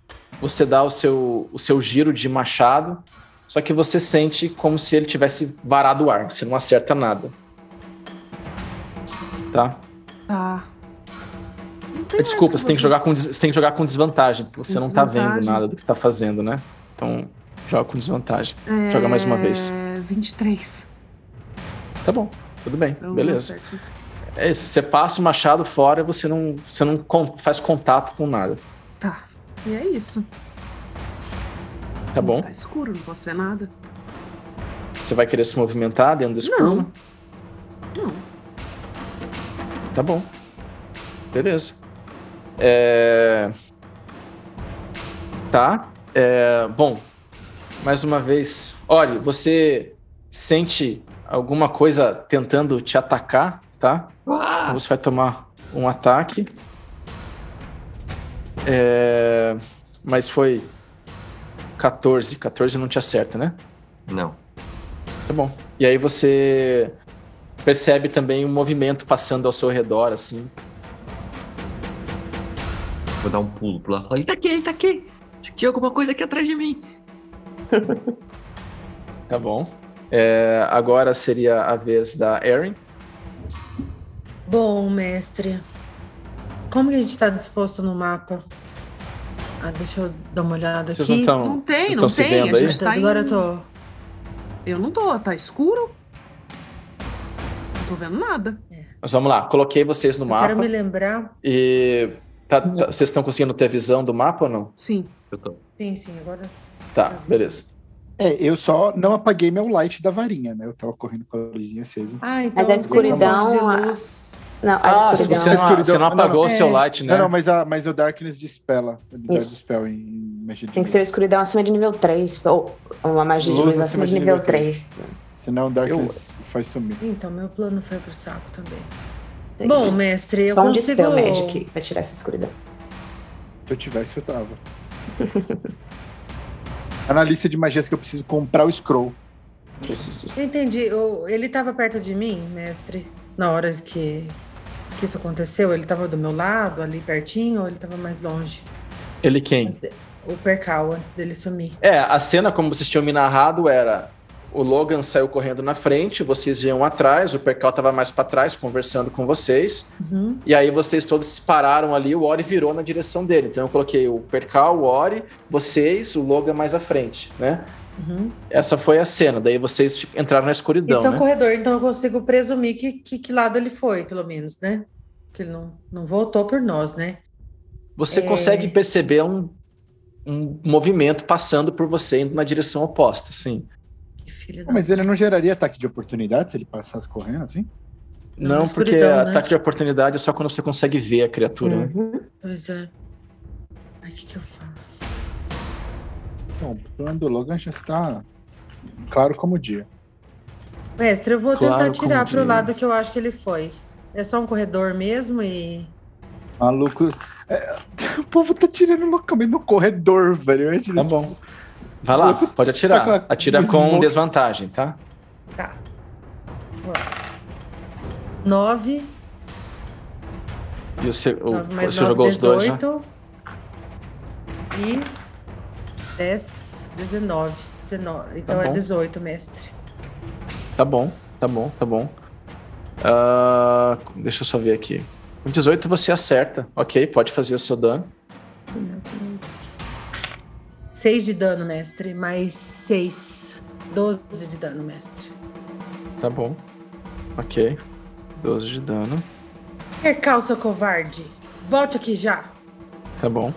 giro de machado, só que você sente como se ele tivesse varado o ar. Você não acerta nada. Tá? Tá. Desculpa, você tem que jogar com desvantagem, porque você não tá vendo nada do que você tá fazendo, né? Então, joga com desvantagem. Joga mais uma vez. 23. Tá bom, tudo bem, beleza. É isso, você passa o machado fora e você não faz contato com nada. Tá, e é isso. Tá bom. Tá escuro, não posso ver nada. Você vai querer se movimentar dentro do escuro? Não. Tá bom. Beleza. Tá. Bom, mais uma vez. Olha, você sente alguma coisa tentando te atacar, tá? Então você vai tomar um ataque. Mas foi 14. 14 não te acerta, né? Não. Tá bom. E aí você percebe também um movimento passando ao seu redor, assim. Vou dar um pulo pro lado. Ele tá aqui. Tinha alguma coisa aqui atrás de mim. Tá bom. Agora seria a vez da Erin. Bom, mestre. Como que a gente tá disposto no mapa? Deixa eu dar uma olhada Vocês aqui. Não tem. vendo A gente tá Agora eu tô. Eu não tô, tá escuro. Não tô vendo nada. Mas vamos lá, coloquei vocês no mapa. Quero me lembrar. E vocês estão conseguindo ter visão do mapa ou não? Sim. Eu tô. Sim, agora. Tá, beleza. Eu só não apaguei meu light da varinha, né? Eu tava correndo com a luzinha acesa. Então Mas a escuridão... de luz. Não, a escuridão... Você não apagou o seu light, né? Não, mas o Darkness dispela. Ele dispel em magia de Tem que ser a escuridão acima de nível 3. Ou uma magia de luz acima de nível 3. Senão o Darkness faz sumir. Então, meu plano foi pro saco também. Bom, mestre, eu Só um consigo... dispel magic pra tirar essa escuridão. Se eu tivesse, eu tava. Tá na lista de magias que eu preciso comprar o scroll. Eu entendi. Ele tava perto de mim, mestre, na hora que isso aconteceu? Ele tava do meu lado, ali pertinho, ou ele tava mais longe? Ele quem? O Percal, antes dele sumir. A cena, como vocês tinham me narrado, era... O Logan saiu correndo na frente, vocês iam atrás, o Percal tava mais pra trás, conversando com vocês. E aí vocês todos se pararam ali, o Ori virou na direção dele. Então eu coloquei o Percal, o Ori, vocês, o Logan mais à frente, né? Essa foi a cena, daí vocês entraram na escuridão, Isso é né? um corredor, então eu consigo presumir que lado ele foi, pelo menos, né? Que ele não voltou por nós, né? você consegue perceber um movimento passando por você, indo na direção oposta, sim. Que filho da... Mas ele não geraria ataque de oportunidade se ele passasse correndo assim? Não, na porque escuridão, né? ataque de oportunidade é só quando você consegue ver a criatura, né? Uhum. Pois é. Ai, o que eu faço? Bom, o plano do Logan já está claro como o dia. Mestre, eu vou Claro, tentar tirar como pro diria. lado que eu acho que ele foi. É só um corredor mesmo e... Maluco. O povo tá tirando loucamente no corredor, velho. Tá bom. Vai lá, pode atirar. Tá com a Atira com smoke. desvantagem, tá? Tá. Vamos lá. 9. E você, 9 mais você 9, jogou os dois já? 18. E 10, 19. Então Tá é bom. 18, mestre. Tá bom, tá bom, tá bom. Deixa eu só ver aqui. Com 18 você acerta. Ok, pode fazer o seu dano. 6 de dano, mestre. Mais 6. 12 de dano, mestre. Tá bom. Ok. 12 de dano. Percal, seu covarde. Volte aqui já. Tá bom.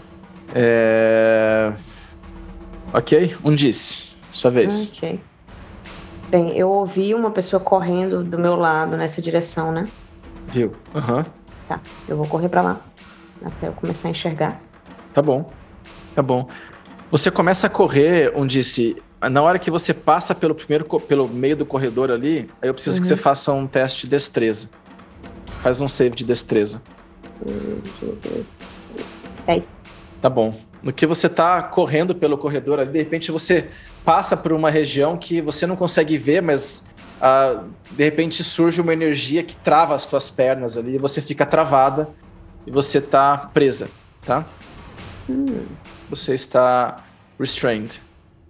Ok, disse. Sua vez. Ok. Bem, eu ouvi uma pessoa correndo do meu lado nessa direção, né? Viu? Aham. Tá, eu vou correr pra lá. Até eu começar a enxergar. Tá bom. Tá bom. Você começa a correr, disse. Na hora que você passa pelo meio do corredor ali, aí eu preciso que você faça um teste de destreza. Faz um save de destreza. 10. Tá bom. No que você tá correndo pelo corredor ali, de repente você passa por uma região que você não consegue ver, mas de repente surge uma energia que trava as tuas pernas ali, e você fica travada e você tá presa, tá? Você está restrained.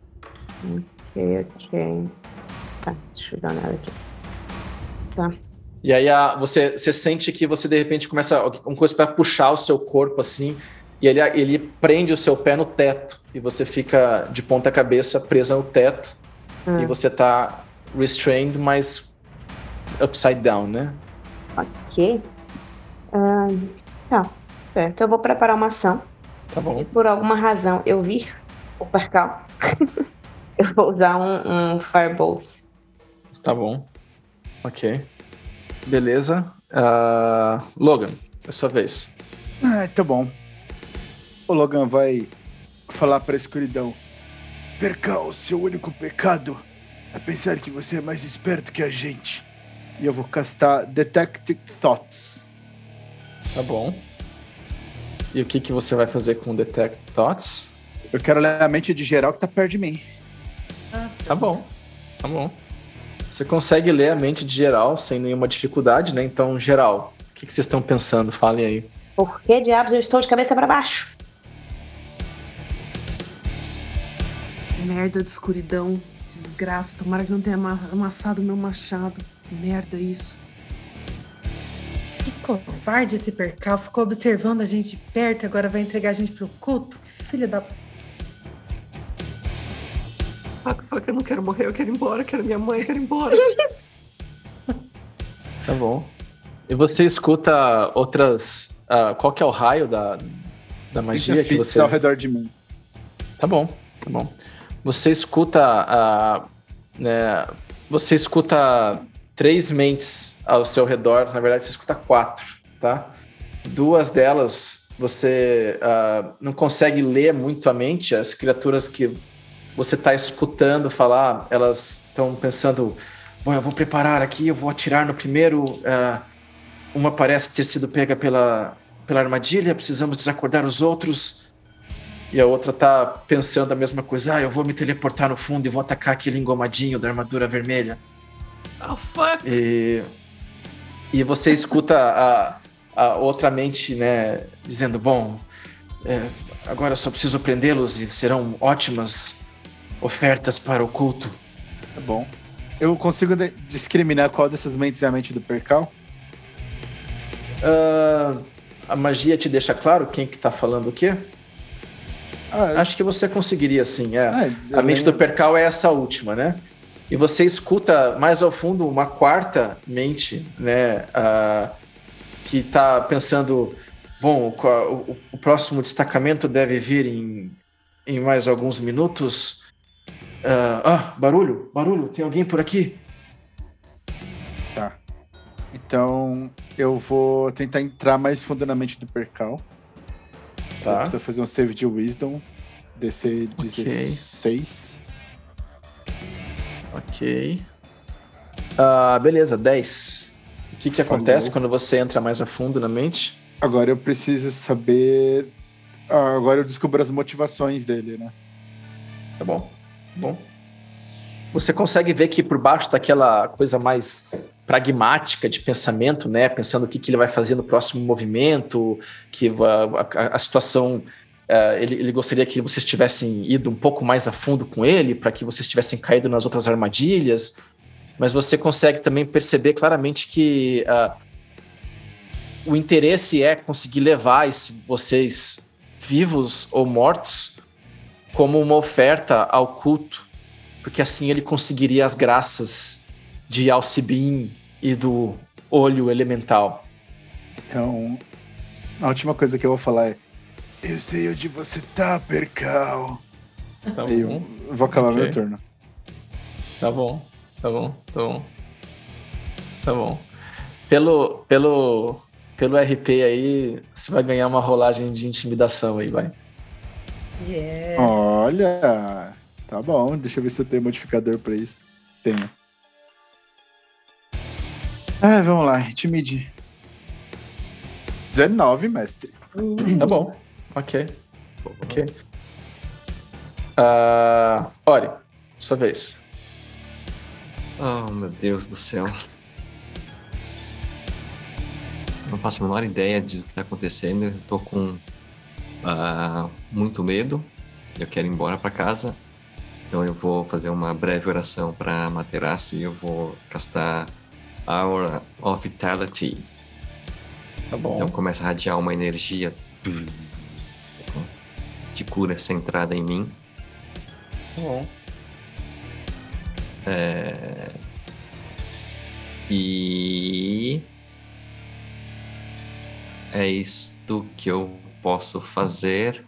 Ok. Tá, deixa eu dar uma olhada aqui. Tá. E aí você sente que você de repente começa uma coisa para puxar o seu corpo assim, e ele prende o seu pé no teto e você fica de ponta cabeça presa no teto e você tá restrained, mas upside down, né? Ok. Tá, certo. Eu vou preparar uma ação. Tá bom. Se por alguma razão eu vir o percal, eu vou usar um Firebolt. Tá bom. Ok. Beleza. Logan, é sua vez. Tá bom. O Logan vai falar pra escuridão. Percal, seu único pecado é pensar que você é mais esperto que a gente. E eu vou castar Detect Thoughts. Tá bom. E o que você vai fazer com Detect Thoughts? Eu quero ler a mente de geral que tá perto de mim. Tá bom. Tá bom. Você consegue ler a mente de geral sem nenhuma dificuldade, né? Então, geral, o que vocês estão pensando? Falem aí. Por que diabos eu estou de cabeça pra baixo? Merda de escuridão, desgraça. Tomara que não tenha amassado meu machado. Merda isso. Que covarde esse percal. Ficou observando a gente perto e agora vai entregar a gente pro culto. Filha da... Fala que eu não quero morrer, eu quero ir embora, quero minha mãe, eu quero ir embora. Tá bom. E você escuta outras... qual que é o raio da magia que você... ao redor de mim. Tá bom, tá bom. Você escuta... você escuta 3 mentes ao seu redor. Na verdade, você escuta 4, tá? 2 delas você não consegue ler muito a mente. As criaturas que você está escutando falar, elas estão pensando: bom, eu vou preparar aqui, eu vou atirar no primeiro. Uma parece ter sido pega pela armadilha, precisamos desacordar os outros. E a outra tá pensando a mesma coisa: eu vou me teleportar no fundo e vou atacar aquele engomadinho da armadura vermelha. Oh, fuck! E você escuta a outra mente, né, dizendo: bom, agora só preciso prendê-los e serão ótimas ofertas para o culto. Tá bom. Eu consigo discriminar qual dessas mentes é a mente do percal? A magia te deixa claro quem que tá falando o quê? Acho que você conseguiria, sim. A mente do percal é essa última, né? E você escuta mais ao fundo uma quarta mente, né? Que tá pensando: Bom, o próximo destacamento deve vir em mais alguns minutos. Barulho, tem alguém por aqui? Tá. Então, eu vou tentar entrar mais fundo na mente do Percal. Tá. Eu preciso fazer um save de Wisdom. DC 16. Ok. Beleza, 10. O que acontece quando você entra mais a fundo na mente? Agora eu preciso saber... agora eu descubro as motivações dele, né? Tá bom. Você consegue ver que por baixo daquela coisa mais pragmática de pensamento, né? Pensando o que ele vai fazer no próximo movimento, que a situação... ele gostaria que vocês tivessem ido um pouco mais a fundo com ele, para que vocês tivessem caído nas outras armadilhas, mas você consegue também perceber claramente que o interesse é conseguir levar vocês, vivos ou mortos, como uma oferta ao culto, porque assim ele conseguiria as graças de Alcibin e do olho elemental. Então, a última coisa que eu vou falar é: eu sei onde você tá, Percal. Tá eu bom. Vou acabar Ok. meu turno. Tá bom. Pelo RP aí, você vai ganhar uma rolagem de intimidação aí, vai. Yes. Olha, tá bom. Deixa eu ver se eu tenho modificador pra isso. Tenho. Vamos lá, intimide. 19, mestre. Tá bom. Ok. Ori, sua vez. Oh, meu Deus do céu. Não faço a menor ideia de o que está acontecendo. Eu tô com muito medo. Eu quero ir embora para casa. Então eu vou fazer uma breve oração para Materaço e eu vou castar Aura of Vitality. Tá bom. Então começa a radiar uma energia de cura centrada em mim. Tá bom. E é isto que eu posso fazer.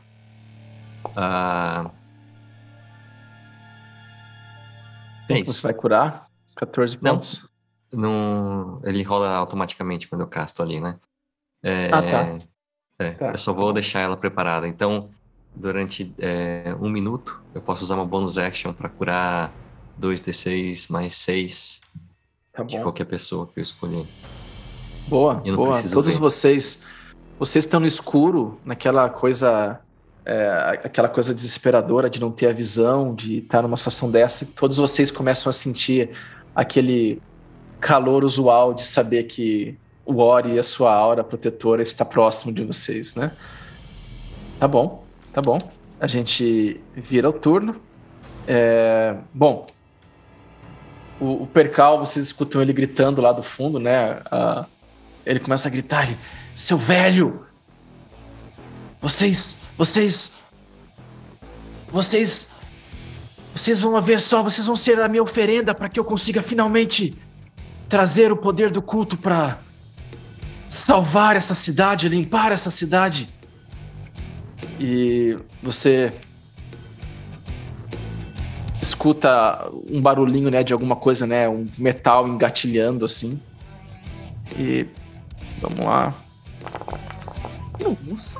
É Você isso. vai curar 14 Não. pontos? Não, ele rola automaticamente quando eu casto ali, né? Tá. Eu só vou deixar ela preparada. Então, durante 1 minuto, eu posso usar uma bonus action para curar 2d6 mais 6 Tá de bom. qualquer pessoa que eu escolher. Boa. Eu não preciso Todos ver. vocês estão no escuro, naquela coisa, aquela coisa desesperadora de não ter a visão, de estar numa situação dessa, e todos vocês começam a sentir aquele calor usual de saber que o Ori e a sua aura protetora está próximo de vocês, né? Tá bom. A gente vira o turno. Bom, o Percal, vocês escutam ele gritando lá do fundo, né? Ele começa a gritar, seu velho! Vocês vão ver só, vocês vão ser a minha oferenda para que eu consiga finalmente trazer o poder do culto para salvar essa cidade, limpar essa cidade. E você escuta um barulhinho, né, de alguma coisa, né, um metal engatilhando assim. E vamos lá. Nossa.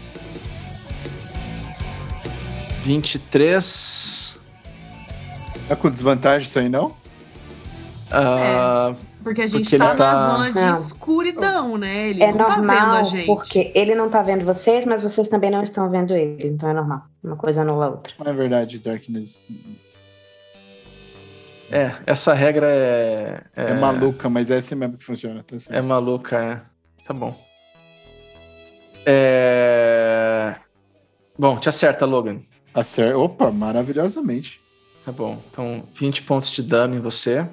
23. Tá com desvantagem isso aí, não? Porque a gente Porque tá ele na tá- zona de Não. escuridão, né? Ele É não tá vendo a normal, gente. porque ele não tá vendo vocês, mas vocês também não estão vendo ele. Então é normal. Uma coisa anula a outra. Não é verdade, Darkness. Essa regra É maluca, mas é assim mesmo que funciona. Tá certo. é maluca, Tá bom. Bom, te acerta, Logan. Opa, maravilhosamente. Tá bom. Então, 20 pontos de dano em você.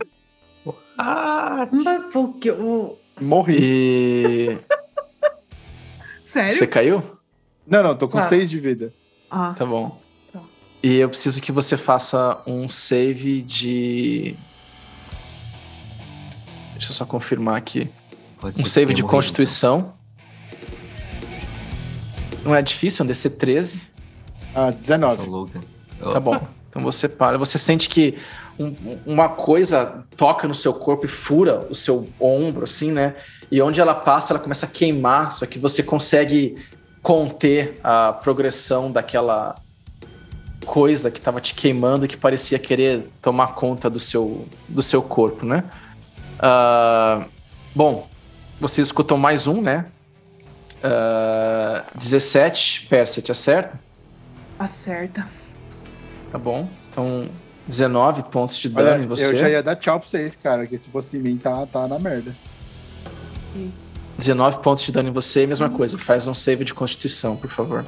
Mas porque Morri. E Sério? você caiu? Não, tô com Tá. 6 de vida. Ah, Tá bom. Tá. E eu preciso que você faça um save de... Deixa eu só confirmar aqui. Pode Um ser save que de tenha morrido, Constituição. Não é difícil, é um DC 13. 19. Tá bom. Então você para. Você sente que uma coisa toca no seu corpo e fura o seu ombro, assim, né? E onde ela passa, ela começa a queimar, só que você consegue conter a progressão daquela coisa que estava te queimando e que parecia querer tomar conta do seu corpo, né? Bom, vocês escutam mais um, né? 17, Percy, acerta? Acerta. Tá bom. Então, 19 pontos de dano em você. Eu já ia dar tchau pra vocês, cara, que se fosse em mim, tá na merda. 19 pontos de dano em você, mesma coisa. Faz um save de constituição, por favor.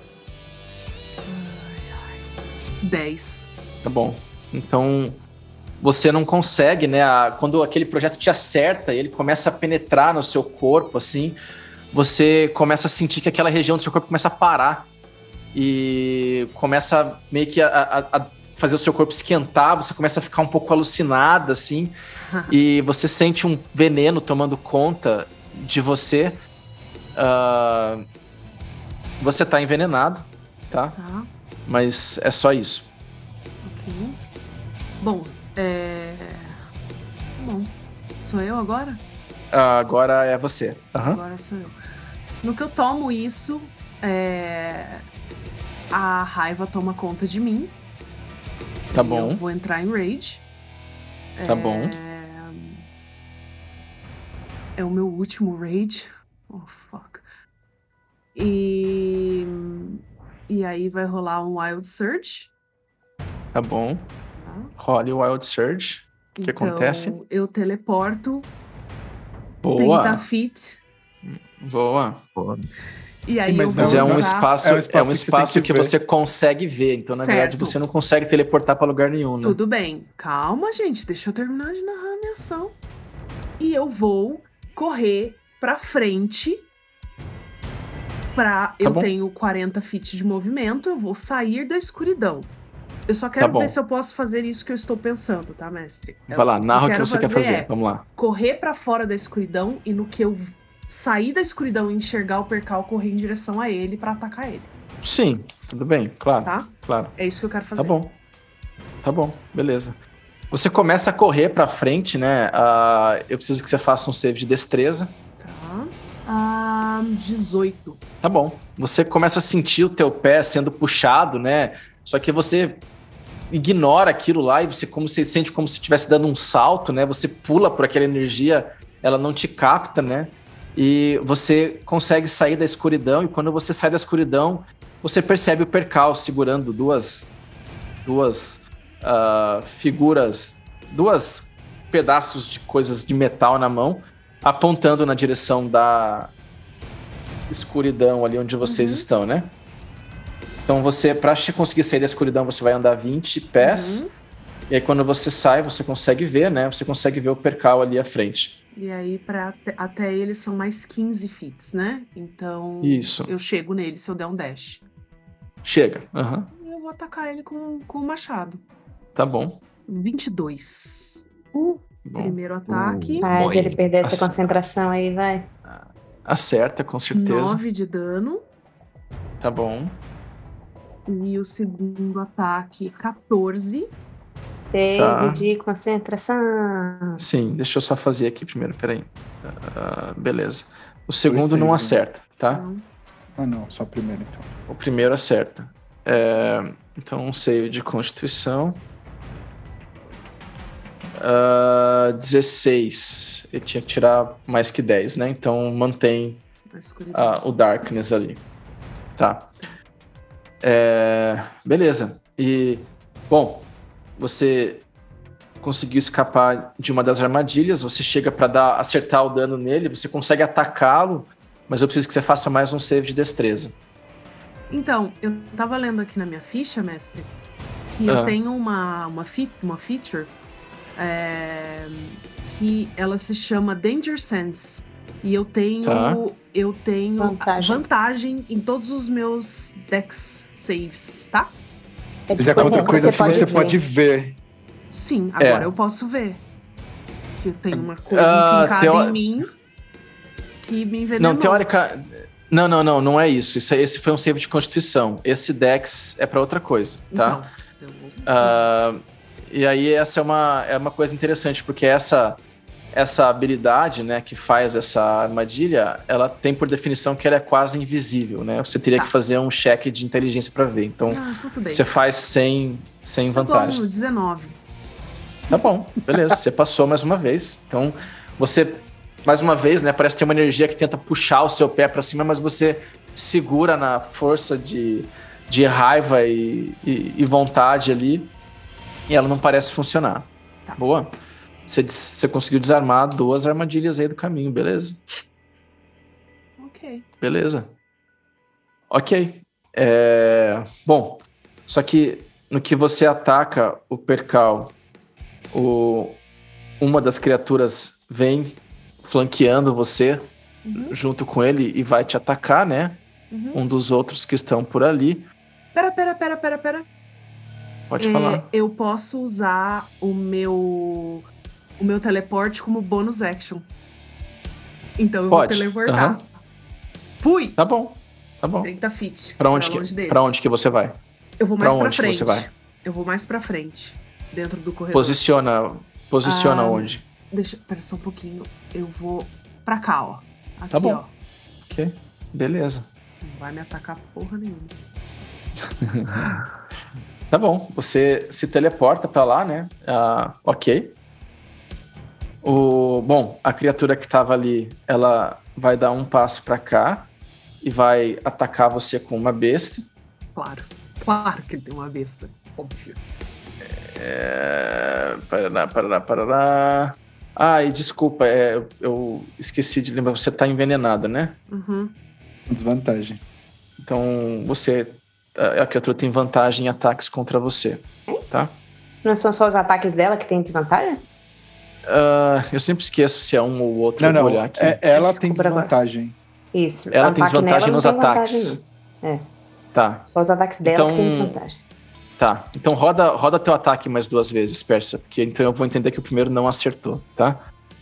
10. Tá bom. Então, você não consegue, né? Quando aquele projeto te acerta e ele começa a penetrar no seu corpo, assim, você começa a sentir que aquela região do seu corpo começa a parar. E começa meio que a fazer o seu corpo esquentar, você começa a ficar um pouco alucinada, assim, e você sente um veneno tomando conta de você. Você tá envenenado, tá? Mas é só isso. Ok. Bom, Bom, sou eu agora? Agora é você. Agora sou eu. No que eu tomo isso, a raiva toma conta de mim. Tá bom. Eu vou entrar em rage. Tá bom. É o meu último rage. Oh, fuck. E aí vai rolar um Wild Surge. Tá bom. Role o Wild Surge. O que acontece? Eu teleporto. Boa. 30 feet. Boa. E aí Mas é um espaço que ver. você consegue ver. Então, na verdade, você não consegue teleportar pra lugar nenhum, né? Tudo bem. Calma, gente. Deixa eu terminar de narrar a minha ação. E eu vou correr pra frente. Eu tenho 40 feet de movimento. Eu vou sair da escuridão. Eu só quero ver se eu posso fazer isso que eu estou pensando, tá, mestre? Vai lá, narra o que você quer fazer. Vamos lá. Correr pra fora da escuridão e no que eu sair da escuridão e enxergar o percal, correr em direção a ele pra atacar ele. Sim, tudo bem, claro. Tá? Claro. É isso que eu quero fazer. Tá bom, beleza. Você começa a correr pra frente, né? Eu preciso que você faça um save de destreza. Tá. 18. Tá bom. Você começa a sentir o teu pé sendo puxado, né? Só que você ignora aquilo lá e você sente como se estivesse dando um salto, né? Você pula por aquela energia, ela não te capta, né? E você consegue sair da escuridão, e quando você sai da escuridão, você percebe o percal segurando duas figuras, dois pedaços de coisas de metal na mão, apontando na direção da escuridão ali onde vocês estão, né? Então para conseguir sair da escuridão, você vai andar 20 pés, e aí quando você sai, você consegue ver, né? Você consegue ver o percal ali à frente. E aí, até eles são mais 15 feet, né? Então, isso. Eu chego nele se eu der um dash. Chega. E eu vou atacar ele com o machado. Tá bom. 22. Bom. Primeiro ataque. Faz ele perder essa concentração aí, vai. Acerta, com certeza. 9 de dano. Tá bom. E o segundo ataque, 14. Save de concentração. Sim, deixa eu só fazer aqui primeiro, peraí. Beleza. O segundo não acerta, tá? Não, só o primeiro então. O primeiro acerta. Então, um save de constituição. 16. Eu tinha que tirar mais que 10, né? Então, mantém o Darkness ali. Tá. Beleza. E, bom, você conseguiu escapar de uma das armadilhas, você chega para acertar o dano nele, você consegue atacá-lo, mas eu preciso que você faça mais um save de destreza. Então, eu tava lendo aqui na minha ficha, mestre, que eu tenho uma feature que ela se chama Danger Sense. E eu tenho vantagem em todos os meus Dex saves, tá? Mas é contra coisas que você pode ver. Sim, agora eu posso ver. Que eu tenho uma coisa enfincada em mim que me envenenou. Não, Não é isso. Esse foi um save de Constituição. Esse Dex é pra outra coisa, tá? Então, E aí essa é uma coisa interessante, porque essa habilidade, né, que faz essa armadilha, ela tem por definição que ela é quase invisível, né? Você teria que fazer um check de inteligência pra ver. Então, tudo bem. você faz sem vantagem. Tá bom, 19. Tá bom, beleza. Você passou mais uma vez. Então, você, mais uma vez, né? Parece ter uma energia que tenta puxar o seu pé pra cima, mas você segura na força de raiva e vontade ali. E ela não parece funcionar. Tá. Boa. Você conseguiu desarmar 2 armadilhas aí do caminho, beleza? Ok. Beleza. Ok. Bom, só que no que você ataca o Percal, uma das criaturas vem flanqueando você junto com ele e vai te atacar, né? Um dos outros que estão por ali. Pera. Pode falar. Eu posso usar o meu teleporte como bônus action. Então eu vou teleportar. Fui! Tá bom. 30 feet. Pra onde que você vai? Eu vou mais pra onde frente. você vai? Eu vou mais pra frente. Dentro do corredor. Posiciona onde? Pera só um pouquinho. Eu vou pra cá, ó. Aqui, Tá bom. ó. Ok, beleza. Não vai me atacar porra nenhuma. Tá bom, você se teleporta pra lá, né? Ok. Bom, a criatura que tava ali, ela vai dar um passo pra cá e vai atacar você com uma besta. Claro que ele tem uma besta. Óbvio. Parará. E desculpa, eu esqueci de lembrar, você tá envenenada, né? Desvantagem. Então, a criatura tem vantagem em ataques contra você, tá? Não são só os ataques dela que tem desvantagem? Eu sempre esqueço se é um ou outro. Não. Vou olhar aqui. Ela tem desvantagem. Isso. Ela tem desvantagem nos ataques. Tá. Só os ataques dela que tem desvantagem. Tá. Então roda teu ataque mais 2 vezes, Persa. Porque então eu vou entender que o primeiro não acertou, tá?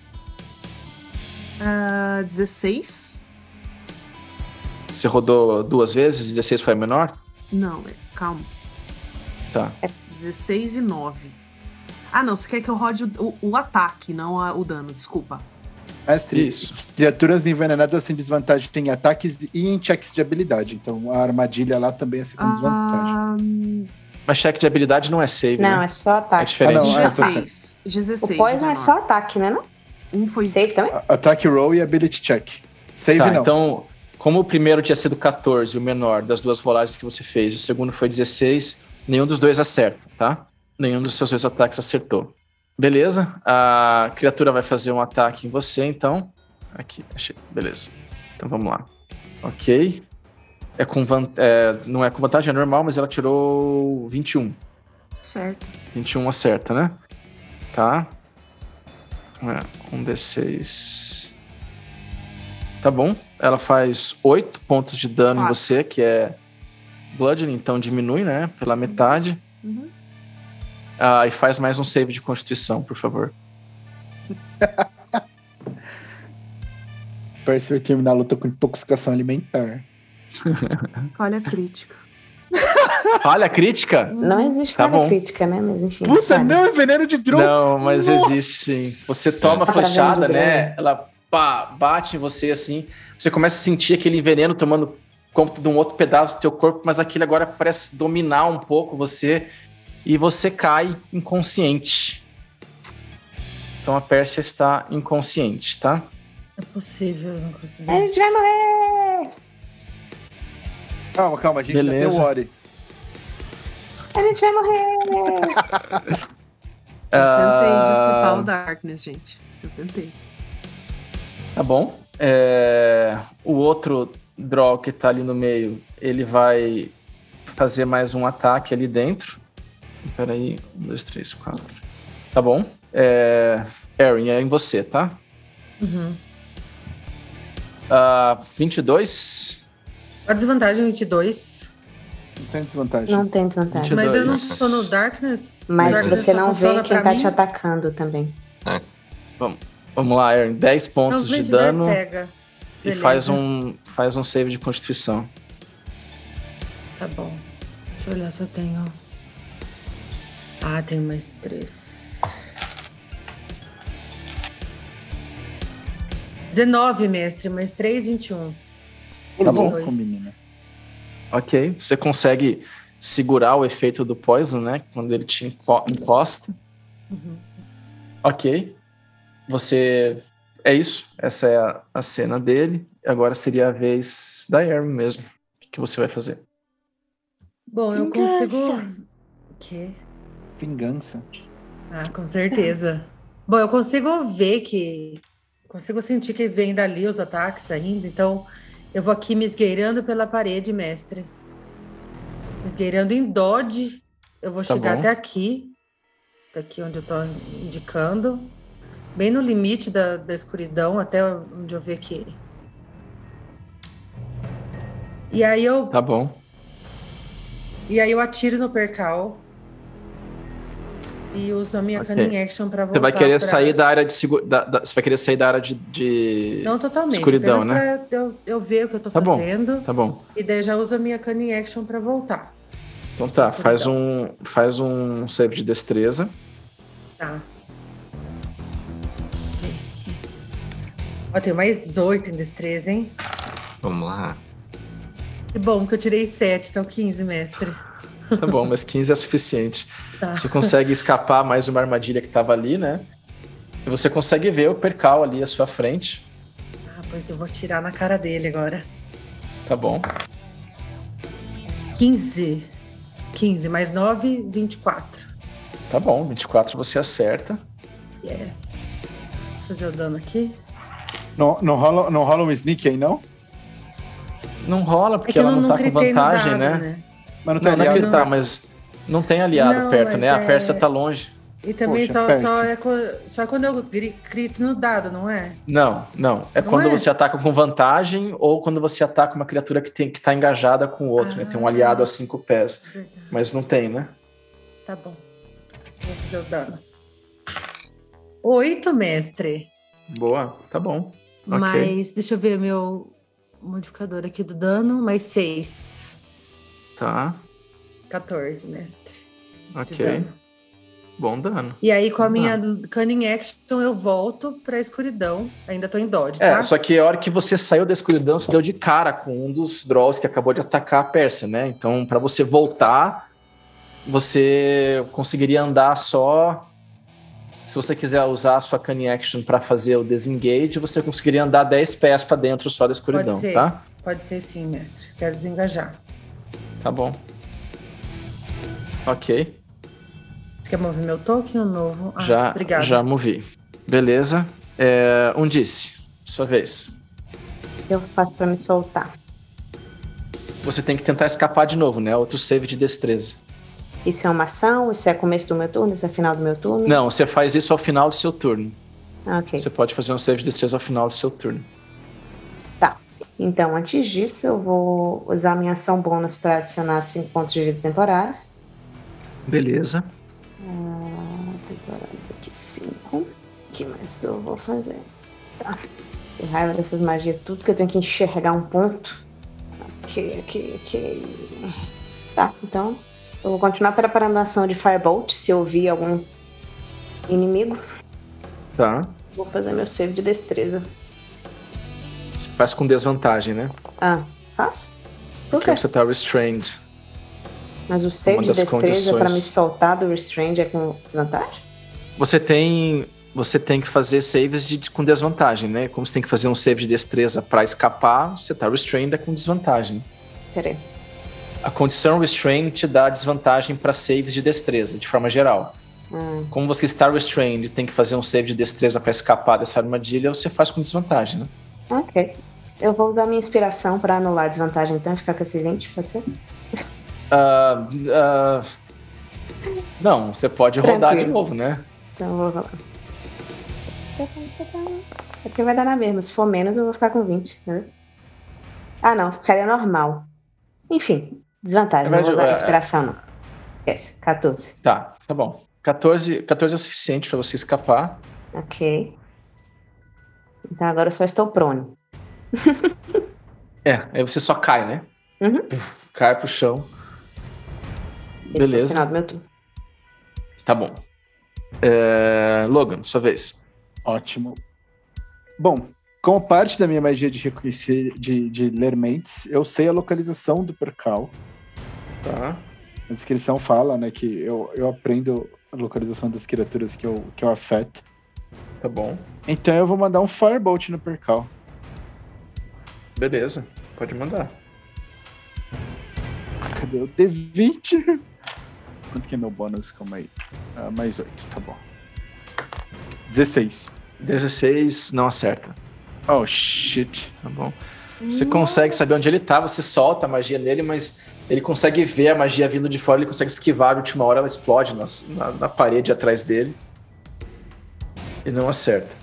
16. Você rodou 2 vezes, 16 foi a menor? Não, calma. Tá. 16 e 9. Não, você quer que eu rode o ataque, não o dano, desculpa. Mestre, Isso. Criaturas envenenadas têm desvantagem em ataques e em checks de habilidade. Então a armadilha lá também é com desvantagem. Mas check de habilidade não é save, Não, né? é só ataque. É diferente. 16. O poison é só ataque, né? Não? Foi save também? Ataque roll e ability check. Save Tá, não. então, como o primeiro tinha sido 14, o menor das 2 rolagens que você fez, o segundo foi 16, nenhum dos 2 acerta, tá? Nenhum dos seus 2 ataques acertou. Beleza, a criatura vai fazer um ataque em você, então. Aqui, achei. Beleza. Então vamos lá. Ok. Não é com vantagem, é normal, mas ela tirou 21. Certo. 21 acerta, né? Tá. 1d6. Tá bom. Ela faz 8 pontos de dano em você, que é bludgeoning, então diminui, né? Pela metade. E faz mais um save de Constituição, por favor. Percy vai terminar a luta com intoxicação alimentar. Falha crítica. Falha crítica? Não existe falha crítica, né? Mas enfim. Puta, não, é veneno de drone. Não, mas existe sim. Você toma a flechada, né? Ela bate em você assim. Você começa a sentir aquele veneno tomando conta de um outro pedaço do teu corpo, mas aquele agora parece dominar um pouco você. E você cai inconsciente. Então a Pérsia está inconsciente, tá? É possível, eu não consigo. A gente vai morrer! Calma, a gente ainda tem o Ori. A gente vai morrer! Eu tentei dissipar o Darkness, gente. Eu tentei. Tá bom. O outro Drow que tá ali no meio, ele vai fazer mais um ataque ali dentro. Peraí, 1, 2, 3, 4. Tá bom. Erin, é em você, tá? 22. A desvantagem 22. Não tem desvantagem. Não tem desvantagem. 22. Mas eu não tô no Darkness. Mas Darkness você só não vê funciona quem pra tá mim? te atacando também. Vamos lá, Erin. 10 pontos Não, de 22 dano. pega. E faz um save de Constituição. Tá bom. Deixa eu olhar se eu tenho... Ah, tenho mais 3. 19, mestre. Mais 3, 21. Tá bom. 22. menina. Ok. Você consegue segurar o efeito do Poison, né? Quando ele te encosta. Uhum. Ok. Você... É isso. Essa é a cena dele. Agora seria a vez da Erin mesmo. O que você vai fazer? Bom, eu consigo... O quê? Vingança. Ah, com certeza. Bom, eu consigo ver que... Consigo sentir que vem dali os ataques ainda, então eu vou aqui me esgueirando pela parede, mestre. Me esgueirando em dodge. Eu vou chegar bom. até aqui. Daqui onde eu tô indicando. Bem no limite da escuridão, até onde eu ver que... E aí eu... Tá bom. E aí eu atiro no percal. E uso a minha Ok. cunning action pra voltar. Você vai querer sair da área de você vai querer sair da área de Não totalmente, escuridão, apenas né? pra eu ver o que eu tô Tá bom. fazendo. Tá bom. E daí já uso a minha cunning action pra voltar. Então tá, Escuridão. faz um save de destreza. Tá. Ó, tenho mais 8 em destreza, hein? Vamos lá. Que bom que eu tirei 7, então 15, mestre. Tá bom, mas 15 é suficiente. Tá. Você consegue escapar mais uma armadilha que tava ali, né? E você consegue ver o percal ali à sua frente. Ah, pois eu vou tirar na cara dele agora. Tá bom. 15. 15 mais 9, 24. Tá bom, 24 você acerta. Yes. Vou fazer o dano aqui. Não rola um sneak aí, não? Não rola, É porque que eu ela não tá com critei no vantagem, dado, né? Mas não tá Não, não é aliado. gritar, mas não tem aliado Não, perto, mas né? A Pérsia tá longe. E também Poxa, só quando eu grito no dado, não é? Não. É Não quando é? você ataca com vantagem ou quando você ataca uma criatura que tá engajada com o outro, né? Tem um aliado a 5 pés. Verdade. Mas não tem, né? Tá bom. Vou fazer o dano. 8, mestre. Boa, tá bom. Ok. Mas, deixa eu ver meu modificador aqui do dano. Mais 6. Tá, 14, mestre. De ok. dano. Bom dano. E aí, com a Bom minha cunning action, eu volto pra escuridão. Ainda tô em dodge, É, tá? só que a hora que você saiu da escuridão, você deu de cara com um dos Drolls que acabou de atacar a Pérsia, né? Então, pra você voltar, você conseguiria andar só... Se você quiser usar a sua cunning action pra fazer o disengage, você conseguiria andar 10 pés pra dentro só da escuridão, Pode ser. tá? Pode ser sim, mestre. Quero desengajar. Tá bom. Ok. Você quer mover meu token ou novo? Ah, já, obrigada. já movi. Beleza. Undice, sua vez. Eu faço pra me soltar. Você tem que tentar escapar de novo, né? Outro save de destreza. Isso é uma ação? Isso é começo do meu turno? Isso é final do meu turno? Não, você faz isso ao final do seu turno. Ok. Você pode fazer um save de destreza ao final do seu turno. Tá. Então, antes disso, eu vou usar minha ação bônus para adicionar 5 pontos de vida temporários. Beleza. Temporários aqui, 5. O que mais que eu vou fazer? Tá. Que raiva dessas magias, tudo que eu tenho que enxergar um ponto. Ok. Tá, então eu vou continuar preparando a ação de Firebolt. Se eu ouvir algum inimigo, Tá. vou fazer meu save de destreza. Você faz com desvantagem, né? Ah, faço? Por Porque quê? você tá restrained. Mas o save Uma de das destreza para me condições. soltar do restraint é com desvantagem? Você tem que fazer saves com desvantagem, né? Como você tem que fazer um save de destreza pra escapar, você tá restrained com desvantagem. Peraí. A condição restrained te dá desvantagem pra saves de destreza, de forma geral. Como você está restrained e tem que fazer um save de destreza pra escapar dessa armadilha, você faz com desvantagem, né? Ok. Eu vou usar minha inspiração pra anular a desvantagem, então, e ficar com esse 20, pode ser? Não, você pode rodar de Tranquilo. novo, né? Então eu vou rolar. É porque vai dar na mesma. Se for menos, eu vou ficar com 20, né? Ah, não. Ficaria normal. Enfim, desvantagem. Não vou usar a inspiração, não. Esquece. 14. Tá bom. 14 é o suficiente pra você escapar. Ok. Então agora eu só estou prone. Aí você só cai, né? Uhum. Cai pro chão. Esse é o Beleza. final do meu turno. Tá bom. Logan, sua vez. Ótimo. Bom, como parte da minha magia de reconhecer, de ler mentes, eu sei a localização do percal. Tá. A descrição fala, né, que eu aprendo a localização das criaturas que eu afeto. Tá bom. Então eu vou mandar um Firebolt no percal. Beleza. Pode mandar. Cadê o D20? Quanto que é meu bônus? Calma aí. Mais 8, tá bom. 16. 16 não acerta. Oh, shit. Tá bom. Você consegue saber onde ele tá, você solta a magia nele, mas ele consegue ver a magia vindo de fora, ele consegue esquivar, a última hora ela explode na parede atrás dele. E não acerta.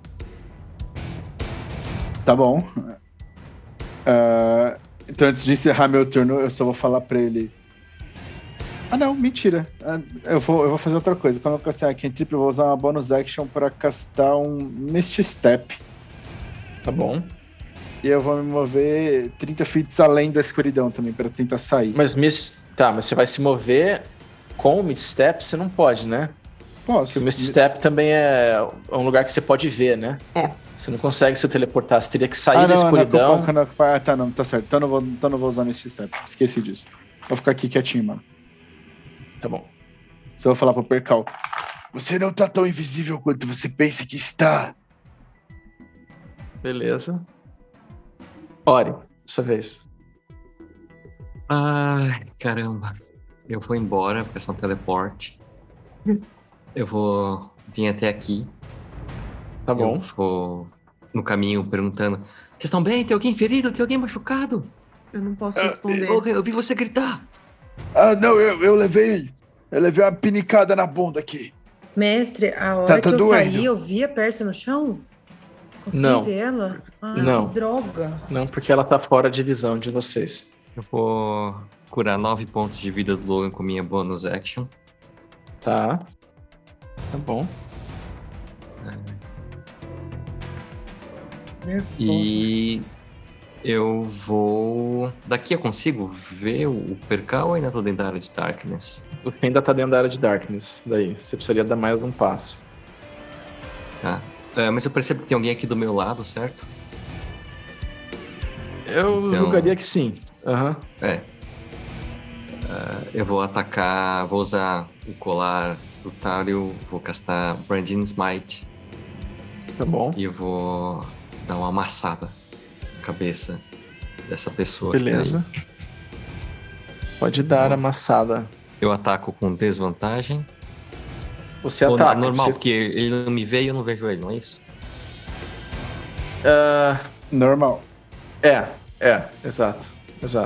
Tá bom. Então, antes de encerrar meu turno, eu só vou falar pra ele. Ah, não, mentira. Eu vou fazer outra coisa. Quando eu castar aqui em triplo, eu vou usar uma bonus action pra castar um Misty Step. Tá bom. E eu vou me mover 30 feet além da escuridão também, pra tentar sair. Mas você vai se mover com o Mid-Step? Você não pode, né? Posso. Porque o Mid-Step também é um lugar que você pode ver, né? É. Você não consegue se teleportar, você teria que sair da escuridão. Não, tá certo. Então eu não vou usar Misty Step. Esqueci disso. Vou ficar aqui quietinho, mano. Tá bom. Só vou falar pro percal. Você não tá tão invisível quanto você pensa que está. Beleza. Ori, sua vez. Ai, caramba. Eu vou embora, porque é só um teleporte. Eu vou vir até aqui. Tá bom. Eu vou no caminho perguntando: vocês estão bem? Tem alguém ferido? Tem alguém machucado? Eu não posso responder. Eu vi você gritar. Ah, não, eu levei uma pinicada na bunda aqui. Mestre, a hora Tá que eu doendo. saí, eu vi a Pérsia no chão? Consegui Não. ver ela? Ah, Não. que droga. Não, porque ela tá fora de visão de vocês. Eu vou curar 9 pontos de vida do Logan com minha bonus action. Tá. Tá bom. Nervosa. E eu vou... Daqui eu consigo ver o percal ou ainda tô dentro da área de Darkness? Você ainda tá dentro da área de Darkness. Daí, você precisaria dar mais um passo. Tá. Mas eu percebo que tem alguém aqui do meu lado, certo? Eu Então- julgaria que sim. Aham. Eu vou atacar, vou usar o colar do Tario, vou castar Branding Smite Tá bom. e eu vou dar uma amassada na cabeça dessa pessoa. Beleza. Pode dar amassada. Eu ataco com desvantagem. Você Ou ataca. normal, você- porque ele não me vê e eu não vejo ele, não é isso? Normal. Exato.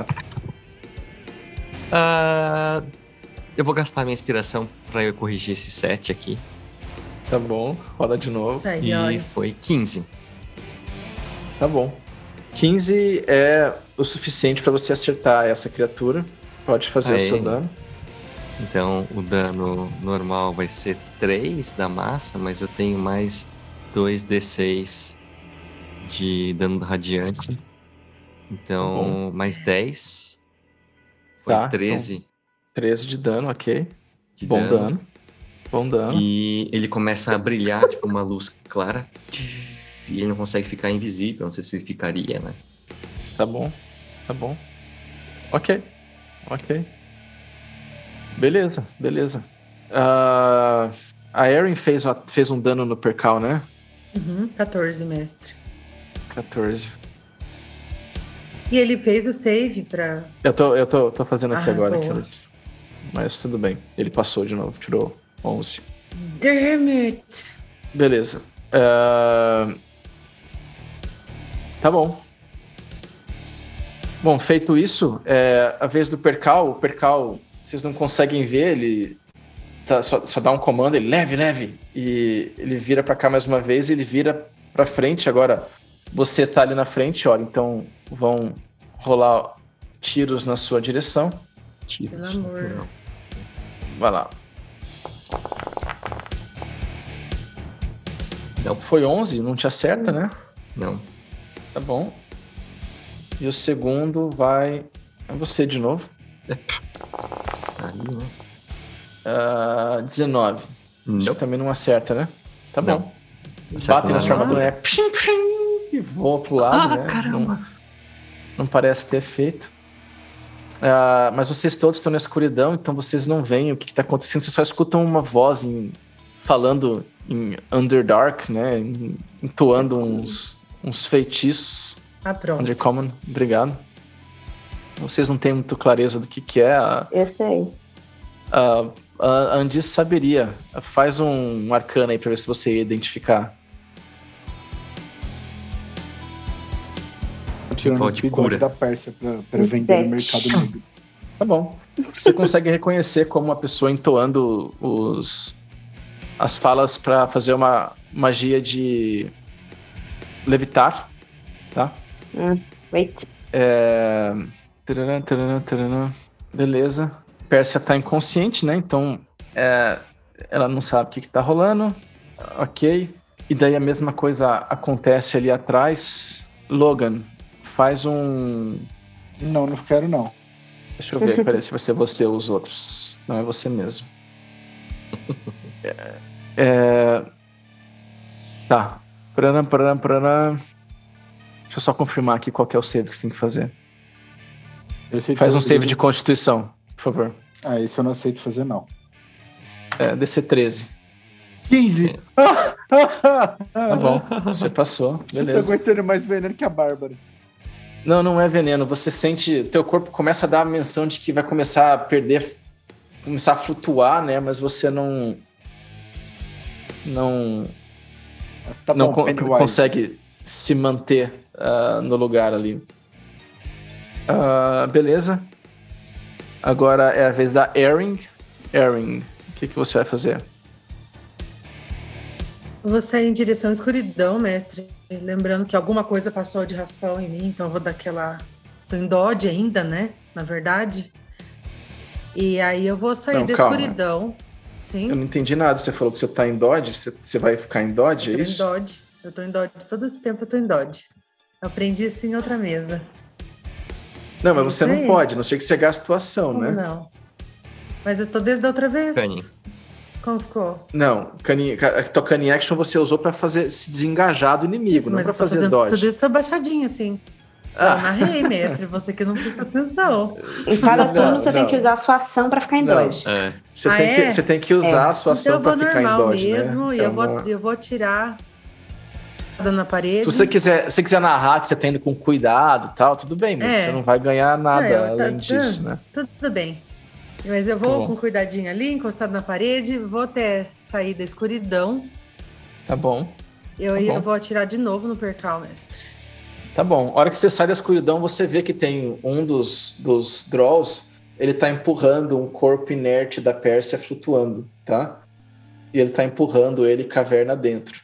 Eu vou gastar minha inspiração pra eu corrigir esse 7 aqui. Tá bom. Roda de novo. Tá, E olha. foi 15. Tá bom. 15 é o suficiente pra você acertar essa criatura. Pode fazer o Aí. seu dano. Então o dano normal vai ser 3 da massa, mas eu tenho mais 2d6 de dano radiante. Então, mais 10. Foi Tá, 13 13 de dano, ok. de Bom dano. dano. Bom dano. E ele começa a brilhar, tipo uma luz clara. E ele não consegue ficar invisível. Não sei se ele ficaria, né? Tá bom. Ok. Beleza. A Erin fez um dano no percal, né? 14, mestre. 14. E ele fez o save pra... Eu tô fazendo aqui agora. boa. Aquilo. Mas tudo bem. Ele passou de novo, tirou 11. Damn it! Beleza. Tá bom. Bom, feito isso, a vez do Percal. O Percal, vocês não conseguem ver, ele só dá um comando, ele leve, e ele vira pra cá mais uma vez, ele vira pra frente. Agora, você tá ali na frente, olha, então vão rolar tiros na sua direção. Pelo amor. Vai lá. Não. Foi 11, não te acerta, né? Não. Tá bom. E o segundo vai... É você de novo. Aí, né? 19. Não. Também não acerta, né? Tá Não. bom. Acerta Batem na uma sua armadura, armadura. pshim, pshim, e voa pro lado, né? Caramba! Não parece ter efeito. Mas vocês todos estão na escuridão, então vocês não veem o que está acontecendo. Vocês só escutam uma voz falando em Underdark, né? Entoando uns feitiços. Pronto. Undercommon, obrigado. Vocês não têm muita clareza do que é. Eu sei. A Andis saberia. Faz um arcana aí pra ver se você ia identificar. Tô tirando os de cura. bigodes da Pérsia pra vender no mercado negro. Tá bom. Você consegue reconhecer como uma pessoa entoando as falas pra fazer uma magia de levitar, tá? Wait. Tarará, tarará, tarará. Beleza. Pérsia tá inconsciente, né? Então, ela não sabe o que tá rolando. Ok. E daí a mesma coisa acontece ali atrás. Logan, faz um... Não quero não. Deixa eu ver, peraí, se vai ser você ou os outros. Não é você mesmo. Tá. Paraná. Deixa eu só confirmar aqui qual que é o save que você tem que fazer. Faz um save de constituição, por favor. Isso eu não aceito fazer, não. DC 13. 15! Tá bom, você passou, Eu tô beleza. aguentando mais veneno que a Bárbara. Não é veneno. Você sente... Teu corpo começa a dar a menção de que vai começar a perder... Começar a flutuar, né? Mas você não Tá bom, consegue se manter no lugar ali. Beleza. Agora é a vez da Erin. Erin, o que você vai fazer? Eu vou sair em direção à escuridão, mestre. Lembrando que alguma coisa passou de raspão em mim, então eu vou dar aquela... Tô em dodge ainda, né? Na verdade. E aí eu vou sair da escuridão. Sim. Eu não entendi nada. Você falou que você tá em dodge? Você vai ficar em dodge, é isso? Eu tô em dodge. Todo esse tempo eu tô em dodge. Eu aprendi isso em outra mesa. Não, mas você não pode. Não sei que você gaste tua ação, Como né? não? Mas eu tô desde a outra vez. Cunning. Como ficou? Não, tua Cunning Action você usou pra se desengajar do inimigo, Isso, não pra fazer dodge. Tudo isso abaixadinho, assim. Eu narrei, mestre, você que não presta atenção. Em cada turno você tem que usar a sua ação pra ficar em dodge. Você tem que usar a sua ação pra ficar em dodge, mesmo, né? E eu vou atirar na parede. Se você quiser narrar que você tá indo com cuidado e tal, tudo bem, mas você não vai ganhar nada além disso, né? Tudo bem. Mas eu vou com cuidadinho ali, encostado na parede, vou até sair da escuridão. Tá bom. Eu vou atirar de novo no percal, mestre. Tá bom. A hora que você sai da escuridão, você vê que tem um dos Drolls, ele tá empurrando um corpo inerte da Pérsia flutuando, tá? E ele tá empurrando ele caverna dentro.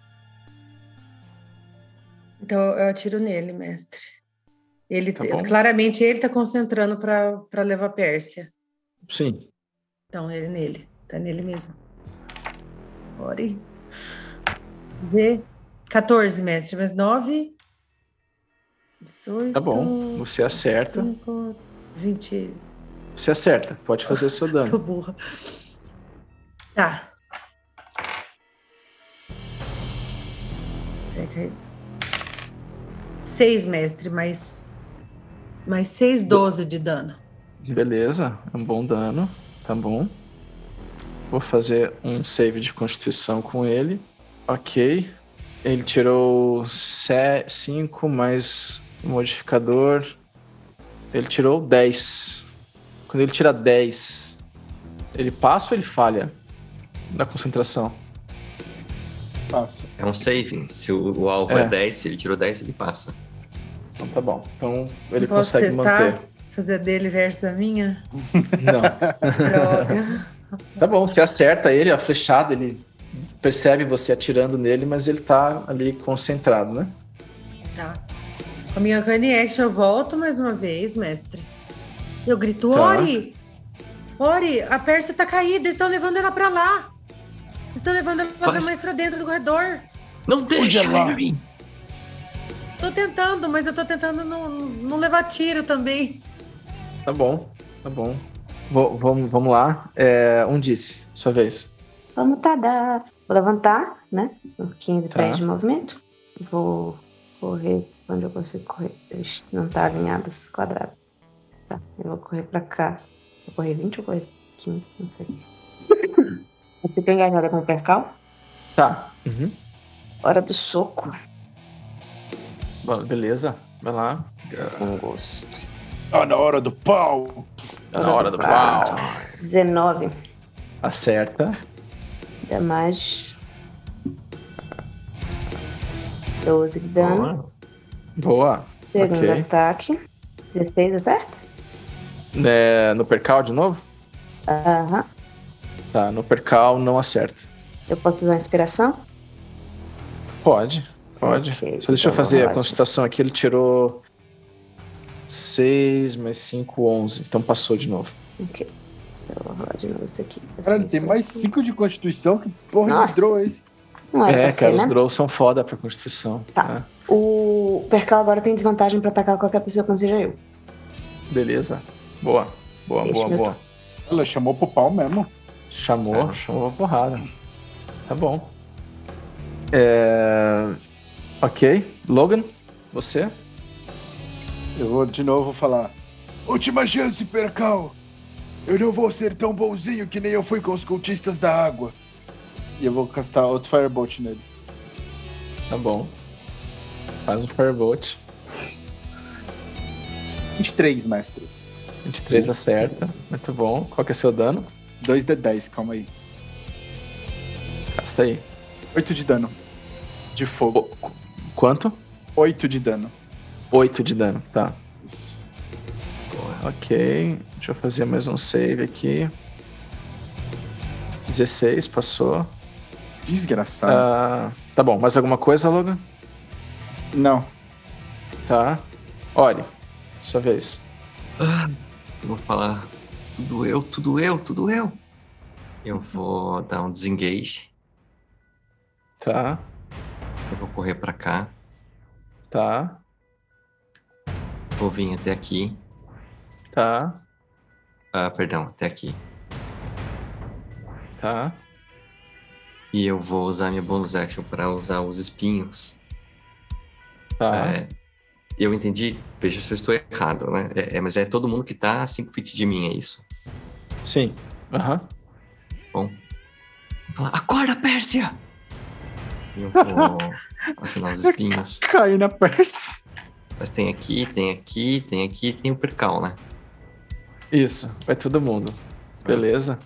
Então eu atiro nele, mestre. Claramente ele tá concentrando pra levar a Pérsia. Sim. Então ele nele. Tá nele mesmo. Bora aí. Vê. 14, mestre, mais 9... 18, tá bom, você acerta. 5, 20. Você acerta, pode fazer seu dano. Tô burra. Tá. 6, mestre, mais 6, 12 de dano. Beleza, é um bom dano, tá bom. Vou fazer um save de constituição com ele. Ok. Ele tirou 5 mais modificador. Ele tirou 10. Quando ele tira 10, ele passa ou ele falha na concentração? Passa. É um saving. Se o alvo é 10, se ele tirou 10, ele passa. Então tá bom. Então ele Posso consegue testar? manter. Fazer a dele versus a minha? Não. Droga. Tá bom, você acerta ele, a flechada, ele percebe você atirando nele, mas ele tá ali concentrado, né? Tá. Com a minha Cunning Action eu volto mais uma vez, mestre. Eu grito, Tá. Ori! Ori, a Pérsia tá caída, eles estão levando ela pra lá. Eles estão levando ela mais pra dentro do corredor. Não deixa, lá? Erin! Tô tentando, mas eu tô tentando não levar tiro também. Tá bom. Vamos lá. Disse, sua vez. Vamos dar. Vou levantar, né? 15 Tá. pés de movimento. Vou correr onde eu consigo correr. Eles não tá alinhado esse quadrado. Tá, eu vou correr pra cá. Vou correr 20 ou correr 15? Não sei. Eu fico engajada com o percal. Tá. Uhum. Hora do soco. Bom, beleza. Vai lá. Com gosto. Tá na hora do pau. Na hora do pau. 19. Acerta. Dá mais 12 de dano. Boa. Segundo Ok. ataque. 16, acerta? No percal de novo? Aham. Tá, no percal não acerta. Eu posso usar inspiração? Pode. Ok, Só deixa eu então fazer a vamos lá. consultação aqui. Ele tirou 6 mais 5, 11. Então passou de novo. Ok. Eu vou rolar de novo isso aqui. Caralho, tem mais 5 de constituição? Que porra Nossa. de draw é esse? Não é pra ser, Cara, né? os Drows são foda pra Constituição. Tá. Né? O percal agora tem desvantagem pra atacar qualquer pessoa que não seja eu. Beleza. Boa. Ela chamou pro pau mesmo. Chamou a porrada. Tá bom. Ok. Logan, você? Eu vou de novo falar. Última chance, Percal. Eu não vou ser tão bonzinho que nem eu fui com os cultistas da água. E eu vou castar outro Firebolt nele. Tá bom. Faz um Firebolt. 23, mestre. 23 acerta. Muito bom. Qual que é seu dano? 2d10, calma aí. Casta aí. 8 de dano. De fogo. Quanto? 8 de dano. 8 de dano, tá. Isso. Ok. Deixa eu fazer mais um save aqui. 16, passou. Desgraçado. Tá bom, mais alguma coisa, Logan? Não. Tá. Olhe, sua vez. Eu vou falar tudo eu. Eu vou dar um disengage. Tá, Eu vou correr pra cá. tá, Vou vir até aqui. tá, Perdão, até aqui. tá. E eu vou usar minha bonus action pra usar os espinhos. Tá. Eu entendi, veja se eu estou errado, né? Mas é todo mundo que tá a 5 feet de mim, é isso? Sim. Aham. Bom. Vou falar, acorda, Pérsia! E eu vou acionar os espinhos. Caí na Percy. Mas tem aqui, tem o percal, né? Isso, vai todo mundo. Beleza.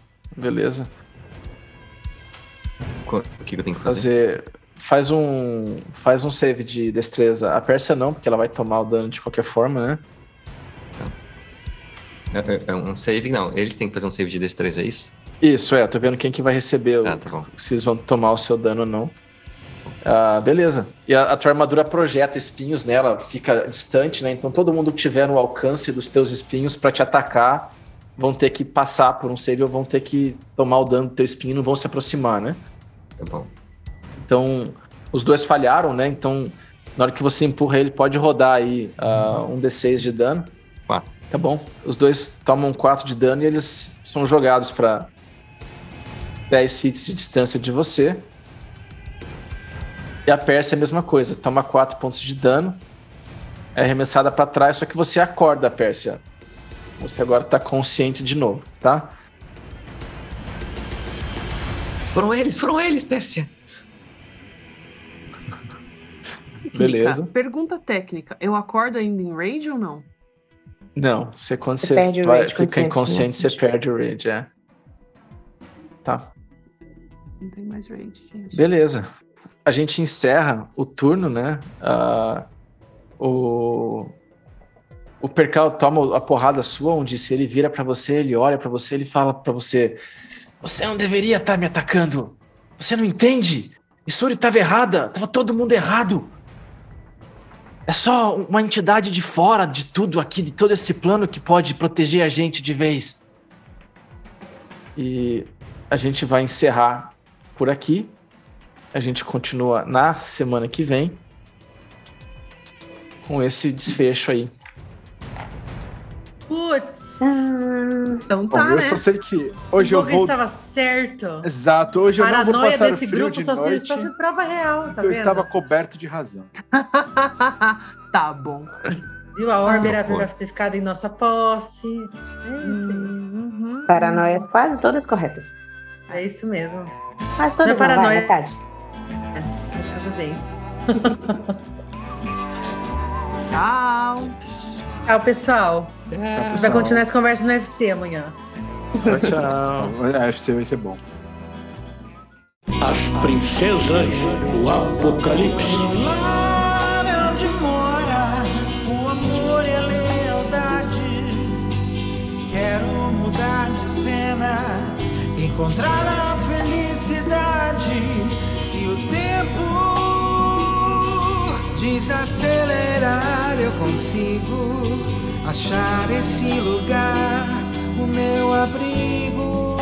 O que eu tenho que fazer? Faz um save de destreza. A Pérsia não, porque ela vai tomar o dano de qualquer forma, né? É um save? Não, eles têm que fazer um save de destreza, é isso? Isso, tô vendo quem que vai receber, Tá bom. se eles vão tomar o seu dano ou não. Beleza. E a tua armadura projeta espinhos nela, fica distante, né? Então todo mundo que tiver no alcance dos teus espinhos pra te atacar vão ter que passar por um save ou vão ter que tomar o dano do teu espinho e não vão se aproximar, né? Tá bom. Então, os dois falharam, né? Então, na hora que você empurra ele, pode rodar aí um D6 de dano. 4. Tá bom. Os dois tomam 4 de dano e eles são jogados pra 10 feet de distância de você. E a Pérsia é a mesma coisa. Toma 4 pontos de dano. É arremessada pra trás, só que você acorda, Pérsia. Você agora tá consciente de novo, tá? Foram eles, Pérsia! Beleza. Pergunta técnica. Eu acordo ainda em rage ou não? Não, quando Você você perde o rage quando fica você inconsciente, entra você nessa. perde o rage, Tá. Não tem mais rage, gente. Beleza. A gente encerra o turno, né? O Percal toma a porrada sua, onde se ele vira pra você, ele olha pra você, ele fala pra você: você não deveria estar me atacando. Você não entende? Isuri estava errada. Tava todo mundo errado. É só uma entidade de fora de tudo aqui, de todo esse plano que pode proteger a gente de vez. E a gente vai encerrar por aqui. A gente continua na semana que vem. com esse desfecho aí. Putz, Então Bom, tá, eu né? só sei que hoje o eu Boga vou... estava certo. Exato, hoje eu não vou Paranoia passar o desse frio grupo de só noite. se prova real, tá Eu vendo? estava coberto de razão. Tá bom. Viu? A Orbe era Pô. pra ter ficado em nossa posse. É isso aí. Paranoias quase todas corretas. É isso mesmo. Mas todas Não é paranoia. vai, Cade? Mas tudo bem. Tchau. Tchau, pessoal. A gente vai continuar essa conversa no UFC amanhã. Tchau. Acho que vai ser bom. As princesas do Apocalipse. Lá onde mora o amor e a lealdade. Quero mudar de cena, encontrar a felicidade. Se o tempo desacelerar, eu consigo achar esse lugar, o meu abrigo.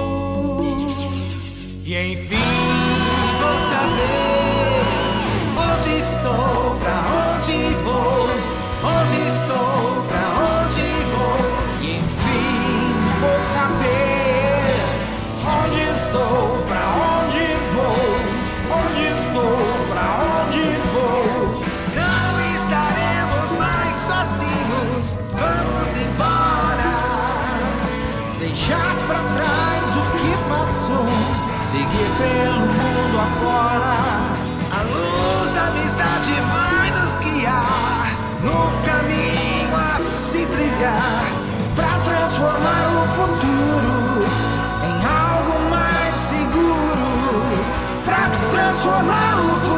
E enfim vou saber onde estou, pra onde vou, onde estou, pra onde vou. E enfim vou saber onde estou, pra onde vou, onde estou, pra onde vou. Não estaremos mais sozinhos, vamos embora, deixar pra trás o que passou. Seguir pelo mundo afora, a luz da amizade vai nos guiar no caminho a se trilhar, pra transformar o futuro em algo mais seguro, pra transformar o futuro